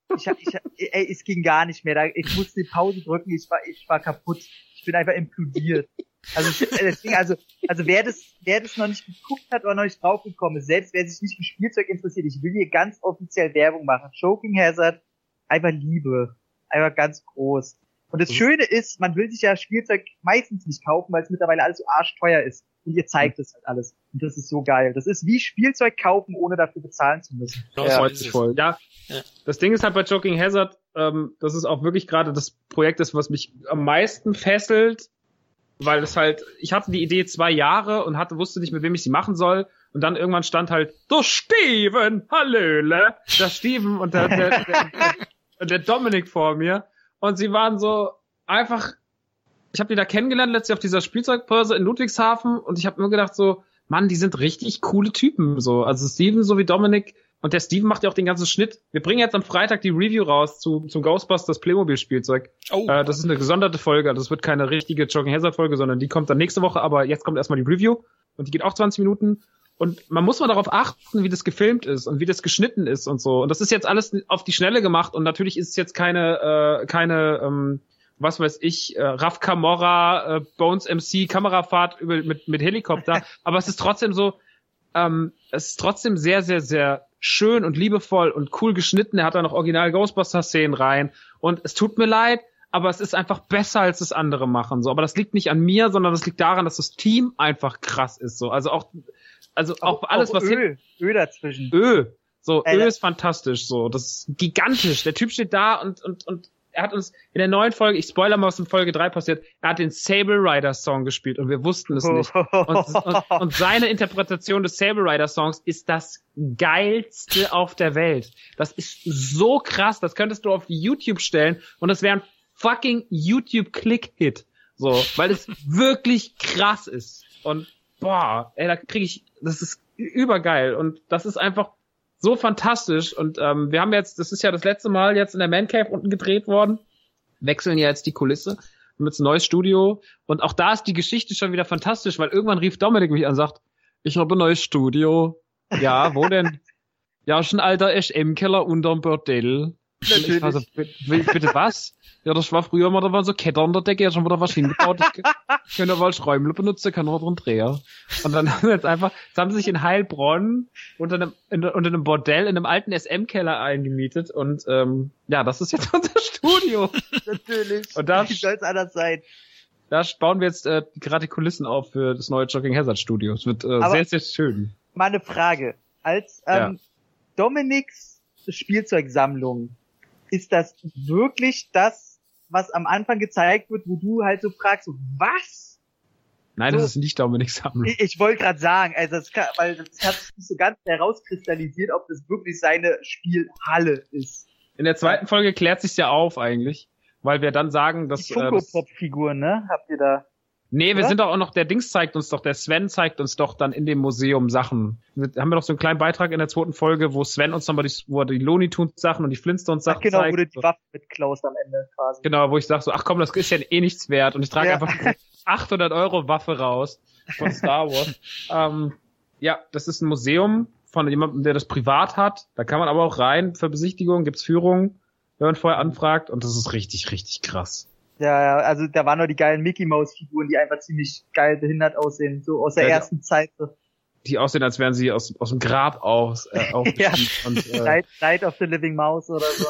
Ich, hab, ich, hab, ey, es ging gar nicht mehr. Da, ich musste die Pause drücken. Ich war, ich war kaputt. Ich bin einfach implodiert. Also, deswegen, also, also wer das, wer das noch nicht geguckt hat oder noch nicht draufgekommen ist, selbst wer sich nicht für Spielzeug interessiert, ich will hier ganz offiziell Werbung machen. Choking Hazard, einfach Liebe, einfach ganz groß. Und das Schöne ist, man will sich ja Spielzeug meistens nicht kaufen, weil es mittlerweile alles so arschteuer ist. Und ihr zeigt es halt alles. Und das ist so geil. Das ist wie Spielzeug kaufen, ohne dafür bezahlen zu müssen. Ja, das freut sich voll. Ja, ja, das Ding ist halt bei Choking Hazard, ähm, das ist auch wirklich gerade das Projekt, ist, was mich am meisten fesselt, weil es halt, ich hatte die Idee zwei Jahre und hatte, wusste nicht, mit wem ich sie machen soll. Und dann irgendwann stand halt, der Steven, hallöle, der Steven und der, der, der, der, der Dominik vor mir. Und sie waren so einfach, ich habe die da kennengelernt letztes Jahr auf dieser Spielzeugbörse in Ludwigshafen und ich habe mir gedacht so, Mann, die sind richtig coole Typen so. Also Steven so wie Dominik und der Steven macht ja auch den ganzen Schnitt. Wir bringen jetzt am Freitag die Review raus zu zum Ghostbusters Playmobil Spielzeug. Oh. Äh, das ist eine gesonderte Folge, also das wird keine richtige Choking Hazard Folge, sondern die kommt dann nächste Woche, aber jetzt kommt erstmal die Review und die geht auch zwanzig Minuten. Und man muss mal darauf achten, wie das gefilmt ist und wie das geschnitten ist und so. Und das ist jetzt alles auf die Schnelle gemacht und natürlich ist es jetzt keine, äh, keine, ähm, was weiß ich, äh, Raf Camorra, äh, Bones M C, Kamerafahrt über, mit, mit Helikopter. Aber es ist trotzdem so, ähm, es ist trotzdem sehr, sehr, sehr schön und liebevoll und cool geschnitten. Er hat da noch original Ghostbusters-Szenen rein. Und es tut mir leid, aber es ist einfach besser, als das andere machen. So, aber das liegt nicht an mir, sondern das liegt daran, dass das Team einfach krass ist. So, also auch, also auch, auch alles, auch was Öl, Öl dazwischen. Öl. So, Ey, Öl ist fantastisch. So, das ist gigantisch. Der Typ steht da und und und er hat uns in der neuen Folge, ich spoiler mal, was in Folge drei passiert, er hat den Sable Rider Song gespielt und wir wussten es nicht. Und, und, und seine Interpretation des Sable Rider Songs ist das geilste auf der Welt. Das ist so krass, das könntest du auf YouTube stellen und das wäre ein fucking YouTube-Click-Hit. So, weil es wirklich krass ist. Und boah, ey, da krieg ich, das ist übergeil und das ist einfach so fantastisch und ähm, wir haben jetzt, das ist ja das letzte Mal jetzt in der Man Cave unten gedreht worden, wechseln ja jetzt die Kulisse, haben jetzt ein neues Studio und auch da ist die Geschichte schon wieder fantastisch, weil irgendwann rief Dominik mich an und sagt, ich habe ein neues Studio. Ja, wo denn? Ja, ist ein alter S M-Keller unterm Bordell. Und ich war so, bitte was? Ja, das war früher mal, da waren so Ketten an der Decke, jetzt haben wir da was hingebaut. Ich könnte mal als Räumle benutzen, kann man drin drehen. Und dann haben wir jetzt einfach, jetzt haben sie sich in Heilbronn unter einem, in, unter einem Bordell in einem alten S M-Keller eingemietet und, ähm, ja, das ist jetzt unser Studio. Natürlich. Und da, wie soll es anders sein? Da bauen wir jetzt, äh, gerade die Kulissen auf für das neue Choking Hazard Studio. Es wird, äh, sehr, sehr schön. Mal eine Frage. Als, ähm, ja. Dominiks Spielzeugsammlung, ist das wirklich das, was am Anfang gezeigt wird, wo du halt so fragst, so, was? Nein, so, das ist nicht Dominiks Sammlung. Ich, ich wollte gerade sagen, also das kann, weil das hat sich nicht so ganz herauskristallisiert, ob das wirklich seine Spielhalle ist. In der zweiten Folge klärt sich's ja auf eigentlich, weil wir dann sagen, dass die Funko-Pop-Figuren, ne? Habt ihr da? Nee, wir oder? sind doch auch noch, der Dings zeigt uns doch, der Sven zeigt uns doch dann in dem Museum Sachen. Wir, haben wir doch so einen kleinen Beitrag in der zweiten Folge, wo Sven uns nochmal die, wo er die Looney Tunes Sachen und die Flintstones Sachen ach, genau, zeigt. Genau, wo du die Waffe mitklaust am Ende quasi. Genau, wo ich sag so, ach komm, das ist ja eh nichts wert und ich trage ja. einfach achthundert Euro Waffe raus von Star Wars. ähm, ja, das ist ein Museum von jemandem, der das privat hat. Da kann man aber auch rein für Besichtigung, gibt's Führungen, wenn man vorher anfragt und das ist richtig, richtig krass. Ja, ja, also da waren nur die geilen Mickey Mouse Figuren, die einfach ziemlich geil behindert aussehen, so aus der ja, ersten Zeit. So. Die aussehen, als wären sie aus aus dem Grab aus. Äh, ja. und, äh, Night, Night of the Living Mouse oder so.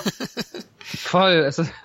Voll. Es ist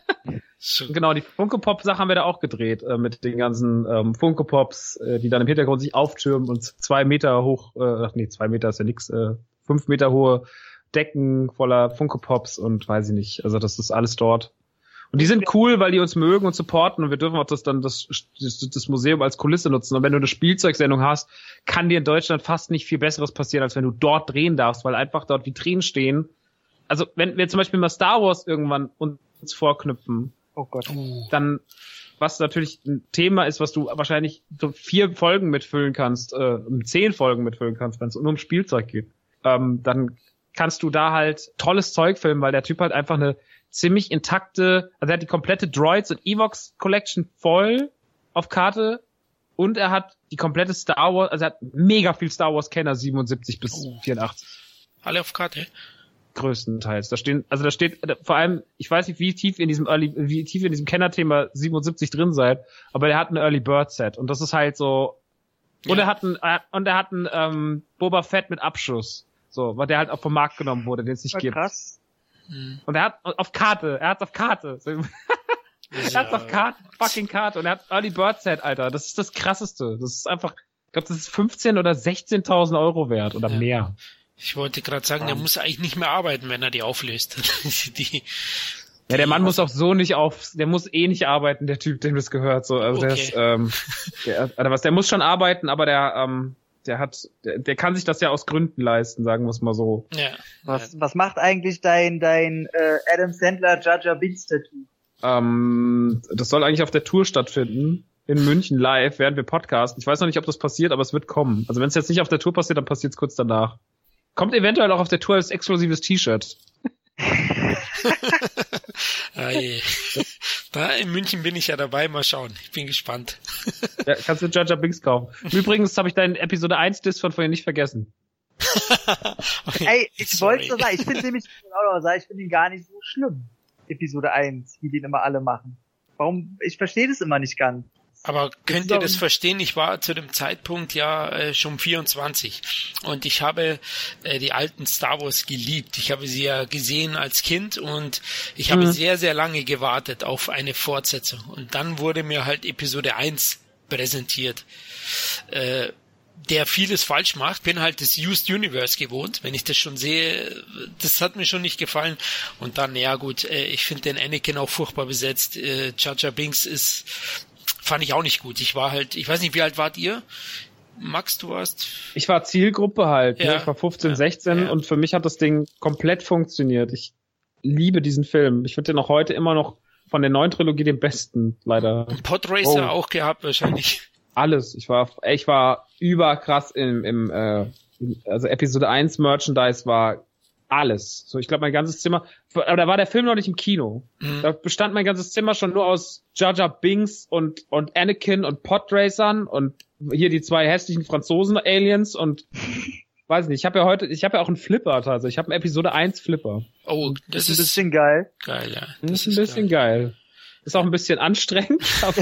genau, die Funko Pop Sache haben wir da auch gedreht äh, mit den ganzen ähm, Funko Pops, äh, die dann im Hintergrund sich auftürmen und zwei Meter hoch, äh, ach nee, zwei Meter ist ja nix, äh, fünf Meter hohe Decken voller Funko Pops und weiß ich nicht. Also das ist alles dort. Und die sind cool, weil die uns mögen und supporten und wir dürfen auch das dann das, das, das Museum als Kulisse nutzen. Und wenn du eine Spielzeugsendung hast, kann dir in Deutschland fast nicht viel Besseres passieren, als wenn du dort drehen darfst, weil einfach dort Vitrinen stehen. Also wenn wir zum Beispiel mal Star Wars irgendwann uns vorknüpfen, oh Gott, dann, was natürlich ein Thema ist, was du wahrscheinlich so vier Folgen mitfüllen kannst, äh, zehn Folgen mitfüllen kannst, wenn es nur um Spielzeug geht, ähm, dann kannst du da halt tolles Zeug filmen, weil der Typ halt einfach eine ziemlich intakte, also er hat die komplette Droids und Evox Collection voll auf Karte und er hat die komplette Star Wars, also er hat mega viel Star Wars Kenner siebenundsiebzig bis oh. vierundachtzig. Alle auf Karte? größtenteils. Da stehen, also da steht, vor allem, ich weiß nicht, wie tief in diesem Early, wie tief in diesem Kenner-Thema siebenundsiebzig drin seid, aber der hat ein Early Bird Set und das ist halt so, ja. und er hat ein, und er hat ein, ähm, Boba Fett mit Abschuss. So, weil der halt auch vom Markt genommen wurde, den es nicht gibt. Krass. Und er hat auf Karte, er hat's auf Karte. So, er hat's auf Karte, fucking Karte und er hat Early Bird Set, Alter. Das ist das Krasseste. Das ist einfach, ich glaube, das ist fünfzehn oder sechzehntausend Euro wert oder ja. mehr. Ich wollte gerade sagen, um. der muss eigentlich nicht mehr arbeiten, wenn er die auflöst. die, ja, der Mann muss auch so nicht auf, der muss eh nicht arbeiten, der Typ, dem das gehört. So, also okay. der ist, ähm, der, oder was, der muss schon arbeiten, aber der, ähm, der hat, der, der kann sich das ja aus Gründen leisten, sagen wir es mal so. Ja. Was, was macht eigentlich dein, dein äh, Adam Sandler Jar Jar Binks Tattoo? Ähm, das soll eigentlich auf der Tour stattfinden. In München live, während wir podcasten. Ich weiß noch nicht, ob das passiert, aber es wird kommen. Also wenn es jetzt nicht auf der Tour passiert, dann passiert es kurz danach. Kommt eventuell auch auf der Tour als exklusives T-Shirt. ah, je. Da in München bin ich ja dabei, mal schauen. Ich bin gespannt. Ja, kannst du Jar Jar Binks kaufen. Übrigens habe ich deinen Episode eins Diss von vorhin nicht vergessen. Okay, ey, ich wollte so sagen, ich finde nämlich, ich finde ihn gar nicht so schlimm. Episode eins, wie den immer alle machen. Warum? Ich verstehe das immer nicht ganz. Aber könnt ihr das verstehen? Ich war zu dem Zeitpunkt ja äh, schon vierundzwanzig und ich habe äh, die alten Star Wars geliebt. Ich habe sie ja gesehen als Kind und ich habe mhm. sehr, sehr lange gewartet auf eine Fortsetzung. Und dann wurde mir halt Episode eins präsentiert, äh, der vieles falsch macht. Bin halt das Used Universe gewohnt. Wenn ich das schon sehe, das hat mir schon nicht gefallen. Und dann, ja gut, äh, ich finde den Anakin auch furchtbar besetzt. Äh, Jar Jar Binks ist... fand ich auch nicht gut. Ich war halt, ich weiß nicht, wie alt wart ihr? Max, du warst? Ich war Zielgruppe halt. Ja. Ne? Ich war fünfzehn, ja. sechzehn ja. und für mich hat das Ding komplett funktioniert. Ich liebe diesen Film. Ich finde den auch heute immer noch von der neuen Trilogie den besten, leider. Podracer oh. auch gehabt wahrscheinlich. Alles. Ich war, ich war überkrass im, im äh, also Episode eins Merchandise war alles. So, ich glaube, mein ganzes Zimmer, aber da war der Film noch nicht im Kino. Mhm. Da bestand mein ganzes Zimmer schon nur aus Jar Jar Binks und, und Anakin und Podracern und hier die zwei hässlichen Franzosen-Aliens und weiß nicht, ich habe ja heute, ich habe ja auch einen Flipper tatsächlich. Ich habe einen Episode eins Flipper. Oh, das, das ist ein bisschen geil. Geil, ja. Das, das ist ein bisschen geil. geil. Ist auch ein bisschen anstrengend.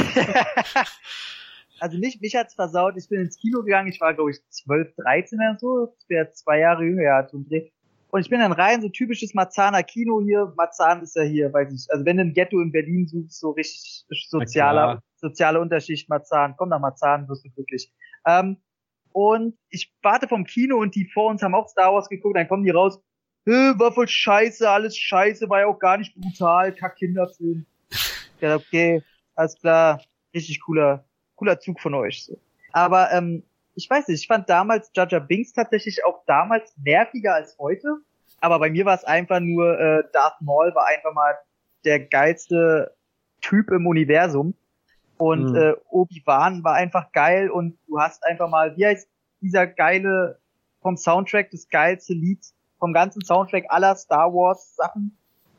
Also mich, mich hat's versaut. Ich bin ins Kino gegangen. Ich war, glaube ich, zwölf, dreizehn oder so. Das wäre zwei Jahre jünger. Ja, so ein Dreh. Und ich bin dann rein, so typisches Marzaner Kino hier. Marzahn ist ja hier, weiß ich, also wenn du ein Ghetto in Berlin suchst, so richtig sozialer, soziale Unterschicht Marzahn. Komm nach Marzahn, wirst du glücklich. Ähm, und ich warte vom Kino und die vor uns haben auch Star Wars geguckt, dann kommen die raus, war voll scheiße, alles scheiße, war ja auch gar nicht brutal, kack Kinderfilm. Ja, okay, alles klar, richtig cooler, cooler Zug von euch. So. Aber ähm, ich weiß nicht, ich fand damals Jar Jar Binks tatsächlich auch damals nerviger als heute. Aber bei mir war es einfach nur, äh, Darth Maul war einfach mal der geilste Typ im Universum. Und mhm. äh, Obi-Wan war einfach geil und du hast einfach mal, wie heißt dieser geile, vom Soundtrack, das geilste Lied vom ganzen Soundtrack aller Star Wars Sachen?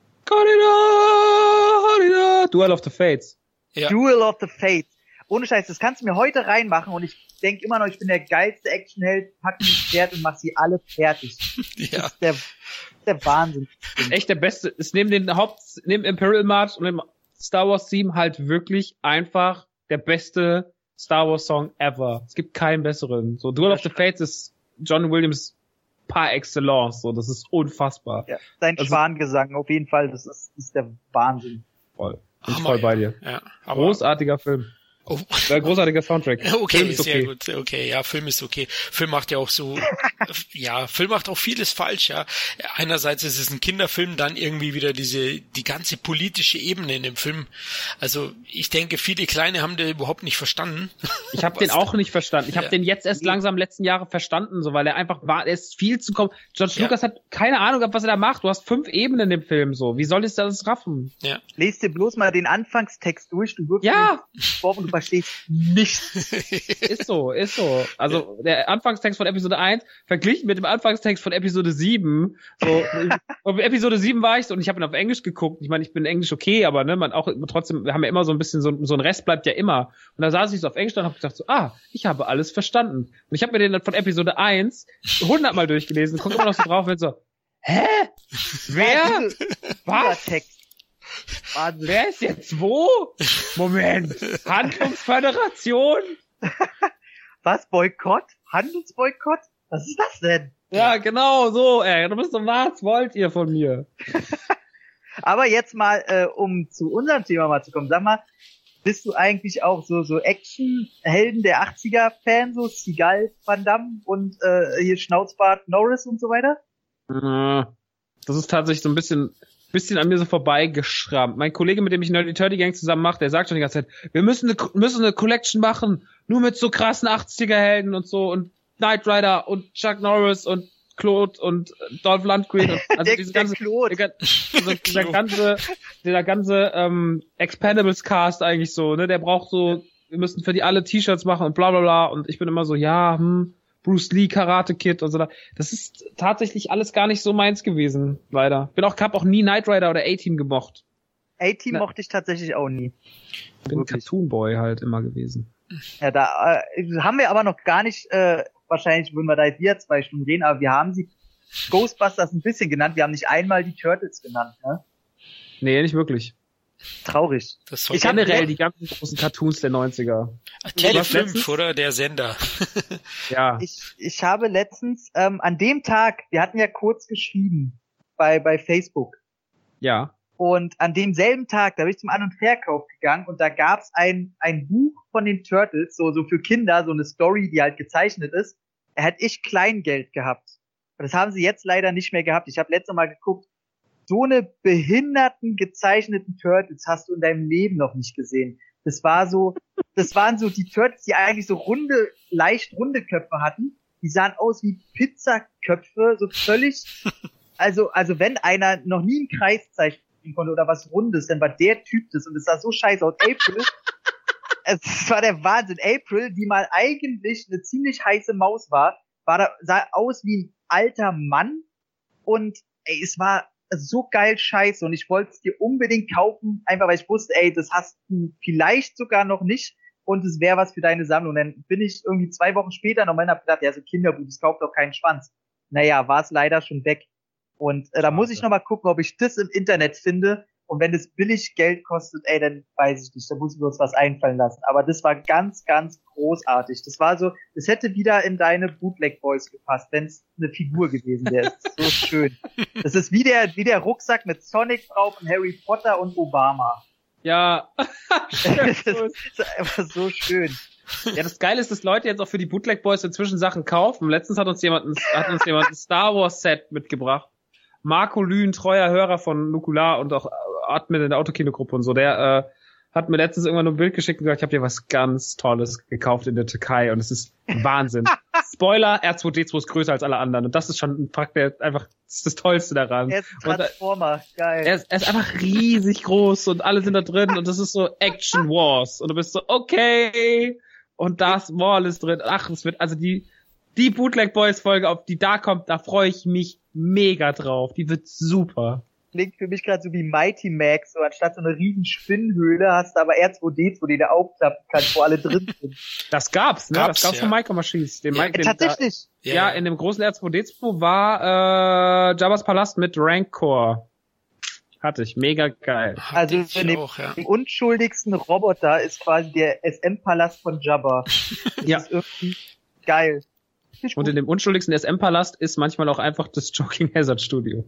Duel of the Fates. Ja. Duel of the Fates. Ohne Scheiß, das kannst du mir heute reinmachen und ich denke immer noch, ich bin der geilste Actionheld, pack mich Pferd und mach sie alle fertig. Ja. Das ist der, der Wahnsinn. Echt der Beste. Ist neben den Haupt, neben Imperial March und dem Star Wars Theme halt wirklich einfach der beste Star Wars Song ever. Es gibt keinen besseren. So Duel of the Fates ist John Williams par excellence. So, das ist unfassbar. Ja, sein also, Schwangesang, auf jeden Fall, das ist, das ist der Wahnsinn. Voll. Bin ich voll bei dir. Ja, aber großartiger Film. Oh. Ein großartiger Soundtrack. Okay, Film ist okay, sehr gut. Okay, ja, Film ist okay. Film macht ja auch so, ja, Film macht auch vieles falsch, ja. Einerseits ist es ein Kinderfilm, dann irgendwie wieder diese, die ganze politische Ebene in dem Film. Also, ich denke, viele Kleine haben den überhaupt nicht verstanden. Ich habe den auch nicht verstanden. Ich habe ja. den jetzt erst langsam letzten Jahre verstanden, so, weil er einfach war, er ist viel zu kommen. George ja. Lucas hat keine Ahnung gehabt, was er da macht. Du hast fünf Ebenen im Film, so. Wie soll es das raffen? Ja. Lest dir bloß mal den Anfangstext durch, du wirst ja. vor und du verstehst nichts. Ist so, ist so. Also der Anfangstext von Episode eins verglichen mit dem Anfangstext von Episode sieben. So, auf Episode sieben war ich so und ich habe ihn auf Englisch geguckt. Ich meine, ich bin Englisch okay, aber ne, man auch trotzdem, wir haben ja immer so ein bisschen so, so ein Rest bleibt ja immer. Und da saß ich so auf Englisch und habe gedacht so, ah, ich habe alles verstanden. Und ich habe mir den dann von Episode eins hundertmal durchgelesen, guck immer noch so drauf und so, Hä? Wer? Was? Text. Wahnsinn. Wer ist jetzt wo? Moment. Handlungsföderation? Was? Boykott? Handelsboykott? Was ist das denn? Ja, genau, so, ey. Du bist so, was wollt ihr von mir? Aber jetzt mal, äh, um zu unserem Thema mal zu kommen, sag mal, bist du eigentlich auch so so Action-Helden der achtziger-Fan, so Seagal, Van Damme und äh, hier Schnauzbart Norris und so weiter? Das ist tatsächlich so ein bisschen bisschen an mir so vorbeigeschrammt. Mein Kollege, mit dem ich Nerdy Turdy Gang zusammen mache, der sagt schon die ganze Zeit, wir müssen eine, müssen eine Collection machen, nur mit so krassen achtziger-Helden und so und Knight Rider und Chuck Norris und Claude und Dolph Lundgren und also der, diese der ganze Claude. Der, also dieser ganze dieser ganze ähm, Expendables Cast eigentlich so, ne, der braucht so, wir müssen für die alle T-Shirts machen und bla bla bla und ich bin immer so, ja, hm, Bruce Lee Karate Kid und so da. Das ist tatsächlich alles gar nicht so meins gewesen, leider. Bin auch hab auch nie Knight Rider oder A-Team gemocht. A-Team Na, mochte ich tatsächlich auch nie. Bin Wirklich. Cartoon Boy halt immer gewesen. Ja, da äh, haben wir aber noch gar nicht, äh, wahrscheinlich würden wir da jetzt wieder zwei Stunden reden, aber wir haben sie Ghostbusters ein bisschen genannt, wir haben nicht einmal die Turtles genannt, ne? Nee, nicht wirklich. Traurig. Das Ich habe generell die ganzen großen Cartoons der neunziger. Tele Was fünf, letztens? oder? Der Sender. Ja. Ich, ich habe letztens, ähm, an dem Tag, wir hatten ja kurz geschrieben bei, bei Facebook. Ja. Und an demselben Tag, da bin ich zum An- und Verkauf gegangen und da gab's ein, ein Buch von den Turtles, so, so für Kinder, so eine Story, die halt gezeichnet ist. Da hätte ich Kleingeld gehabt. Und das haben sie jetzt leider nicht mehr gehabt. Ich habe letztes Mal geguckt, so eine behinderten gezeichneten Turtles hast du in deinem Leben noch nicht gesehen. Das war so, das waren so die Turtles, die eigentlich so runde, leicht runde Köpfe hatten. Die sahen aus wie Pizzaköpfe, so völlig, also, also wenn einer noch nie einen Kreis zeichnen konnte oder was Rundes, dann war der Typ das und es sah so scheiße aus. April, es war der Wahnsinn. April, die mal eigentlich eine ziemlich heiße Maus war, war da, sah aus wie ein alter Mann und ey, es war so geil scheiße und ich wollte es dir unbedingt kaufen, einfach weil ich wusste, ey, das hast du vielleicht sogar noch nicht und es wäre was für deine Sammlung. Und dann bin ich irgendwie zwei Wochen später noch mal und hab gedacht, ja, so Kinderbuch, das kauft doch keinen Schwanz. Naja, war es leider schon weg. Und äh, da muss ich noch mal gucken, ob ich das im Internet finde. Und wenn es billig Geld kostet, ey, dann weiß ich nicht, da muss ich mir uns was einfallen lassen. Aber das war ganz, ganz großartig. Das war so, das hätte wieder in deine Bootleg Boys gepasst, wenn es eine Figur gewesen wäre. Das ist so schön. Das ist wie der, wie der Rucksack mit Sonic drauf und Harry Potter und Obama. Ja. Das ist einfach so schön. Ja, das Geile ist, dass Leute jetzt auch für die Bootleg Boys inzwischen Sachen kaufen. Letztens hat uns jemand, ein, hat uns jemand ein Star Wars Set mitgebracht. Marco Lühn, treuer Hörer von Nukular und auch Admin in der Autokinogruppe und so, der äh, hat mir letztens irgendwann ein Bild geschickt und gesagt, ich habe dir was ganz Tolles gekauft in der Türkei und es ist Wahnsinn. Spoiler, R zwei D zwei ist größer als alle anderen und das ist schon ein Fakt, der einfach das ist das Tollste daran. Er ist ein Transformer, und, geil. Er ist, er ist einfach riesig groß und alle sind da drin und das ist so Action Wars und du bist so, okay, und Darth Maul ist drin. Ach, es wird, also die die Bootleg Boys Folge, auf die da kommt, da freue ich mich mega drauf. Die wird super. Klingt für mich gerade so wie Mighty Max, so anstatt so eine riesen Spinnenhöhle hast du aber R zwei D zwei, die du aufklappen kannst, wo alle drin sind. Das gab's, ne? Gab's, das gab's ja. von Micro Machines. Den Ja, Mike, den, Tatsächlich. Da, ja, in dem großen R zwei D zwei war äh, Jabba's Palast mit Rancor. Hatte ich. Mega geil. Also ich in dem, auch, ja. dem unschuldigsten Roboter ist quasi der S M-Palast von Jabba. Das Ja. ist irgendwie geil. Richtig Und gut. in dem unschuldigsten S M-Palast ist manchmal auch einfach das Joking Hazard Studio.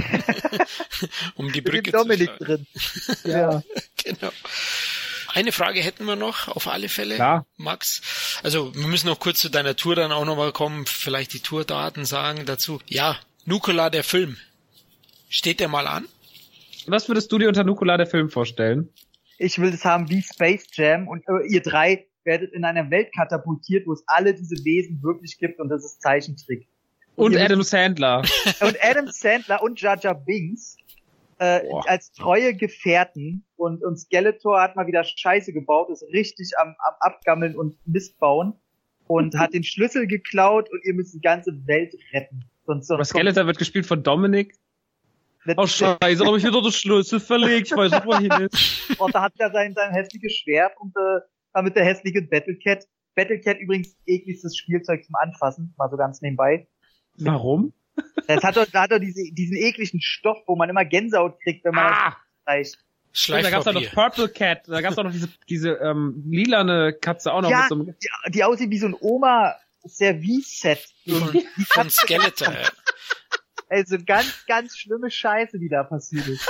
Um die Mit Brücke dem zu Dominik schlagen. drin. Ja. Genau. Eine Frage hätten wir noch, auf alle Fälle, Klar. Max. Also wir müssen noch kurz zu deiner Tour dann auch nochmal kommen, vielleicht die Tourdaten sagen dazu. Ja, Nukular, der Film. Steht der mal an? Was würdest du dir unter Nukular der Film vorstellen? Ich will das haben wie Space Jam und äh, ihr drei werdet in einer Welt katapultiert, wo es alle diese Wesen wirklich gibt und das ist Zeichentrick. Und ihr Adam müsst- Sandler. Und Adam Sandler und Jar Jar Binks äh, Boah. als treue Gefährten und, und Skeletor hat mal wieder Scheiße gebaut, ist richtig am, am Abgammeln und Mist bauen und hat den Schlüssel geklaut und ihr müsst die ganze Welt retten. Sonst, Aber sonst Skeletor wird gespielt von Dominic. kommt- Oh scheiße, hab ich wieder den Schlüssel verlegt. Ich weiß nicht, wohin ist. Und da hat er sein, sein hässliches Schwert und äh, damit der hässliche Battlecat. Battlecat übrigens ekligstes Spielzeug zum Anfassen, mal so ganz nebenbei. Warum? Das hat doch, da hat doch diese, diesen ekligen Stoff, wo man immer Gänsehaut kriegt, wenn man Ah! das reicht. Und da gab's auch noch Purple Cat, da gab's auch noch diese, diese ähm, lilane Katze auch noch Ja, mit so einem... die, die aussieht wie so ein Oma-Service-Set. von, von Skeletor. Ja. Also ganz, ganz schlimme Scheiße, die da passiert ist.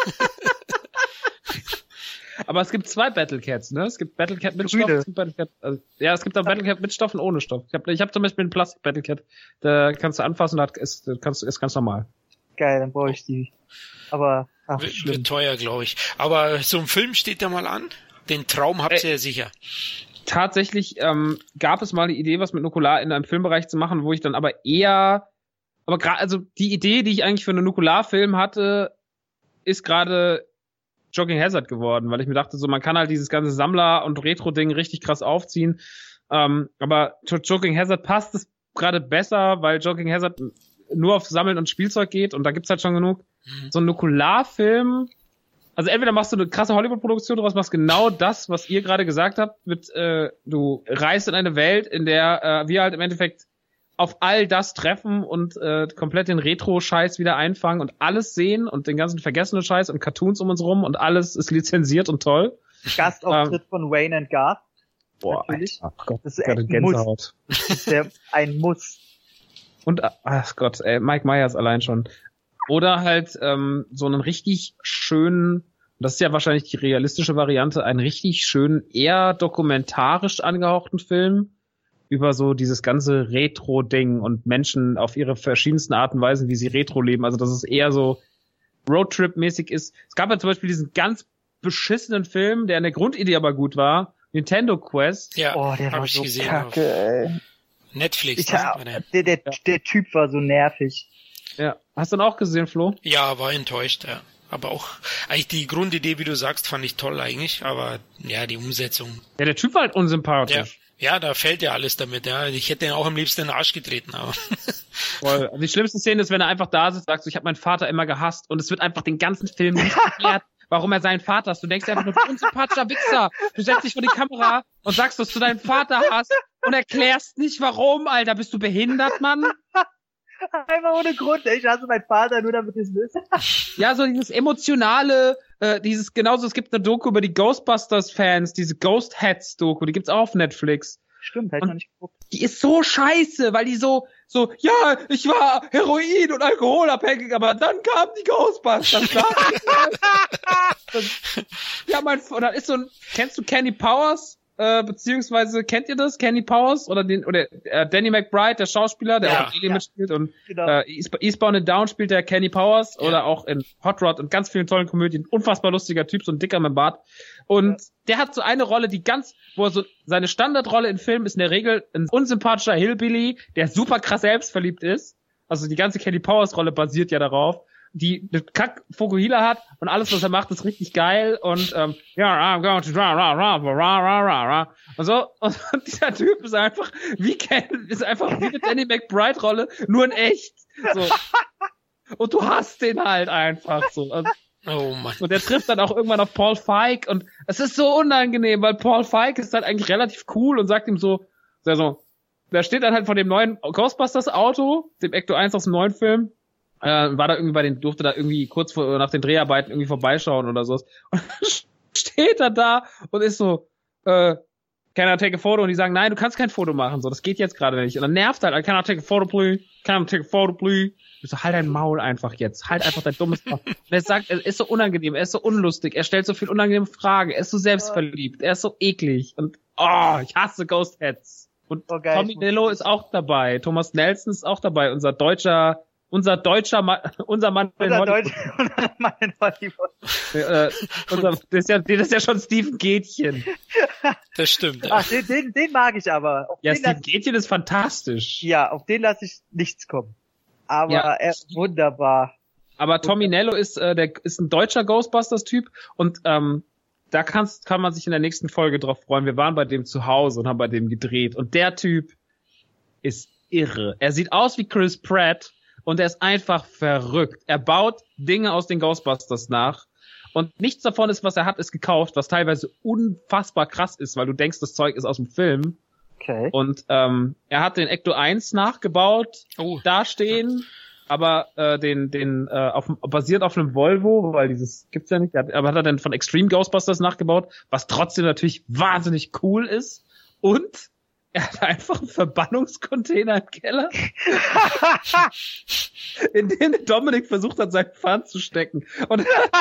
Aber es gibt zwei Battle Cats, ne? Es gibt Battle Cat mit Grüne. Stoff, es gibt Battle Cat, also, ja, es gibt auch Battle Cat mit Stoff und ohne Stoff. Ich habe ich hab zum Beispiel einen Plastik Battle Cat, da kannst du anfassen, da ist, kannst, ist ganz normal. Geil, dann brauche ich die. Aber, ach, Wird, schlimm. wird teuer, glaube ich. Aber so ein Film steht da mal an. Den Traum habt ihr ja sicher. Tatsächlich ähm, gab es mal die Idee, was mit Nukular in einem Filmbereich zu machen, wo ich dann aber eher, aber gerade, also die Idee, die ich eigentlich für einen Nukular-Film hatte, ist gerade Jogging Hazard geworden, weil ich mir dachte, so man kann halt dieses ganze Sammler- und Retro-Ding richtig krass aufziehen. Ähm, aber zu Jogging Hazard passt es gerade besser, weil Jogging Hazard nur auf Sammeln und Spielzeug geht und da gibt's halt schon genug. Mhm. So ein Nukular-Film, also entweder machst du eine krasse Hollywood-Produktion draus, machst genau das, was ihr gerade gesagt habt, mit äh, du reist in eine Welt, in der äh, wir halt im Endeffekt auf all das treffen und äh, komplett den Retro-Scheiß wieder einfangen und alles sehen und den ganzen vergessenen Scheiß und Cartoons um uns rum und alles ist lizenziert und toll. Gastauftritt ähm, von Wayne and Garth. Boah, Natürlich. Alter, ach Gott, Das ist gerade echt Gänsehaut. Das ist der, ein Muss. Und, ach Gott, ey, Mike Myers allein schon. Oder halt ähm, so einen richtig schönen, das ist ja wahrscheinlich die realistische Variante, einen richtig schönen, eher dokumentarisch angehauchten Film über so dieses ganze Retro-Ding und Menschen auf ihre verschiedensten Arten und Weisen, wie sie Retro leben. Also dass es eher so Roadtrip-mäßig ist. Es gab ja zum Beispiel diesen ganz beschissenen Film, der in der Grundidee aber gut war, Nintendo Quest. Ja, Oh, der hab war ich so gesehen. kacke, auf ey. Netflix. Ich, ne? ja, War der. der, der, Ja. der Typ war so nervig. Ja. Hast du ihn auch gesehen, Flo? Ja, war enttäuscht, ja. Aber auch, eigentlich die Grundidee, wie du sagst, fand ich toll eigentlich, aber ja, die Umsetzung. Ja, der Typ war halt unsympathisch. Ja, ja, da fällt ja alles damit, ja. Ich hätte ihn auch am liebsten in den Arsch getreten, aber. Voll. Die schlimmste Szene ist, wenn er einfach da sitzt und sagt, so, ich habe meinen Vater immer gehasst und es wird einfach den ganzen Film nicht erklärt, warum er seinen Vater hasst. Du denkst einfach nur, du unsympathischer Wichser. Du setzt dich vor die Kamera und sagst, dass du deinen Vater hast und erklärst nicht, warum, Alter. Bist du behindert, Mann? Einfach ohne Grund. Ich hasse meinen Vater, nur damit ihr es wisst. Ja, so dieses emotionale, äh, dieses, genauso, es gibt eine Doku über die Ghostbusters-Fans, diese Ghost Hats-Doku, die gibt's auch auf Netflix. Stimmt, hätte ich Und noch nicht geguckt. Die ist so scheiße, weil die so, so, ja, ich war Heroin- und Alkoholabhängig, aber dann kamen die Ghostbusters. Da das, ja, mein, und dann ist so ein, kennst du Kenny Powers? Äh, beziehungsweise, kennt ihr das? Kenny Powers? Oder den, oder äh, Danny McBride, der Schauspieler, der Ja, auch in Alien ja. mitspielt und Genau. äh, East- Eastbound and Down spielt der Kenny Powers Ja. oder auch in Hot Rod und ganz vielen tollen Komödien. Unfassbar lustiger Typ, so ein dicker mit dem Bart. Und Ja. der hat so eine Rolle, die ganz, wo er so, seine Standardrolle in Filmen ist in der Regel ein unsympathischer Hillbilly, der super krass selbstverliebt ist. Also die ganze Kenny Powers Rolle basiert ja darauf. Die eine Kack Fokuhila hat und alles, was er macht, ist richtig geil und ähm, ja, I'm going to ra ra ra ra ra ra ra und so und dieser Typ ist einfach wie Ken, ist einfach wie eine Danny McBride Rolle, nur in echt. So. Und du hasst den halt einfach so. Und, Oh Mann. und der trifft dann auch irgendwann auf Paul Feig und es ist so unangenehm, weil Paul Feig ist halt eigentlich relativ cool und sagt ihm so, so, so der steht dann halt vor dem neuen Ghostbusters Auto, dem Ecto eins aus dem neuen Film. Äh, war da irgendwie bei den, durfte da irgendwie kurz vor, nach den Dreharbeiten irgendwie vorbeischauen oder sowas. Und steht er da und ist so, äh, can I take a photo? Und die sagen, nein, du kannst kein Foto machen, so, das geht jetzt gerade nicht. Und dann nervt halt, can I take a photo, please? Can I take a photo, please? Ich so, halt dein Maul einfach jetzt, halt einfach dein dummes Maul. Und er sagt, er ist so unangenehm, er ist so unlustig, er stellt so viel unangenehme Fragen, er ist so selbstverliebt, er ist so eklig und, oh, ich hasse Ghost Heads. Und Oh, geil, Tommy ich muss- Nello ist auch dabei, Thomas Nelson ist auch dabei, unser deutscher Unser deutscher Mann, unser Mann in Unser Hollywood. Deutsch, unser Mann in Hollywood. Äh, unser, das ist ja, das ist ja schon Steven Gätchen. Das stimmt. Ja. Ach, den, den, den mag ich aber. Auf Ja, den Steven lass, Gätchen ist fantastisch. ja, auf den lasse ich nichts kommen. Aber Ja. er ist wunderbar. Aber Tommy Nello ist, äh, der ist ein deutscher Ghostbusters-Typ und ähm, da kannst, kann man sich in der nächsten Folge drauf freuen. Wir waren bei dem zu Hause und haben bei dem gedreht und der Typ ist irre. Er sieht aus wie Chris Pratt. Und er ist einfach verrückt. Er baut Dinge aus den Ghostbusters nach. Und nichts davon ist, was er hat, ist gekauft, was teilweise unfassbar krass ist, weil du denkst, das Zeug ist aus dem Film. Okay. Und ähm, er hat den Ecto eins nachgebaut, Oh. da stehen. aber äh, den, den äh, auf, basiert auf einem Volvo, weil dieses gibt's ja nicht, aber hat er dann von Extreme Ghostbusters nachgebaut, was trotzdem natürlich wahnsinnig cool ist. Und er hat einfach einen Verbannungscontainer im Keller, in den Dominik versucht hat, seinen Pfand zu stecken. Und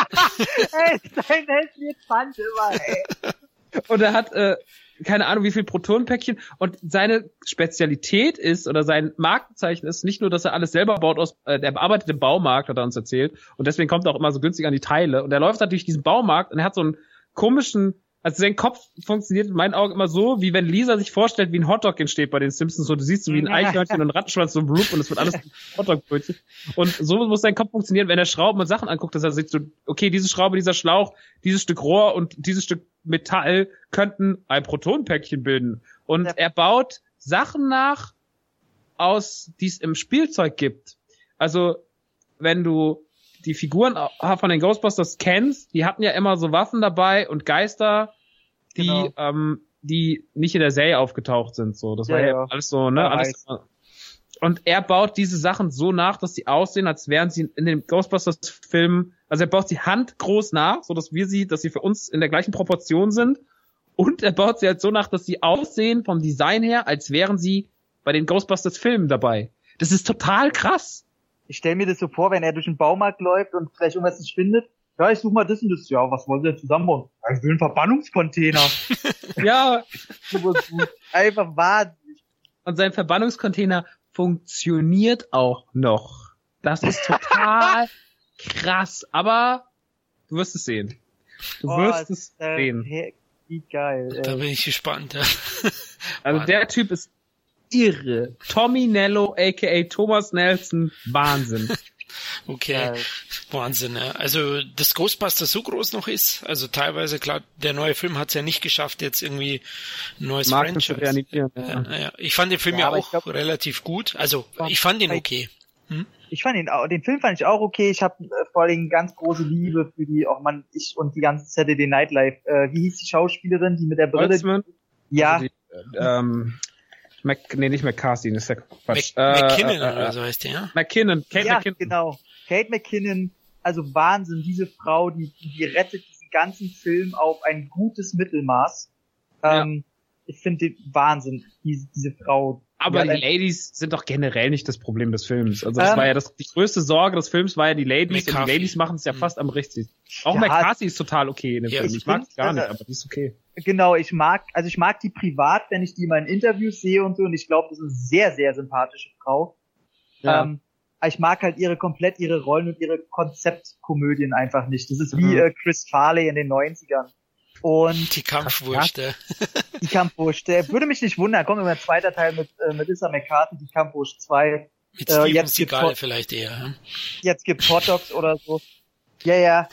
ey, sein hässliches Pfand immer, ey. Und er hat, äh, keine Ahnung, wie viel Protonenpäckchen. Und seine Spezialität ist, oder sein Markenzeichen ist, nicht nur, dass er alles selber baut aus, äh, der arbeitet im Baumarkt, hat er uns erzählt. Und deswegen kommt er auch immer so günstig an die Teile. Und er läuft halt durch diesen Baumarkt und er hat so einen komischen, also sein Kopf funktioniert in meinen Augen immer so, wie wenn Lisa sich vorstellt, wie ein Hotdog entsteht bei den Simpsons. So, du siehst so wie ein Eichhörnchen und ein Rattenschwanz so ein Blub und es wird alles ein Hotdog-Brötchen. Und so muss sein Kopf funktionieren, wenn er Schrauben und Sachen anguckt, dass er sieht so, okay, diese Schraube, dieser Schlauch, dieses Stück Rohr und dieses Stück Metall könnten ein Protonenpäckchen bilden. Und ja. er baut Sachen nach, aus, die es im Spielzeug gibt. Also, wenn du die Figuren von den Ghostbusters kennst, die hatten ja immer so Waffen dabei und Geister, die genau. ähm, die nicht in der Serie aufgetaucht sind. So, das ja, war ja, ja alles so, ne, ja, alles. Weiß. Und er baut diese Sachen so nach, dass sie aussehen, als wären sie in den Ghostbusters-Filmen. Also er baut sie handgroß nach, so dass wir sie, dass sie für uns in der gleichen Proportion sind. Und er baut sie halt so nach, dass sie aussehen vom Design her, als wären sie bei den Ghostbusters-Filmen dabei. Das ist total krass. Ich stelle mir das so vor, wenn er durch den Baumarkt läuft und vielleicht irgendwas nicht findet. Ja, ich suche mal das und das. Ja, was wollen Sie denn zusammenbauen? Ja, ich will einen Verbannungscontainer. Ja. Einfach wahnsinnig. Und sein Verbannungscontainer funktioniert auch noch. Das ist total krass. Aber du wirst es sehen. Du oh, wirst es äh, sehen. Hey, wie geil. Ey. Da bin ich gespannt. Ja. Also Mann. Der Typ ist irre. Tommy Nello, aka Thomas Nelson, Wahnsinn. Okay, ja. Wahnsinn. Ja. Also, dass Ghostbusters so groß noch ist, also teilweise, klar, der neue Film hat es ja nicht geschafft, jetzt irgendwie ein neues Marken Franchise. Ja. Ja, ja. Ich fand den Film ja, ja auch glaub, relativ gut. Also, ich fand ihn okay. Hm? Ich fand ihn auch, den Film fand ich auch okay. Ich habe äh, vor allem ganz große Liebe für die, auch man, ich und die ganze Saturday Night Live. Äh, wie hieß die Schauspielerin, die mit der Brille? Holtzman? Ja. Also die, ähm, Mac, nee, nicht McCarthy, das ist ja Quatsch. Mac, äh, McKinnon äh, äh, oder so heißt der, ja? McKinnon, Kate ja, McKinnon. genau. Kate McKinnon, also Wahnsinn, diese Frau, die, die rettet diesen ganzen Film auf ein gutes Mittelmaß. Ähm, ja. Ich finde den Wahnsinn, diese, diese Frau. Aber die, die Ladies sind doch generell nicht das Problem des Films. Also das ähm, war ja das, die größte Sorge des Films war ja die Ladies McCarthy. Und die Ladies machen es ja fast am richtigsten. Auch ja, McCarthy ist total okay in dem ja, Film. Ich, ich mag sie gar nicht, aber die ist okay. Genau, ich mag, also ich mag die privat, wenn ich die mal in Interviews sehe und so, und ich glaube, das ist eine sehr, sehr sympathische Frau. Ja. Ähm, ich mag halt ihre komplett ihre Rollen und ihre Konzeptkomödien einfach nicht. Das ist wie mhm. äh, Chris Farley in den neunzigern. Und die Kampfwurste. Die Kampfwurste. Würde mich nicht wundern, kommt immer ein zweiter Teil mit äh, mit Issa McCarthy, die Kampfwurst zwei. Mit Steven äh, jetzt Seagal vielleicht eher. Hm? Jetzt gibt's Hot Dogs oder so. Ja, ja.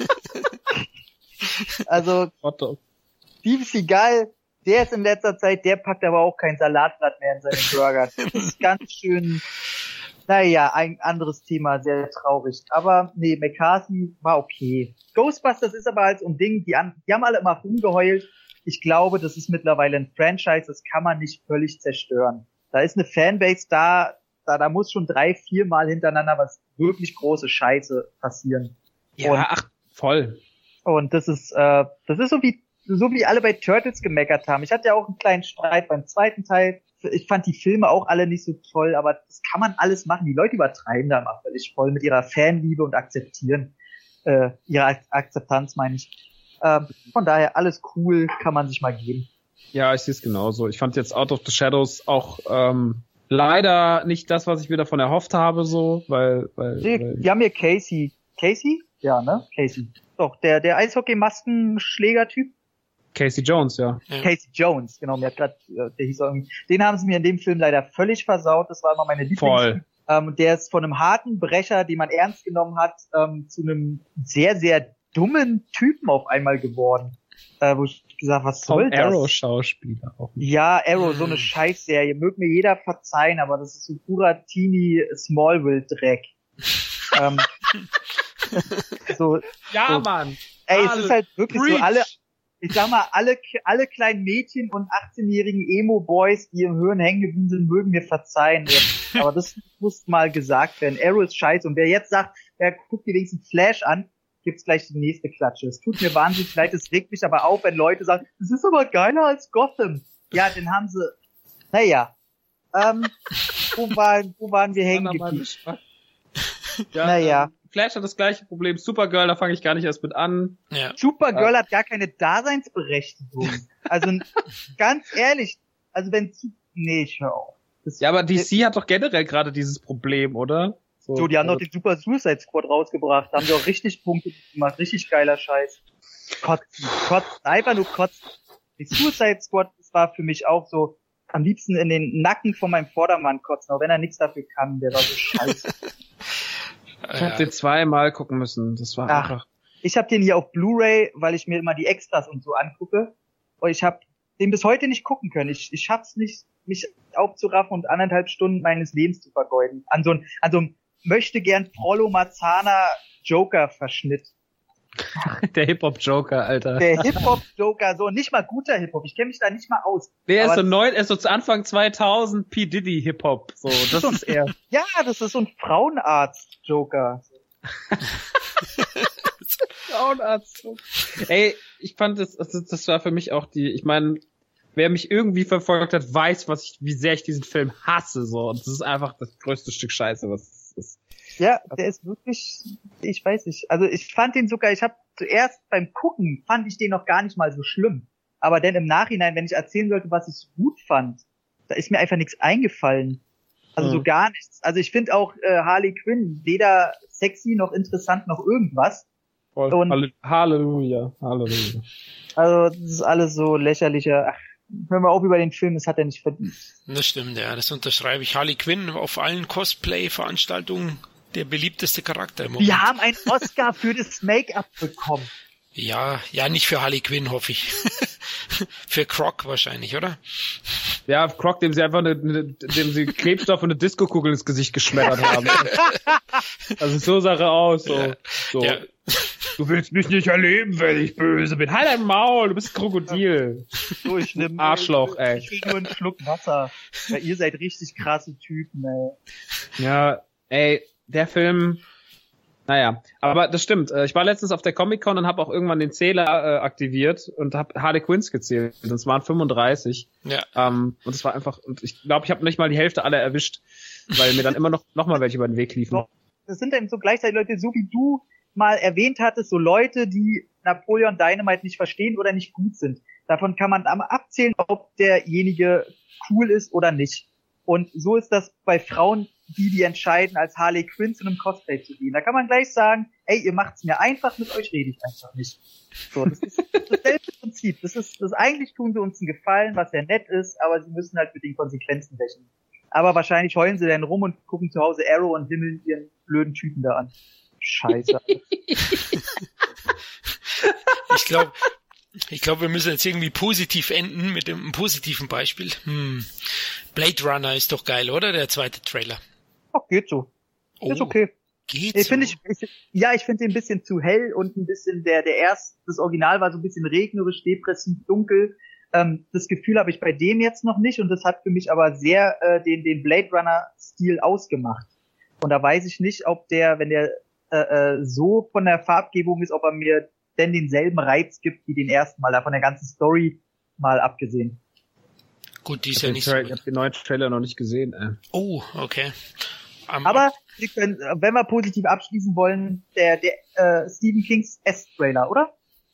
Also Hot Dogs. Steven Seagal, der ist in letzter Zeit, der packt aber auch kein Salatblatt mehr in seinen Burger. Das ist ganz schön, naja, ein anderes Thema, sehr traurig. Aber nee, McCarthy war okay. Ghostbusters ist aber halt so ein Ding, die, an, die haben alle immer rumgeheult. Ich glaube, das ist mittlerweile ein Franchise, das kann man nicht völlig zerstören. Da ist eine Fanbase da, da, da muss schon drei, vier Mal hintereinander was wirklich große Scheiße passieren. Ja, und, ach, voll. Und das ist, äh, das ist so wie so wie alle bei Turtles gemeckert haben. Ich hatte ja auch einen kleinen Streit beim zweiten Teil. Ich fand die Filme auch alle nicht so toll, aber das kann man alles machen. Die Leute übertreiben da mal völlig voll mit ihrer Fanliebe und akzeptieren, äh, ihre Akzeptanz, meine ich. Ähm, von daher, alles cool, kann man sich mal geben. Ja, ich sehe es genauso. Ich fand jetzt Out of the Shadows auch ähm, leider nicht das, was ich mir davon erhofft habe, so, weil... weil, die, weil die haben hier Casey. Casey? Ja, ne? Casey. Doch, der, der Eishockey-Maskenschläger-Typ. Casey Jones, ja. ja. Casey Jones, genau, mir hat grad, der hieß irgendwie, den haben sie mir in dem Film leider völlig versaut, das war immer meine Lieblings. Voll. Ähm, der ist von einem harten Brecher, den man ernst genommen hat, ähm, zu einem sehr, sehr dummen Typen auf einmal geworden. Äh, wo ich gesagt, was soll das? Arrow-Schauspieler auch. Nicht. Ja, Arrow, so eine Scheißserie, mögt mir jeder verzeihen, aber das ist so purer Teenie-Smallville-Dreck. ähm, so, ja, so, Mann. Ey, es ist halt wirklich Breach. So alle, ich sag mal, alle, alle kleinen Mädchen und achtzehnjährigen Emo-Boys, die im Hirn hängen geblieben sind, mögen mir verzeihen. Aber das muss mal gesagt werden. Arrow ist scheiße. Und wer jetzt sagt, er guckt dir wenigstens Flash an, gibt's gleich die nächste Klatsche. Es tut mir wahnsinnig leid, es regt mich aber auf, wenn Leute sagen, das ist aber geiler als Gotham. Ja, den haben sie, naja. Ähm, wo, war, wo waren wir hängen geblieben? Ja, naja. Ähm, Flash hat das gleiche Problem. Supergirl, da fange ich gar nicht erst mit an. Ja. Supergirl ja. hat gar keine Daseinsberechtigung. Also ganz ehrlich, also wenn nee, ich hör auf. Das ja, aber D C hat doch generell gerade dieses Problem, oder? So, so die haben also, doch den Super Suicide Squad rausgebracht, da haben die auch richtig Punkte gemacht, richtig geiler Scheiß. Kotzen, kotzen, einfach nur kotzen. Die Suicide Squad, das war für mich auch so am liebsten in den Nacken von meinem Vordermann kotzen, auch wenn er nichts dafür kann, der war so scheiße. Ich hab den zweimal gucken müssen. Das war Ach, einfach. Ich habe den hier auf Blu-ray, weil ich mir immer die Extras und so angucke. Und ich habe den bis heute nicht gucken können. Ich, ich schaff's nicht, mich aufzuraffen und anderthalb Stunden meines Lebens zu vergeuden. An so einem, an so einem möchte gern Prollo Marzana Joker-Verschnitt. Der Hip-Hop-Joker, Alter. Der Hip-Hop-Joker, so nicht mal guter Hip-Hop. Ich kenne mich da nicht mal aus. Der ist Aber so neun, er ist so zu Anfang zweitausend P. Diddy Hip-Hop. So, das ist er. Ja, das ist so ein Frauenarzt-Joker. Frauenarzt. Ey, ich fand das, das, das war für mich auch die, ich meine, wer mich irgendwie verfolgt hat, weiß, was ich, wie sehr ich diesen Film hasse, so. Und das ist einfach das größte Stück Scheiße, was es ist. Ja, der ist wirklich, ich weiß nicht, also ich fand den sogar, ich habe zuerst beim Gucken, fand ich den noch gar nicht mal so schlimm. Aber dann im Nachhinein, wenn ich erzählen sollte, was ich gut fand, da ist mir einfach nichts eingefallen. Also mhm. so gar nichts. Also ich finde auch äh, Harley Quinn weder sexy noch interessant noch irgendwas. Und Halleluja, Halleluja. Also das ist alles so lächerlicher. Ach, hören wir auf über den Film, das hat er nicht verdient. Das stimmt, ja, das unterschreibe ich. Harley Quinn auf allen Cosplay-Veranstaltungen der beliebteste Charakter im Moment. Wir haben einen Oscar für das Make-up bekommen. Ja, ja, nicht für Harley Quinn, hoffe ich. Für Croc wahrscheinlich, oder? Ja, Croc, dem sie einfach eine, eine, dem sie Klebstoff und eine Disco-Kugel ins Gesicht geschmettert haben. Also so sah er aus, so. Ja. so. Ja. Du willst mich nicht erleben, wenn ich böse bin. Halt dein Maul, du bist ein Krokodil. So, ich nehm, Arschloch, ey. Ich will nur einen Schluck Wasser. Ja, ihr seid richtig krasse Typen, ey. Ja, ey, der Film, naja, aber das stimmt. Ich war letztens auf der Comic-Con und habe auch irgendwann den Zähler äh, aktiviert und habe Harley Quinns gezählt. Das waren fünfunddreißig. Ja. Ähm, und es war einfach, und ich glaube, ich habe nicht mal die Hälfte aller erwischt, weil mir dann immer noch noch mal welche über den Weg liefen. Das sind dann so gleichzeitig Leute, so wie du mal erwähnt hattest, so Leute, die Napoleon Dynamite nicht verstehen oder nicht gut sind. Davon kann man einmal abzählen, ob derjenige cool ist oder nicht. Und so ist das bei Frauen, die die entscheiden, als Harley Quinn zu einem Cosplay zu gehen. Da kann man gleich sagen, ey, ihr macht's mir einfach, mit euch rede ich einfach nicht. So, das ist dasselbe Prinzip. Das ist, das eigentlich tun sie uns einen Gefallen, was ja nett ist, aber sie müssen halt mit den Konsequenzen rechnen. Aber wahrscheinlich heulen sie dann rum und gucken zu Hause Arrow und himmeln ihren blöden Typen da an. Scheiße. Ich glaube, ich glaube, wir müssen jetzt irgendwie positiv enden mit dem positiven Beispiel. Hm. Blade Runner ist doch geil, oder? Der zweite Trailer. Ach, geht so. Oh, ist okay. Geht ich so. Find ich, ich, ja, ich finde den ein bisschen zu hell und ein bisschen, der, der erst, das Original war so ein bisschen regnerisch, depressiv, dunkel. Ähm, das Gefühl habe ich bei dem jetzt noch nicht und das hat für mich aber sehr äh, den, den Blade Runner-Stil ausgemacht. Und da weiß ich nicht, ob der, wenn der äh, äh, so von der Farbgebung ist, ob er mir denn denselben Reiz gibt wie den ersten Mal, da von der ganzen Story mal abgesehen. Gut, die ist Ich ja habe nicht den, so. Tra- ich hab den neuen Trailer noch nicht gesehen. Ey. Oh, okay. Um, Aber Sie können, wenn wir positiv abschließen wollen, der, der äh, Stephen Kings S-Trailer, oder?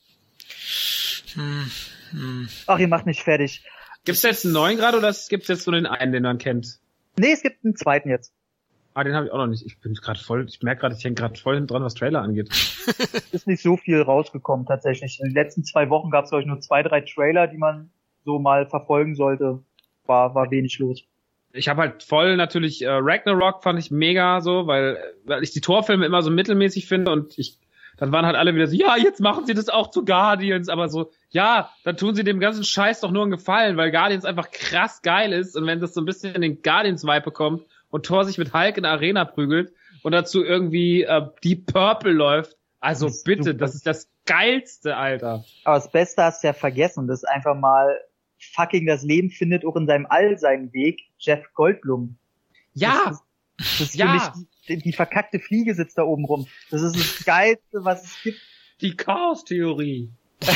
Hm, hm. Ach, ihr macht mich fertig. Gibt's jetzt einen neuen gerade oder gibt's jetzt nur den einen, den man kennt? Nee, es gibt einen zweiten jetzt. Ah, den habe ich auch noch nicht. Ich bin gerade voll, ich merke gerade, ich hänge gerade voll dran, was Trailer angeht. Ist nicht so viel rausgekommen tatsächlich. In den letzten zwei Wochen gab es, glaube ich, nur zwei, drei Trailer, die man so mal verfolgen sollte. War, war wenig los. Ich habe halt voll natürlich äh, Ragnarok fand ich mega so, weil weil ich die Torfilme immer so mittelmäßig finde und ich dann waren halt alle wieder so, ja, jetzt machen sie das auch zu Guardians, aber so, ja, dann tun sie dem ganzen Scheiß doch nur einen Gefallen, weil Guardians einfach krass geil ist und wenn das so ein bisschen in den Guardians-Vibe bekommt und Thor sich mit Hulk in der Arena prügelt und dazu irgendwie äh, Deep Purple läuft, also Das ist bitte, super. das ist das Geilste, Alter. Aber das Beste hast du ja vergessen. Das ist einfach mal fucking das Leben findet auch in seinem All seinen Weg. Jeff Goldblum. Ja. Das ist, das ist ja. für mich die, die verkackte Fliege sitzt da oben rum. Das ist das Geilste, was es gibt. Die Chaos-Theorie.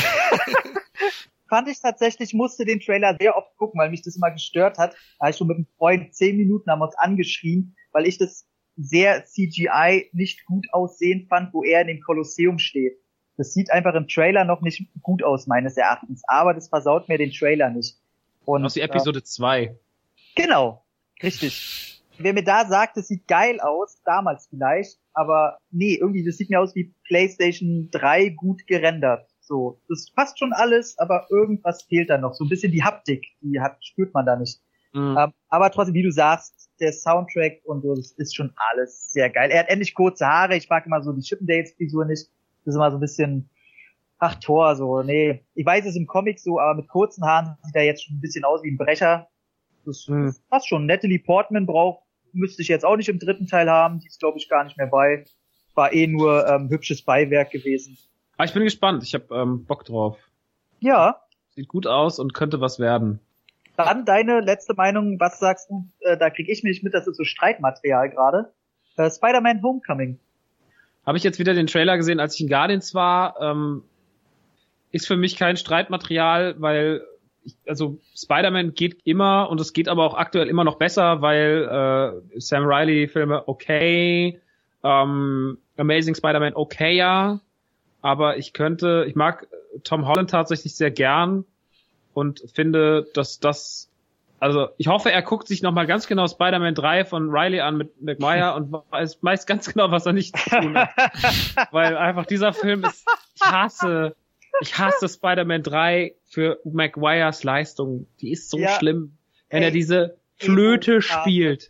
Fand ich tatsächlich, musste den Trailer sehr oft gucken, weil mich das immer gestört hat. Da habe ich schon mit einem Freund zehn Minuten haben wir uns angeschrien, weil ich das sehr C G I nicht gut aussehen fand, wo er in dem Kolosseum steht. Das sieht einfach im Trailer noch nicht gut aus, meines Erachtens. Aber das versaut mir den Trailer nicht. Und, aus die Episode zwei. Äh, genau, richtig. Wer mir da sagt, das sieht geil aus, damals vielleicht, aber nee, irgendwie, das sieht mir aus wie PlayStation drei gut gerendert. So, das passt schon alles, aber irgendwas fehlt da noch. So ein bisschen die Haptik, die hat, spürt man da nicht. Mhm. Ähm, aber trotzdem, wie du sagst, der Soundtrack und so, das ist schon alles sehr geil. Er hat endlich kurze Haare. Ich mag immer so die Chippendales-Frisur nicht. Das ist immer so ein bisschen, ach, Thor, so, nee. Ich weiß, es ist im Comic so, aber mit kurzen Haaren sieht er jetzt schon ein bisschen aus wie ein Brecher. Das, mhm. das passt schon. Natalie Portman braucht, müsste ich jetzt auch nicht im dritten Teil haben. Die ist, glaube ich, gar nicht mehr bei. War eh nur ähm, hübsches Beiwerk gewesen. Aber ich bin gespannt. Ich habe ähm, Bock drauf. Ja. Sieht gut aus und könnte was werden. Dann deine letzte Meinung. Was sagst du? Äh, da krieg ich mich mit, das ist so Streitmaterial gerade. Äh, Spider-Man Homecoming. Habe ich jetzt wieder den Trailer gesehen, als ich in Guardians war. Ähm, ist für mich kein Streitmaterial, weil ich, also Spider-Man geht immer und es geht aber auch aktuell immer noch besser, weil äh, Sam Raimi-Filme okay, ähm, Amazing Spider-Man okay, ja. Aber ich könnte, ich mag Tom Holland tatsächlich sehr gern und finde, dass das, also ich hoffe, er guckt sich nochmal ganz genau Spider-Man drei von Riley an mit Maguire und weiß, weiß ganz genau, was er nicht zu tun hat. Weil einfach dieser Film ist, ich hasse, ich hasse Spider-Man drei für Maguires Leistung. Die ist so ja, schlimm, wenn ey, er diese Flöte spielt.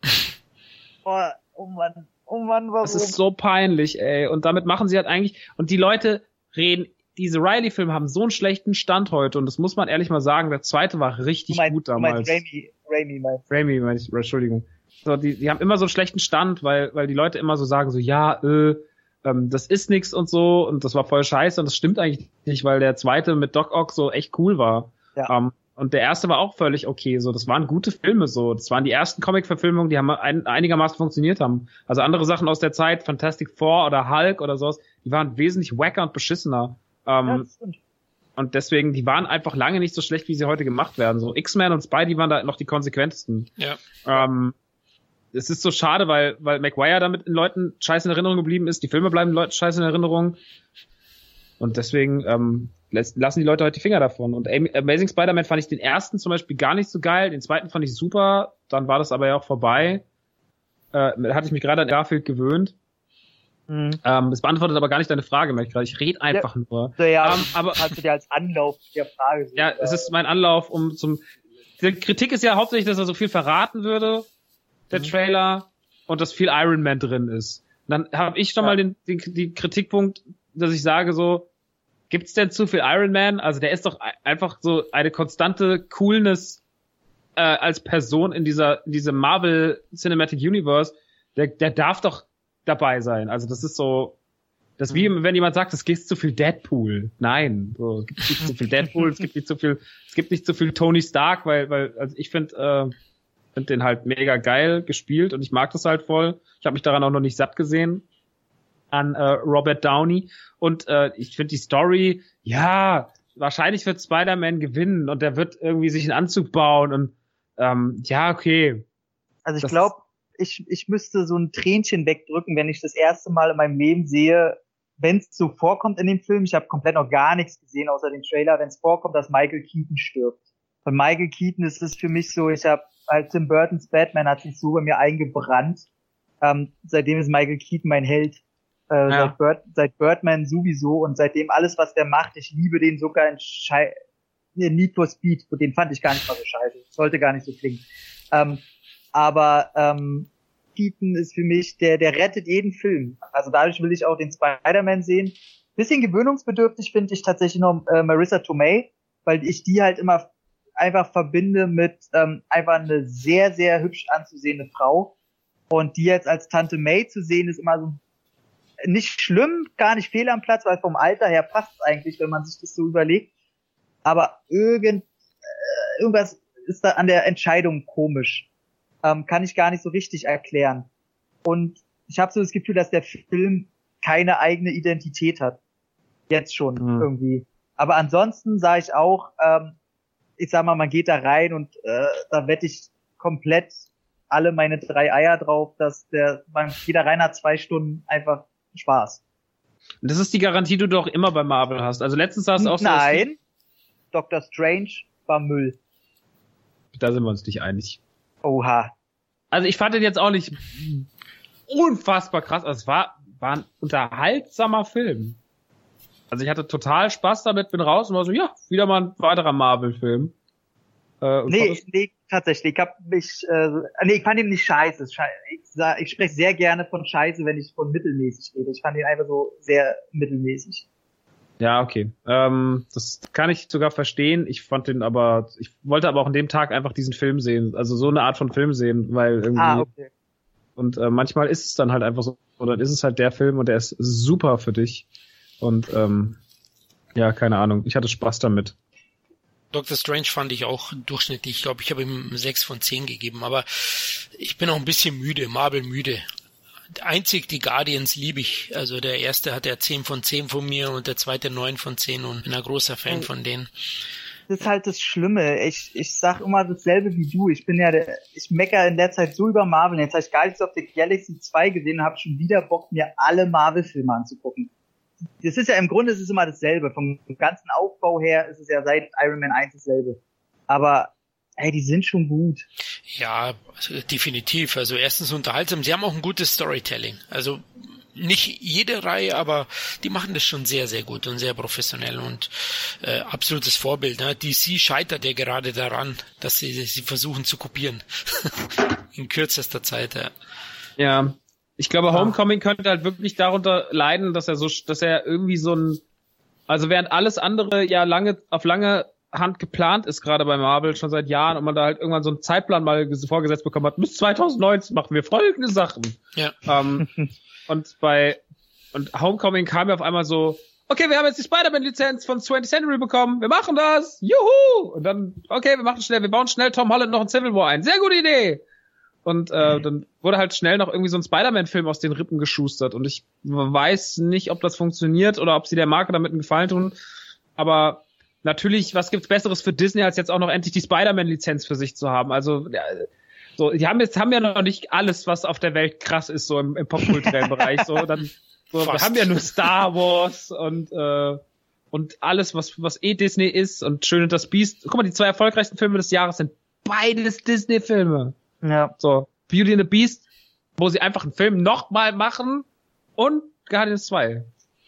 Oh, oh Mann. Oh Mann, warum? Das ist so peinlich, ey. Und damit machen sie halt eigentlich, und die Leute reden, diese Riley-Filme haben so einen schlechten Stand heute, und das muss man ehrlich mal sagen, der zweite war richtig meinst, gut damals. Raimi, Raimi meinst Raimi, meine ich, Entschuldigung. So, die, die haben immer so einen schlechten Stand, weil, weil die Leute immer so sagen, so, ja, äh, ähm, das ist nix und so, und das war voll scheiße, und das stimmt eigentlich nicht, weil der zweite mit Doc Ock so echt cool war. Ja. Um, Und der erste war auch völlig okay, so. Das waren gute Filme, so. Das waren die ersten Comic-Verfilmungen, die haben ein, einigermaßen funktioniert haben. Also andere Sachen aus der Zeit, Fantastic Four oder Hulk oder sowas, die waren wesentlich wacker und beschissener. Ähm, ja, das stimmt. Und deswegen, die waren einfach lange nicht so schlecht, wie sie heute gemacht werden. So X-Men und Spidey waren da noch die konsequentesten. Ja. Ähm, es ist so schade, weil, weil Maguire damit den Leuten scheiße in Erinnerung geblieben ist. Die Filme bleiben den Leuten scheiße in Erinnerung. Und deswegen, ähm, lassen die Leute heute die Finger davon. Und Amazing Spider-Man fand ich den ersten zum Beispiel gar nicht so geil, den zweiten fand ich super, dann war das aber ja auch vorbei. Äh, da hatte ich mich gerade an Garfield gewöhnt. Mhm. Ähm, das beantwortet aber gar nicht deine Frage, merke ich gerade. Ich rede einfach ja, nur. Ja, ähm, aber hast du dir als Anlauf der Frage. Ja, es ist mein Anlauf, um zum... Die Kritik ist ja hauptsächlich, dass er so viel verraten würde, der mhm. Trailer, und dass viel Iron Man drin ist. Und dann habe ich schon ja. mal den, den, den Kritikpunkt, dass ich sage so, gibt's denn zu viel Iron Man? Also der ist doch einfach so eine konstante Coolness äh, als Person in dieser in diesem Marvel Cinematic Universe. Der, der darf doch dabei sein. Also das ist so, das ist wie wenn jemand sagt, es gibt zu viel Deadpool. Nein, so, es gibt nicht zu viel Deadpool, es gibt nicht zu viel, es gibt nicht zu viel Tony Stark, weil weil also ich finde äh, finde den halt mega geil gespielt und ich mag das halt voll. Ich habe mich daran auch noch nicht satt gesehen an äh, Robert Downey und äh, ich finde die Story, ja, wahrscheinlich wird Spider-Man gewinnen und der wird irgendwie sich einen Anzug bauen und ähm, ja, okay. Also ich glaube, ich ich müsste so ein Tränchen wegdrücken, wenn ich das erste Mal in meinem Leben sehe, wenn es so vorkommt in dem Film, ich habe komplett noch gar nichts gesehen außer den Trailer, wenn es vorkommt, dass Michael Keaton stirbt. Von Michael Keaton ist es für mich so, ich habe als Tim Burtons Batman hat sich so bei mir eingebrannt. Ähm, seitdem ist Michael Keaton mein Held. Äh, ja. seit, Bird, seit Birdman sowieso und seitdem alles, was der macht, ich liebe den sogar in Schei Need for Speed, den fand ich gar nicht mal so scheiße. Sollte gar nicht so klingen. Ähm, aber ähm, Keaton ist für mich, der der rettet jeden Film. Also dadurch will ich auch den Spider-Man sehen. Bisschen gewöhnungsbedürftig finde ich tatsächlich noch äh, Marissa Tomei, weil ich die halt immer einfach verbinde mit ähm, einfach eine sehr, sehr hübsch anzusehende Frau. Und die jetzt als Tante May zu sehen, ist immer so nicht schlimm, gar nicht fehl am Platz, weil vom Alter her passt es eigentlich, wenn man sich das so überlegt. Aber irgend, äh, irgendwas ist da an der Entscheidung komisch. Ähm, kann ich gar nicht so richtig erklären. Und ich habe so das Gefühl, dass der Film keine eigene Identität hat. Jetzt schon mhm. irgendwie. Aber ansonsten sage ich auch, ähm, ich sag mal, man geht da rein und äh, da wette ich komplett alle meine drei Eier drauf, dass der, man geht da rein hat zwei Stunden einfach Spaß. Und das ist die Garantie, die du doch immer bei Marvel hast. Also letztens hast du auch so... Nein, Doctor Strange war Müll. Da sind wir uns nicht einig. Oha. Also ich fand den jetzt auch nicht unfassbar krass. Also es war, war ein unterhaltsamer Film. Also ich hatte total Spaß damit, bin raus und war so, ja, wieder mal ein weiterer Marvel-Film. Äh, nee, nee, tatsächlich. Ich hab mich, äh, nee, ich fand ihn nicht scheiße. Ich, sag, ich spreche sehr gerne von scheiße, wenn ich von mittelmäßig rede. Ich fand ihn einfach so sehr mittelmäßig. Ja, okay. Ähm, das kann ich sogar verstehen. Ich fand den aber, ich wollte aber auch an dem Tag einfach diesen Film sehen. Also so eine Art von Film sehen, weil irgendwie. Ah, okay. Und äh, manchmal ist es dann halt einfach so, oder ist es halt der Film und der ist super für dich. Und ähm, ja, keine Ahnung. Ich hatte Spaß damit. Doctor Strange fand ich auch durchschnittlich. Ich glaube, ich habe ihm sechs von zehn gegeben, aber ich bin auch ein bisschen müde, Marvel müde. Einzig die Guardians liebe ich. Also der erste hat ja zehn von zehn von mir und der zweite neun von zehn und bin ein großer Fan von denen. Das ist halt das Schlimme. Ich, ich sag immer dasselbe wie du. Ich bin ja, der, ich meckere in der Zeit so über Marvel. Jetzt habe ich Guardians of the Galaxy zwei gesehen und habe schon wieder Bock, mir alle Marvel-Filme anzugucken. Das ist ja im Grunde, es ist immer dasselbe. Vom ganzen Aufbau her ist es ja seit Iron Man eins dasselbe. Aber ey, die sind schon gut. Ja, also definitiv. Also erstens unterhaltsam. Sie haben auch ein gutes Storytelling. Also nicht jede Reihe, aber die machen das schon sehr, sehr gut und sehr professionell und äh, absolutes Vorbild. Ne? D C scheitert ja gerade daran, dass sie sie versuchen zu kopieren. In kürzester Zeit, ja. Ja, ich glaube, Homecoming könnte halt wirklich darunter leiden, dass er so, dass er irgendwie so ein, also während alles andere ja lange, auf lange Hand geplant ist, gerade bei Marvel, schon seit Jahren, und man da halt irgendwann so einen Zeitplan mal vorgesetzt bekommen hat, bis zwanzig neunzehn machen wir folgende Sachen. Ja. Ähm, und bei, und Homecoming kam ja auf einmal so, okay, wir haben jetzt die Spider-Man-Lizenz von twentieth Century bekommen, wir machen das, juhu! Und dann, okay, wir machen schnell, wir bauen schnell Tom Holland noch ein Civil War ein, sehr gute Idee! Und äh, dann wurde halt schnell noch irgendwie so ein Spider-Man-Film aus den Rippen geschustert. Und ich weiß nicht, ob das funktioniert oder ob sie der Marke damit einen Gefallen tun. Aber natürlich, was gibt's Besseres für Disney, als jetzt auch noch endlich die Spider-Man-Lizenz für sich zu haben? Also, ja, so, die haben jetzt haben ja noch nicht alles, was auf der Welt krass ist, so im, im popkulturellen Bereich. So, dann, so, wir haben ja nur Star Wars und äh, und alles, was was eh Disney ist und Schön und das Biest. Guck mal, die zwei erfolgreichsten Filme des Jahres sind beides Disney-Filme. Ja. So, Beauty and the Beast, wo sie einfach einen Film nochmal machen und Guardians zwei.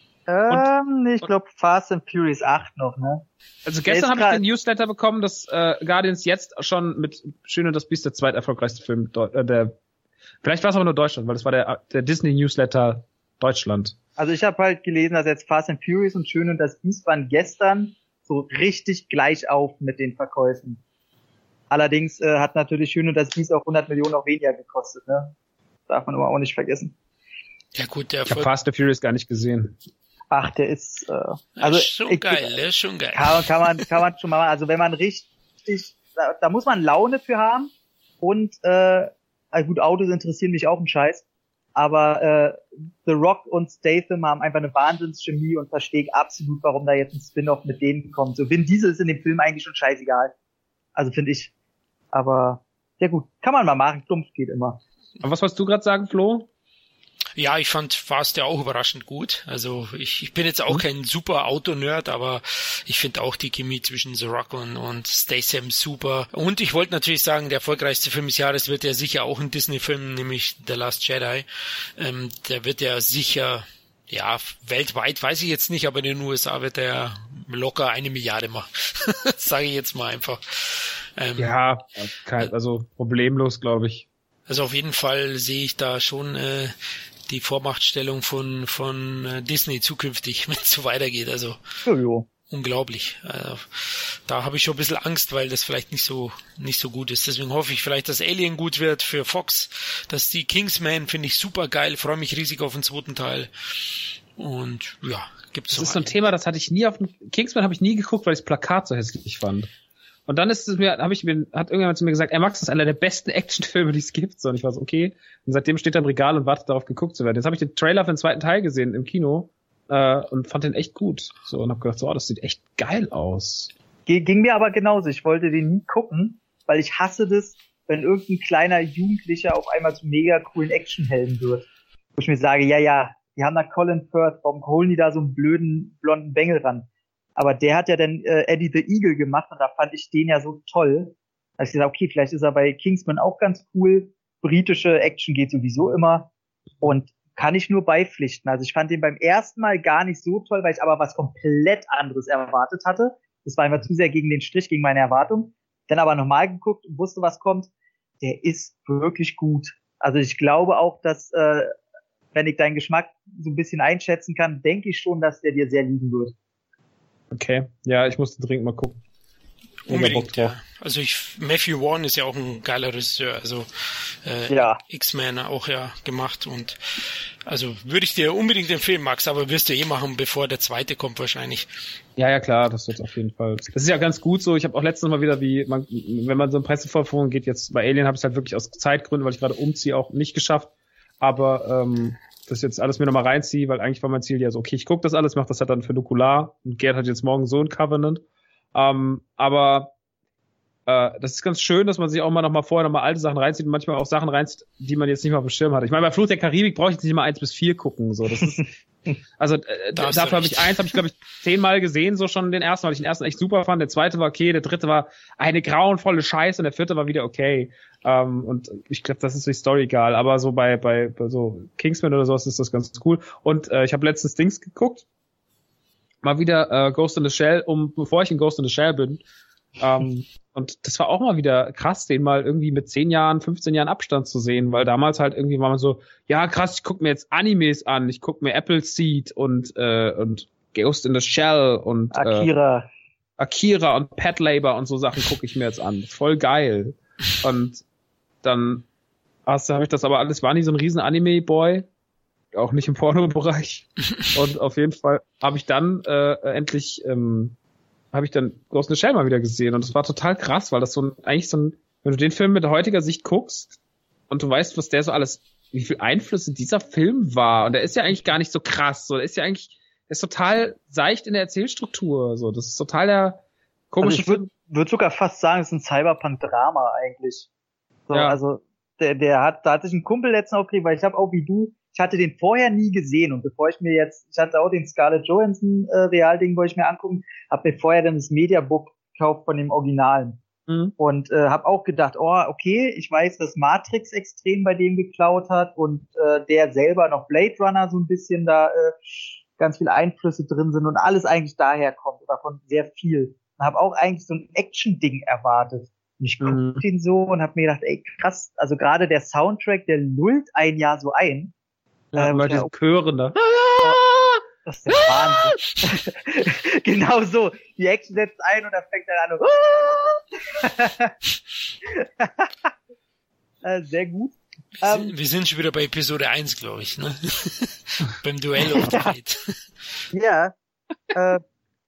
Ähm, nee, ich glaube Fast and Furious acht noch, ne? Also gestern habe ich den Newsletter bekommen, dass äh, Guardians jetzt schon mit Schön und das Biest der zweiterfolgreichste Film, äh, der, vielleicht war es aber nur Deutschland, weil das war der, der Disney Newsletter Deutschland. Also ich habe halt gelesen, dass jetzt Fast and Furious und Schön und das Biest waren gestern so richtig gleich auf mit den Verkäufen. Allerdings äh, hat natürlich Schön und das Biest auch hundert Millionen auch weniger gekostet, ne? Darf man aber auch nicht vergessen. Ja gut, der Ich habe Fast and Furious gar nicht gesehen. Ach, der ist, äh, also ist schon ich, geil, der ist schon geil. Kann, kann man, kann man schon mal machen. Also wenn man richtig, da, da muss man Laune für haben und äh, also gut, Autos interessieren mich auch einen Scheiß, aber äh, The Rock und Statham haben einfach eine Wahnsinnschemie und verstehe absolut, warum da jetzt ein Spin-off mit denen kommt. So Vin Diesel ist in dem Film eigentlich schon scheißegal. Also finde ich. Aber ja gut, kann man mal machen. Stumpf geht immer. Aber was wolltest du gerade sagen, Flo? Ja, ich fand Fast ja auch überraschend gut. Also ich, ich bin jetzt auch mhm. kein super Auto-Nerd, aber ich finde auch die Chemie zwischen The Rock und, und Statham super. Und ich wollte natürlich sagen, der erfolgreichste Film des Jahres wird ja sicher auch ein Disney-Film, nämlich The Last Jedi. Ähm, der wird ja sicher, ja, weltweit weiß ich jetzt nicht, aber in den U S A wird er locker eine Milliarde machen. Sage ich jetzt mal einfach. Ähm, ja, kein, also problemlos, glaube ich. Also auf jeden Fall sehe ich da schon äh, die Vormachtstellung von von äh, Disney zukünftig, wenn es so weitergeht. Also Jojo. unglaublich. Also, da habe ich schon ein bisschen Angst, weil das vielleicht nicht so nicht so gut ist. Deswegen hoffe ich vielleicht, dass Alien gut wird für Fox. Dass die Kingsman finde ich super geil, freue mich riesig auf den zweiten Teil. Und ja, gibt's Das so ist so ein einen. Thema, das hatte ich nie auf dem Kingsman habe ich nie geguckt, weil ich das Plakat so hässlich fand. Und dann ist es mir, habe ich mir, hat irgendjemand zu mir gesagt, ey Max, das ist einer der besten Actionfilme, die es gibt. So, und ich war so, okay. Und seitdem steht er im Regal und wartet darauf, geguckt zu werden. Jetzt habe ich den Trailer für den zweiten Teil gesehen im Kino äh, und fand den echt gut. So, und habe gedacht, so, oh, das sieht echt geil aus. G- Ging mir aber genauso. Ich wollte den nie gucken, weil ich hasse das, wenn irgendein kleiner Jugendlicher auf einmal zum mega coolen Actionhelden wird. Wo ich mir sage, ja, ja, die haben da Colin Firth, warum holen die da so einen blöden, blonden Bengel ran? Aber der hat ja dann äh, Eddie the Eagle gemacht und da fand ich den ja so toll. Da hab ich gesagt, okay, vielleicht ist er bei Kingsman auch ganz cool. Britische Action geht sowieso immer. Und kann ich nur beipflichten. Also ich fand den beim ersten Mal gar nicht so toll, weil ich aber was komplett anderes erwartet hatte. Das war einfach zu sehr gegen den Strich, gegen meine Erwartung. Dann aber nochmal geguckt und wusste, was kommt. Der ist wirklich gut. Also ich glaube auch, dass, äh, wenn ich deinen Geschmack so ein bisschen einschätzen kann, denke ich schon, dass der dir sehr liegen wird. Okay, ja, ich musste dringend mal gucken. Unbedingt, ja. Also ich, Matthew Vaughn ist ja auch ein geiler Regisseur, also äh, Ja. X-Men auch ja gemacht und also würde ich dir unbedingt empfehlen, Max, aber wirst du eh machen, bevor der zweite kommt wahrscheinlich. Ja, ja, klar, das wird auf jeden Fall. Das ist ja ganz gut so. Ich habe auch letztens mal wieder, wie man, wenn man so ein Pressevorführung geht, jetzt bei Alien habe ich es halt wirklich aus Zeitgründen, weil ich gerade umziehe, auch nicht geschafft. Aber ähm, das jetzt alles mir nochmal reinziehe, weil eigentlich war mein Ziel ja so, okay, ich gucke das alles, mache das halt dann für Nukular. Und Gerd hat jetzt morgen so ein Covenant. Ähm, aber äh, das ist ganz schön, dass man sich auch mal nochmal vorher nochmal alte Sachen reinzieht und manchmal auch Sachen reinzieht, die man jetzt nicht mal auf dem Schirm hatte. Ich meine, bei Fluch der Karibik brauche ich jetzt nicht mal eins bis vier gucken. So, das ist also äh, Da hast dafür du habe ich eins, habe ich glaube ich zehnmal gesehen, so schon den ersten, weil ich den ersten echt super fand. Der zweite war okay, der dritte war eine grauenvolle Scheiße und der vierte war wieder okay. Ähm, und ich glaube, das ist die Story egal. Aber so bei bei, bei so Kingsman oder sowas ist das ganz cool. Und äh, ich habe letztens Dings geguckt, mal wieder äh, Ghost in the Shell, um bevor ich in Ghost in the Shell bin. Ähm, und das war auch mal wieder krass, den mal irgendwie mit zehn Jahren, fünfzehn Jahren Abstand zu sehen, weil damals halt irgendwie war man so, ja krass, ich guck mir jetzt Animes an, ich guck mir Appleseed und äh, und Ghost in the Shell und Akira. Äh, Akira und Pet Labor und so Sachen gucke ich mir jetzt an. Voll geil. Und dann hast du, habe ich das aber alles, war nie so ein riesen Anime-Boy, auch nicht im Porno-Bereich. Und auf jeden Fall habe ich dann äh, endlich ähm, habe ich dann Ghost in the Shell mal wieder gesehen und das war total krass, weil das so ein, eigentlich so ein, wenn du den Film mit heutiger Sicht guckst und du weißt, was der so alles, wie viel Einflüsse dieser Film war und der ist ja eigentlich gar nicht so krass, so, der ist ja eigentlich, der ist total seicht in der Erzählstruktur, so, das ist total der komische Also ich würde würd sogar fast sagen, es ist ein Cyberpunk-Drama eigentlich. So, Ja. Also der, der hat, da hat sich ein Kumpel letztens aufgeregt, weil ich habe auch wie du, ich hatte den vorher nie gesehen und bevor ich mir jetzt, ich hatte auch den Scarlett Johansson äh, Realding, wo ich mir angucken, habe mir vorher dann das Mediabook gekauft von dem Originalen Mhm. und äh, habe auch gedacht, oh okay, ich weiß, dass Matrix extrem bei dem geklaut hat und äh, der selber noch Blade Runner so ein bisschen da äh, ganz viele Einflüsse drin sind und alles eigentlich daher kommt oder von sehr viel. Und habe auch eigentlich so ein Action-Ding erwartet. Und ich guckte Mhm. ihn so und habe mir gedacht, ey krass, also gerade der Soundtrack, der lullt ein Jahr so ein. Ja, Ähm, weil diese ja, Chören da. das ist der Wahnsinn. Genau so. Die Action setzt ein und dann fängt er an. äh, sehr gut. Wir Ähm, sind, wir sind schon wieder bei Episode eins, glaube ich, ne? Beim Duell auf der Welt. ja. Äh,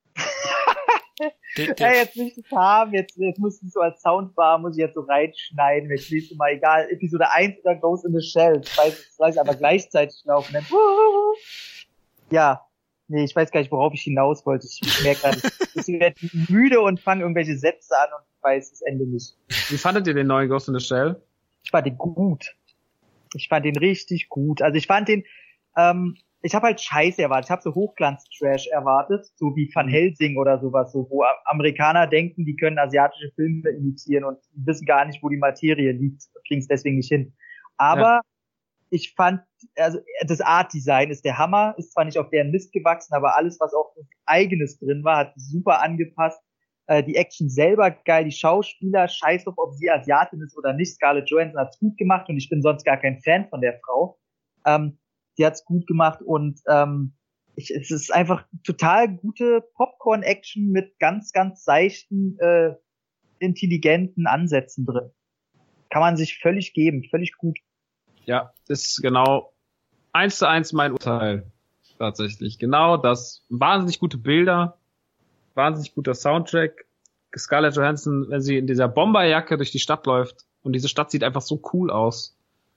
Der, ja, der, jetzt nicht das haben, jetzt, jetzt muss ich so als Soundbar, muss ich jetzt so reinschneiden, jetzt nächste Mal egal, Episode eins oder Ghost in the Shell, ich weiß, das weiß ich aber gleichzeitig laufen. Dann, ja, nee, ich weiß gar nicht, worauf ich hinaus wollte, ich merke gerade, ich werde müde und fange irgendwelche Sätze an und weiß das Ende nicht. Wie fandet ihr den neuen Ghost in the Shell? Ich fand den gut. Ich fand den richtig gut. Also ich fand den, ähm, ich habe halt Scheiße erwartet. Ich habe so Hochglanz-Trash erwartet, so wie Van Helsing oder sowas, so wo Amerikaner denken, die können asiatische Filme imitieren und wissen gar nicht, wo die Materie liegt, kriegen es deswegen nicht hin. Aber ja. Ich fand, also das Art-Design ist der Hammer, ist zwar nicht auf deren Mist gewachsen, aber alles, was auch eigenes drin war, hat super angepasst. Äh, die Action selber geil, die Schauspieler, scheiß drauf, ob sie Asiatin ist oder nicht. Scarlett Johansson hat's gut gemacht und ich bin sonst gar kein Fan von der Frau. Ähm, Die hat's gut gemacht und ähm, ich, es ist einfach total gute Popcorn-Action mit ganz, ganz seichten, äh, intelligenten Ansätzen drin. Kann man sich völlig geben, völlig gut. Ja, das ist genau eins zu eins mein Urteil. Tatsächlich. Genau das. Wahnsinnig gute Bilder, wahnsinnig guter Soundtrack. Scarlett Johansson, wenn sie in dieser Bomberjacke durch die Stadt läuft und diese Stadt sieht einfach so cool aus.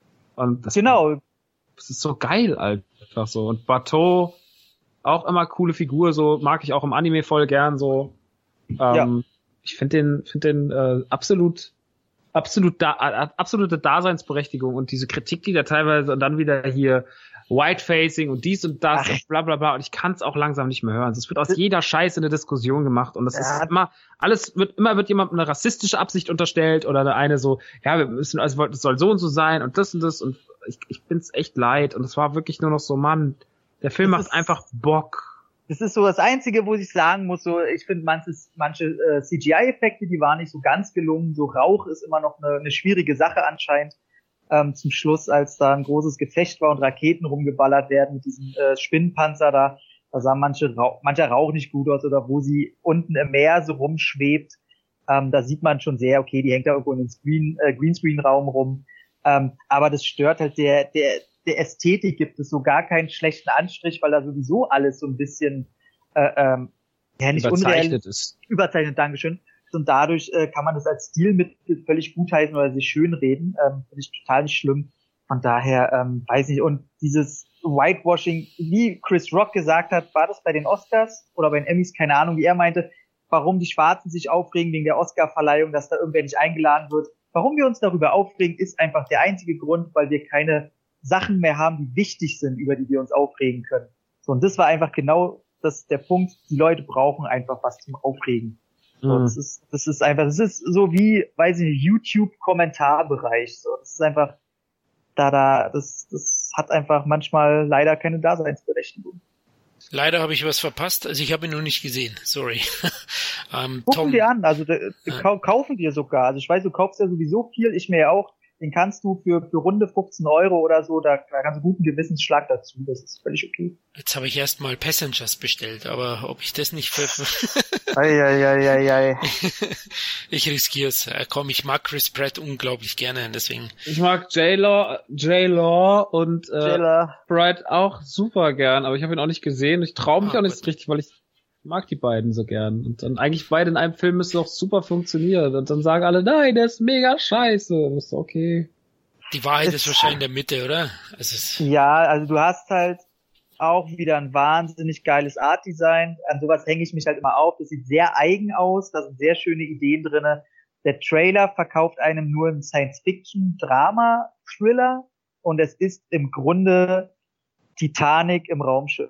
Und das, genau. Das ist so geil einfach so. Und Bateau, auch immer coole Figur, so mag ich auch im Anime voll gern so. Ähm, ja. Ich finde den, finde den äh, absolut, absolut da, äh, absolute Daseinsberechtigung und diese Kritik, die da teilweise und dann wieder hier Whitefacing und dies und das Ach. und bla bla bla und ich kann es auch langsam nicht mehr hören. Es wird aus jeder Scheiße eine Diskussion gemacht und das ja. ist immer, alles wird, immer wird jemandem eine rassistische Absicht unterstellt oder eine, eine so, ja, wir müssen, also es soll so und so sein und das und das und ich, ich bin's echt leid und es war wirklich nur noch so, Mann, der Film das macht ist, einfach Bock. Das ist so das Einzige, wo ich sagen muss, so, ich finde manches, manche äh, C G I-Effekte, die waren nicht so ganz gelungen, so Rauch ist immer noch eine, eine schwierige Sache anscheinend. Ähm, zum Schluss, als da ein großes Gefecht war und Raketen rumgeballert werden mit diesem äh, Spinnenpanzer da, da sah manche Rauch, mancher Rauch nicht gut aus oder wo sie unten im Meer so rumschwebt, ähm, da sieht man schon sehr, okay, die hängt da irgendwo in einem Screen, äh, Greenscreen-Raum rum, ähm, aber das stört halt der, der, der Ästhetik gibt es so gar keinen schlechten Anstrich, weil da sowieso alles so ein bisschen äh, ähm, ja, nicht überzeichnet ist. Überzeichnet, Dankeschön. Und dadurch äh, kann man das als Stilmittel völlig gutheißen oder sich schönreden. Ähm, Finde ich total nicht schlimm. Von daher, ähm, weiß nicht. Und dieses Whitewashing, wie Chris Rock gesagt hat, war das bei den Oscars oder bei den Emmys, keine Ahnung, wie er meinte, warum die Schwarzen sich aufregen wegen der Oscar-Verleihung, dass da irgendwer nicht eingeladen wird. Warum wir uns darüber aufregen, ist einfach der einzige Grund, weil wir keine Sachen mehr haben, die wichtig sind, über die wir uns aufregen können. So, und das war einfach genau das, der Punkt. Die Leute brauchen einfach was zum Aufregen. So, das ist, das ist einfach, das ist so wie, weiß ich nicht, YouTube-Kommentarbereich. So, das ist einfach, da, da, das, das hat einfach manchmal leider keine Daseinsberechtigung. Leider habe ich was verpasst, also ich habe ihn noch nicht gesehen, sorry. ähm, Gucken Tom, dir an, also de, de, äh, kaufen dir sogar. Also ich weiß, du kaufst ja sowieso viel, ich mir ja auch. Den kannst du für, für runde fünfzehn Euro oder so, da, da kannst du guten Gewissensschlag dazu, das ist völlig okay. Jetzt habe ich erstmal Passengers bestellt, aber ob ich das nicht für... ei, ei, ei, ei, ei. Ich riskiere es. Komm, ich mag Chris Pratt unglaublich gerne, deswegen... Ich mag J-Law, J-Law und äh, J-Law. Pratt auch super gern, aber ich habe ihn auch nicht gesehen. Ich traue mich Ah, auch nicht Gott. richtig, weil ich mag die beiden so gern. Und dann eigentlich beide in einem Film müssen doch super funktionieren. Und dann sagen alle, nein, der ist mega scheiße. Und ist so, okay. Die Wahrheit Es- ist wahrscheinlich in der Mitte, oder? Also es, Ja, also du hast halt auch wieder ein wahnsinnig geiles Art-Design. An sowas hänge ich mich halt immer auf. Das sieht sehr eigen aus, da sind sehr schöne Ideen drinne. Der Trailer verkauft einem nur einen Science-Fiction-Drama-Thriller und es ist im Grunde Titanic im Raumschiff.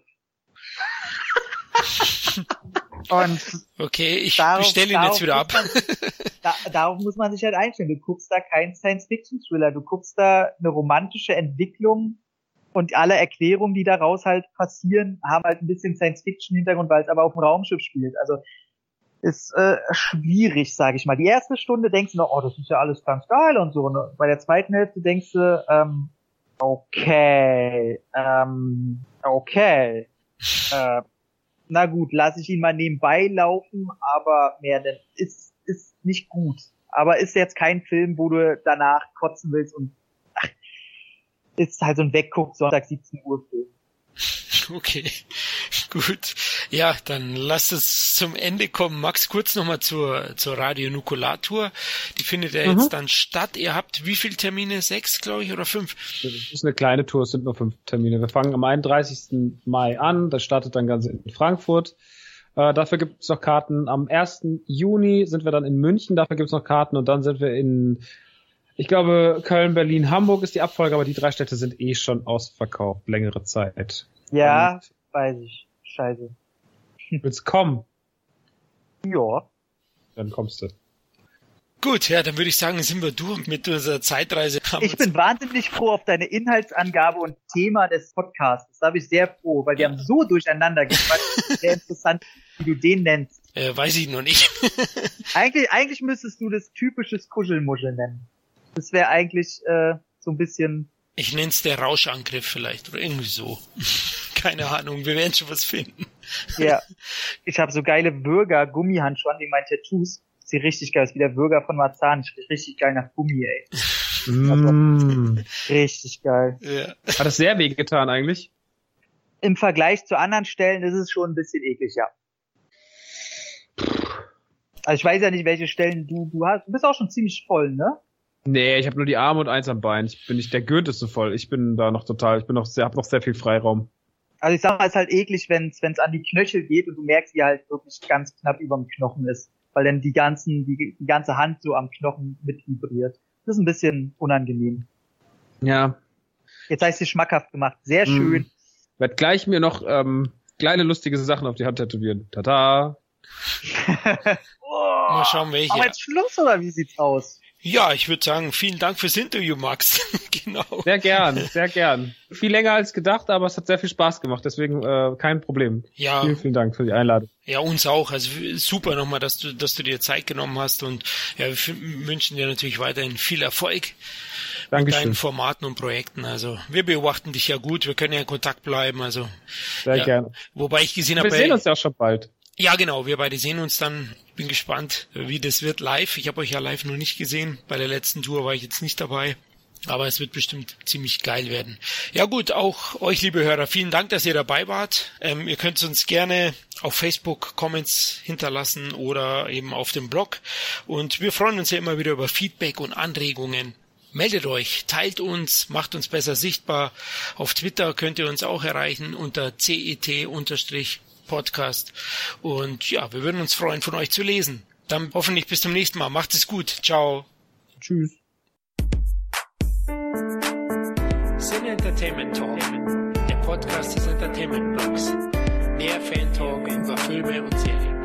Und okay, ich darauf- bestelle ihn darauf jetzt wieder ab. muss man- da, darauf muss man sich halt einstellen. Du guckst da keinen Science-Fiction-Thriller, du guckst da eine romantische Entwicklung und alle Erklärungen, die daraus halt passieren, haben halt ein bisschen Science-Fiction-Hintergrund, weil es aber auf dem Raumschiff spielt. Also ist äh, schwierig, sage ich mal. Die erste Stunde denkst du noch, oh, das ist ja alles ganz geil und so. Ne? Bei der zweiten Hälfte denkst du, ähm, okay, ähm, okay, äh, na gut, lasse ich ihn mal nebenbei laufen, aber mehr denn ist ist nicht gut. Aber ist jetzt kein Film, wo du danach kotzen willst und ach, ist halt so ein Wegguck Sonntag siebzehn Uhr Film. Okay, gut. Ja, dann lass es zum Ende kommen. Max, kurz nochmal zur, zur Radio Nukular Tour. Die findet ja Mhm. jetzt dann statt. Ihr habt wie viele Termine? Sechs, glaube ich, oder fünf? Das ist eine kleine Tour, es sind nur fünf Termine. Wir fangen am einunddreißigsten Mai an, das startet dann ganz in Frankfurt. Äh, dafür gibt es noch Karten. Am ersten Juni sind wir dann in München, dafür gibt es noch Karten und dann sind wir in, ich glaube, Köln, Berlin, Hamburg ist die Abfolge, aber die drei Städte sind eh schon ausverkauft, längere Zeit. Ja, weiß ich. Scheiße. Willst kommen? Ja. Dann kommst du. Gut, ja, dann würde ich sagen, sind wir durch mit unserer Zeitreise. Haben Ich uns- bin wahnsinnig froh auf deine Inhaltsangabe und Thema des Podcasts. Da bin ich sehr froh, weil wir Ja. haben so durcheinander gequatscht. Sehr interessant, wie du den nennst. äh, weiß ich noch nicht. Eigentlich, eigentlich müsstest du das typisches Kuschelmuschel nennen. Das wäre eigentlich äh, so ein bisschen. Ich nenne es der Rauschangriff vielleicht oder irgendwie so. keine Ahnung, wir werden schon was finden. Ja, ich habe so geile Bürger-Gummihandschuhe an wegen meinen Tattoos. Sieht richtig geil aus, wie der Bürger von Marzahn. Ich riech richtig geil nach Gummi, ey. Mm. Richtig geil. Ja. Hat das sehr weh getan eigentlich? Im Vergleich zu anderen Stellen ist es schon ein bisschen eklig, ja. Also ich weiß ja nicht, welche Stellen du, du hast. Du bist auch schon ziemlich voll, ne? Nee, ich habe nur die Arme und eins am Bein. Ich bin nicht, der Gürtel ist so voll. Ich bin da noch total, ich bin noch sehr, hab noch sehr viel Freiraum. Also ich sag mal, es ist halt eklig, wenn es an die Knöchel geht und du merkst, wie halt wirklich ganz knapp überm Knochen ist. Weil dann die ganzen, die, die ganze Hand so am Knochen mit vibriert. Das ist ein bisschen unangenehm. Ja. Jetzt hast du es schmackhaft gemacht. Sehr schön. Mm. Werd gleich mir noch ähm, kleine lustige Sachen auf die Hand tätowieren. Tada! Oh, Mal schauen, welche. aber jetzt Schluss, oder wie sieht's aus? Ja, ich würde sagen, vielen Dank fürs Interview, Max. Genau. Sehr gern, sehr gern. Viel länger als gedacht, aber es hat sehr viel Spaß gemacht, deswegen äh, kein Problem. Ja. Vielen, vielen Dank für die Einladung. Ja, uns auch. Also super nochmal, dass du, dass du dir Zeit genommen hast und ja, wir wünschen dir natürlich weiterhin viel Erfolg Dankeschön. mit deinen Formaten und Projekten. Also wir beobachten dich ja gut, wir können ja in Kontakt bleiben. Also sehr ja, gerne. Wobei ich gesehen Wir habe, sehen uns ja auch schon bald. Ja, genau, wir beide sehen uns dann. Ich bin gespannt, wie das wird live. Ich habe euch ja live noch nicht gesehen. Bei der letzten Tour war ich jetzt nicht dabei. Aber es wird bestimmt ziemlich geil werden. Ja gut, auch euch, liebe Hörer, vielen Dank, dass ihr dabei wart. Ähm, ihr könnt uns gerne auf Facebook Comments hinterlassen oder eben auf dem Blog. Und wir freuen uns ja immer wieder über Feedback und Anregungen. Meldet euch, teilt uns, macht uns besser sichtbar. Auf Twitter könnt ihr uns auch erreichen unter C E T Podcast. Und ja, wir würden uns freuen, von euch zu lesen. Dann hoffentlich bis zum nächsten Mal. Macht es gut. Ciao. Tschüss. Cine Entertainment Talk, der Podcast des Entertainment Blogs. Mehr Fan Talk über Filme und Serien.